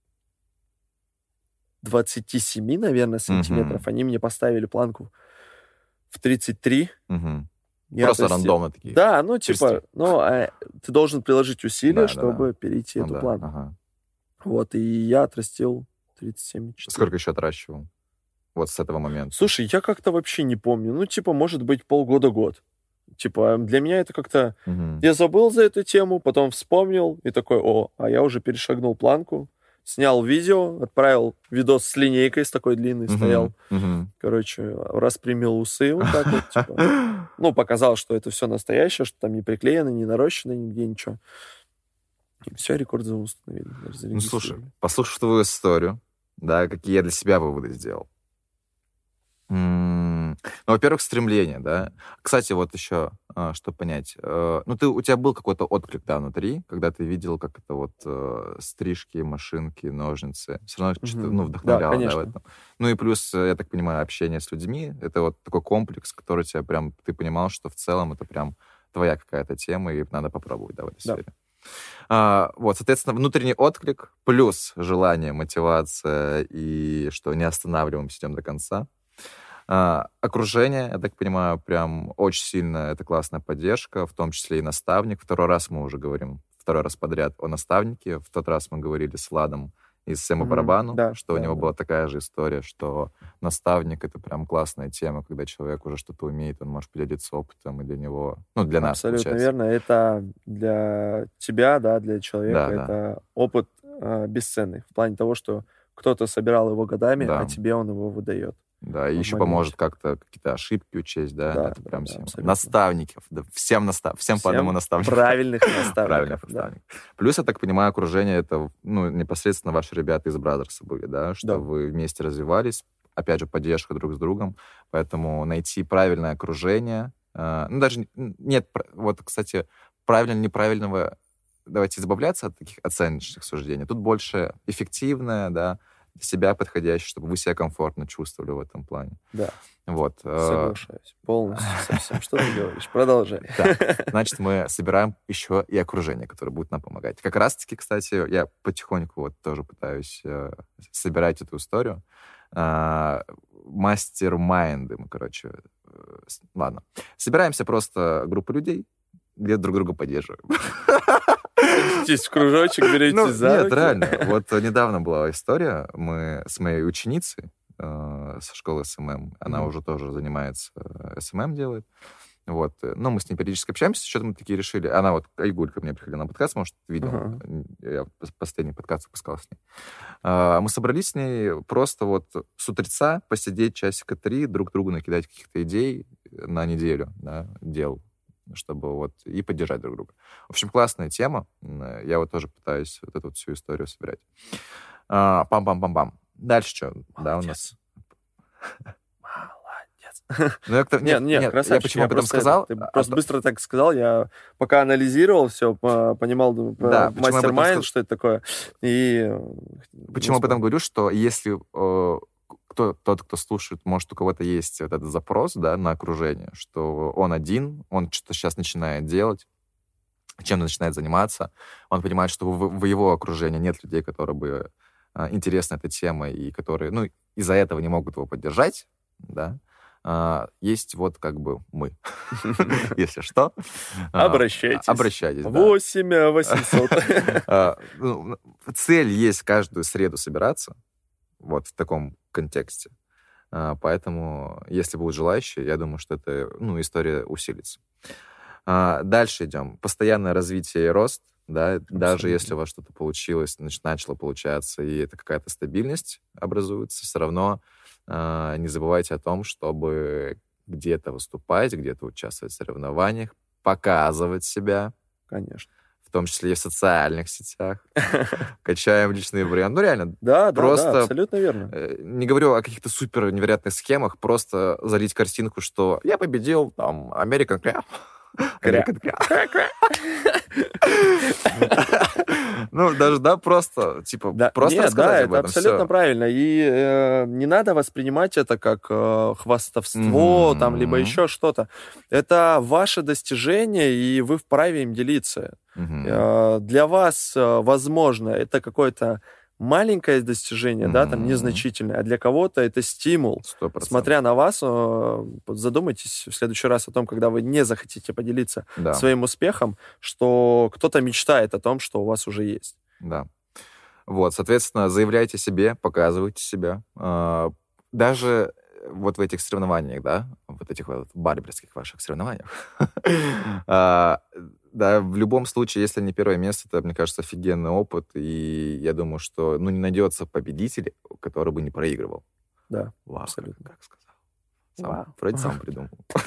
двадцать семь, наверное, сантиметров.
Мгм.
Они мне поставили планку в тридцать три.
Мгм.
Я
Просто
отрастил.
рандомно такие.
Да, ну, типа,
Перейти.
ну, э, ты должен приложить усилия,
Да, да,
чтобы
да.
перейти
Ну
эту
да,
планку.
ага.
Вот, и я отрастил тридцать семь и четыре.
Сколько еще отращивал? Вот с этого момента.
Слушай, я как-то вообще не помню. Ну, типа, может быть, полгода-год. Типа, для меня это как-то...
Мгм.
Я забыл за эту тему, потом вспомнил, и такой, о, а я уже перешагнул планку. Снял видео, отправил видос с линейкой, с такой длинной,
Мгм.
стоял.
Мгм.
Короче, распрямил усы вот так вот, типа. Ну, показал, что это все настоящее, что там не приклеено, не нарощено, нигде ничего. И все, рекорд установили.
Ну, слушай, послушав твою историю, да, какие я для себя выводы сделал. М, Ну, во-первых, стремление, да. Кстати, вот еще, а, что понять. Э, Ну, ты, у тебя был какой-то отклик, да, внутри, когда ты видел, как это вот э, стрижки, машинки, ножницы. Все равно что-то,
Мгм.
ну,
Да,
вдохновляло, да, в
конечно.
этом. Ну, и плюс, э, я так понимаю, общение с людьми. Это вот такой комплекс, который тебя прям... Ты понимал, что в целом это прям твоя какая-то тема, и надо попробовать, да, в этой
Да.
сфере. А, вот, соответственно, внутренний отклик плюс желание, мотивация и что не останавливаемся, идем до конца. А, окружение, я так понимаю, прям очень сильно, это классная поддержка, в том числе и наставник. Второй раз мы уже говорим, второй раз подряд о наставнике. В тот раз мы говорили с Владом из Сэма
Мгм.
Барабану,
Да,
что у
да,
него
да.
была такая же история, что наставник — это прям классная тема, когда человек уже что-то умеет, он может поделиться опытом, и для него, ну, для нас,
Абсолютно
получается.
верно. Это для тебя, да, для человека,
Да, да.
это опыт э, бесценный. В плане того, что кто-то собирал его годами,
Да.
а тебе он его выдает.
Да, и
в
еще
моменте.
поможет как-то какие-то ошибки учесть, да,
Да,
это
да,
прям
да,
всем.
абсолютно.
Наставников, да, всем, настав... всем по одному
Всем
наставнику.
правильных наставников.
Правильных
да.
наставников. Плюс, я так понимаю, окружение — это, ну, непосредственно ваши ребята из Бразерса были, да, что
Да.
вы вместе развивались, опять же, поддержка друг с другом, поэтому найти правильное окружение, э, ну, даже н- нет, пр- вот, кстати, правильно-неправильного, давайте избавляться от таких оценочных суждений, тут больше эффективное, да, для себя подходящее, чтобы вы себя комфортно чувствовали в этом плане.
Да,
Вот. э,
соглашаюсь. Полностью со всем, что ты говоришь. Продолжай.
Так, значит, мы собираем еще и окружение, которое будет нам помогать. Как раз-таки, кстати, я потихоньку вот тоже пытаюсь э, собирать эту историю. А, мастер-майнды мы, короче... э, с- ладно. Собираемся просто группа людей, где друг друга поддерживаем.
Садитесь в кружочек, берете
Ну,
за
нет,
руки.
реально. Вот недавно была история. Мы с моей ученицей э, со школы эс эм эм, она
Мгм.
уже тоже занимается, э, эс эм эм делает. Вот. э, Ну, мы с ней периодически общаемся, что-то мы такие решили. Она вот, Айгуль, ко мне приходила на подкаст, может, видел.
Ага.
Я пос- последний подкаст выпускал с ней. А, Мы собрались с ней просто вот с утреца посидеть часика три, друг другу накидать каких-то идей на неделю, да, дел, чтобы вот и поддержать друг друга. В общем, классная тема. М, Я вот тоже пытаюсь вот эту вот всю историю собирать. А, Пам-пам-пам-пам. Дальше что? Да, у нас...
Молодец.
Ну, я, как-то-
Нет,
нет,
нет,
нет,
красавчик.
я почему об этом
просто это-
сказал?
Ты
А
просто
то-
быстро так сказал. Я пока анализировал все, понимал, думаю, про
Да, почему я об этом
мастер-майнд,
сказал?
что это такое. И... э,
Почему
не
об этом
смог.
говорю, что если э, кто, тот, кто слушает, может, у кого-то есть вот этот запрос, да, на окружение, что он один, он что-то сейчас начинает делать, чем-то начинает заниматься, он понимает, что в, в его окружении нет людей, которые бы э, интересны этой темой и которые, ну, из-за этого не могут его поддержать, да, а, есть вот как бы мы, если что. А,
Обращайтесь.
Обращайтесь, да.
восемь восемьсот.
А, ну, Цель есть каждую среду собираться, вот в таком контексте. А, Поэтому, если будут желающие, я думаю, что эта, ну, история усилится. А, Дальше идем. Постоянное развитие и рост. Да, даже
Абсолютно.
если у вас что-то получилось, нач- начало получаться, и это какая-то стабильность образуется, все равно а, не забывайте о том, чтобы где-то выступать, где-то участвовать в соревнованиях, показывать себя,
Конечно.
в том числе и в социальных сетях. Качаем личный бренд. Ну, реально,
Да, да,
Просто-
да, абсолютно верно.
э, не говорю о каких-то супер невероятных схемах, просто залить картинку, что я победил, там, American Crab. American Crab. Ну, даже, да, просто, типа,
Да,
просто
нет,
рассказать
да,
об
это
этом.
абсолютно
всё.
правильно. И э, не надо воспринимать это как э, хвастовство,
Мгм.
там, либо еще что-то. Это ваше достижение, и вы вправе им делиться.
Мгм.
Э, для вас, э, возможно, это какой-то маленькое достижение, mm-hmm. да, там, незначительное, а для кого-то это стимул.
сто процентов.
Смотря на вас, задумайтесь в следующий раз о том, когда вы не захотите поделиться да. своим успехом, что кто-то мечтает о том, что у вас уже есть.
Да. Вот, соответственно, заявляйте себе, показывайте себя. Даже вот в этих соревнованиях, да, вот этих вот барберских ваших соревнованиях, да, в любом случае, если не первое место, это, мне кажется, офигенный опыт, и я думаю, что, ну, не найдется победителя, который бы не проигрывал.
Да,
Вау,
абсолютно.
Как сказал. Сам,
Вау.
Вроде сам придумал.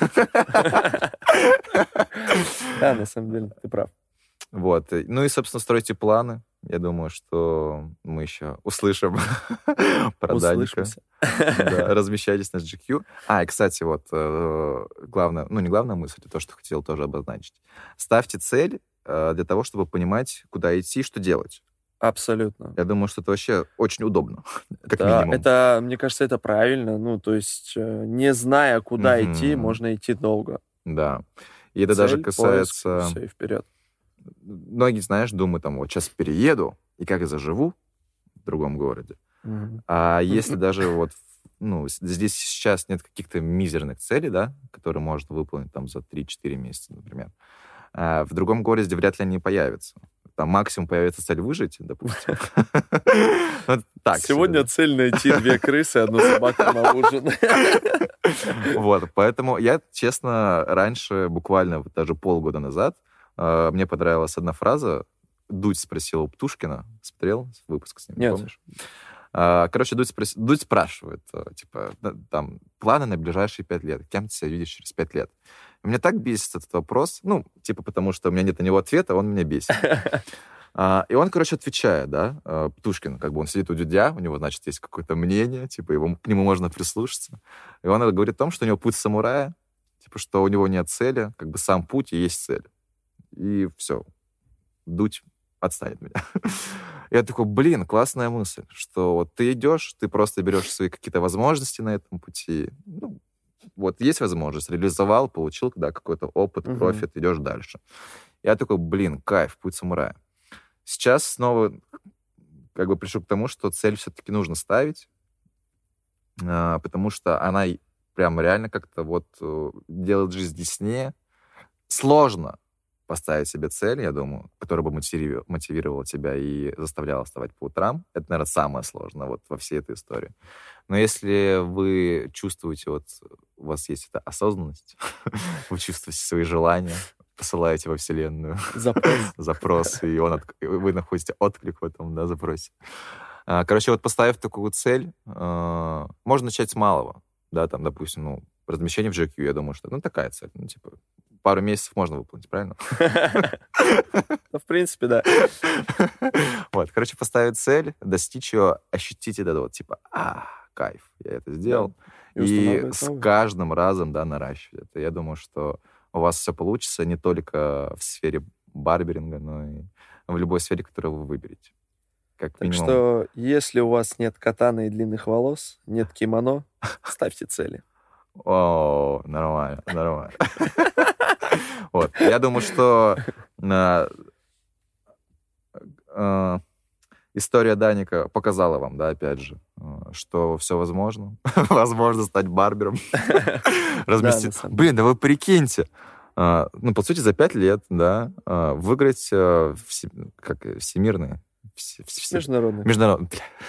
Да, на самом деле, ты прав.
Вот. Ну и, собственно, стройте планы. Я думаю, что мы еще услышим про Даника. Да, размещайтесь на джи кью. А, и, кстати, вот главное, ну не главная мысль, а то, что хотел тоже обозначить. Ставьте цель для того, чтобы понимать, куда идти и что делать.
Абсолютно.
Я думаю, что это вообще очень удобно, как
да,
минимум.
Это, мне кажется, это правильно. Ну, то есть, не зная, куда mm-hmm. идти, можно идти долго.
Да. И это
Цель,
даже касается...
Поиск, все, и вперед.
Многие, знаешь, думают, там, вот сейчас перееду, и как я заживу в другом городе. Mm-hmm. А если даже вот, ну, здесь сейчас нет каких-то мизерных целей, да, которые можно выполнить там за три-четыре месяца, например, а в другом городе вряд ли они появятся. Там максимум появится цель выжить, допустим.
Сегодня цель найти две крысы и одну собаку на ужин.
Вот, поэтому я, честно, раньше, буквально даже полгода назад, мне понравилась одна фраза. Дудь спросил у Птушкина. Смотрел выпуск с ним,
Нет.
помнишь? Короче, Дудь, спрос... Дудь спрашивает, типа, там, планы на ближайшие пять лет. Кем ты себя видишь через пять лет? И меня так бесит этот вопрос. Ну, типа, потому что у меня нет на него ответа, он меня бесит. И он, короче, отвечает, да, Птушкин, как бы он сидит у Дудя, у него, значит, есть какое-то мнение, типа, его, к нему можно прислушаться. И он говорит о том, что у него путь самурая, типа, что у него нет цели, как бы сам путь и есть цель. И все. Дудь отстанет меня. Я такой, блин, классная мысль, что вот ты идешь, ты просто берешь свои какие-то возможности на этом пути. Ну, вот есть возможность, реализовал, получил, да, какой-то опыт, uh-huh. профит, идешь дальше. Я такой, блин, кайф, путь самурая. Сейчас снова как бы пришел к тому, что цель все-таки нужно ставить, потому что она прям реально как-то вот делает жизнь яснее. Сложно поставить себе цель, я думаю, которая бы мотивировала, мотивировала тебя и заставляла вставать по утрам. Это, наверное, самое сложное вот во всей этой истории. Но если вы чувствуете, вот у вас есть эта осознанность, вы чувствуете свои желания, посылаете во Вселенную
запрос,
запрос и он от... вы находите отклик в этом, да, запросе. Короче, вот поставив такую цель, можно начать с малого. Да, там, допустим, ну, размещение в джи кью, я думаю, что, ну, такая цель, ну, типа, пару месяцев можно выполнить, правильно?
Ну, в принципе, да.
Вот, короче, поставить цель, достичь ее, ощутить это вот, типа, а, кайф, я это сделал. И с каждым разом, да, наращивать это. Я думаю, что у вас все получится не только в сфере барберинга, но и в любой сфере, которую вы выберете. Как
так
минимум.
Что, если у вас нет катаны и длинных волос, нет кимоно, ставьте цели.
О, нормально, нормально. Вот, я думаю, что история Даника показала вам, да, опять же, что все возможно. Возможно стать барбером. Разместить. Блин, да вы прикиньте. Ну, по сути, за пять лет, да, выиграть как всемирные.
Международные.
Международные.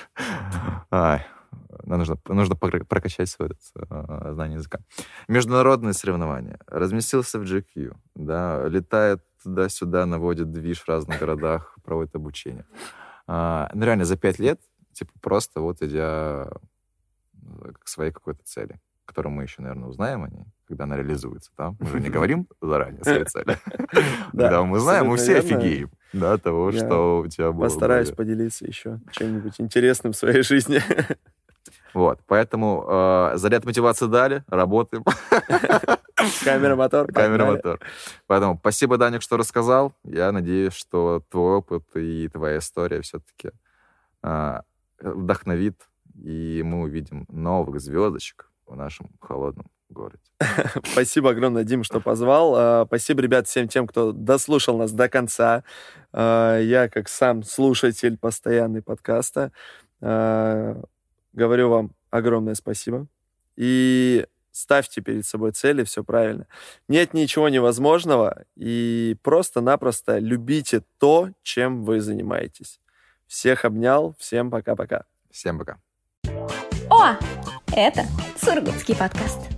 Нужно, нужно прокачать свое э, знание языка. Международные соревнования. Разместился в джи кью, да, летает туда-сюда, наводит движ в разных городах, проводит обучение. А, ну, реально, за пять лет, типа, просто вот идя к своей какой-то цели, которую мы еще, наверное, узнаем о ней, когда она реализуется, да? Мы же не говорим заранее свои цели. Когда мы узнаем, мы все офигеем, да, того, что у тебя было.
Постараюсь поделиться еще чем-нибудь интересным в своей жизни.
Вот, поэтому э, заряд мотивации дали, работаем.
Камера-мотор.
Камера-мотор. Поэтому спасибо, Даник, что рассказал. Я надеюсь, что твой опыт и твоя история все-таки э, вдохновит, и мы увидим новых звездочек в нашем холодном городе.
Спасибо огромное, Дим, что позвал. Спасибо, ребят, всем тем, кто дослушал нас до конца. Я, как сам слушатель постоянный подкаста, говорю вам огромное спасибо. И ставьте перед собой цели, все правильно. Нет ничего невозможного, и просто-напросто любите то, чем вы занимаетесь. Всех обнял, всем пока-пока.
Всем пока.
О, это Сургутский подкаст.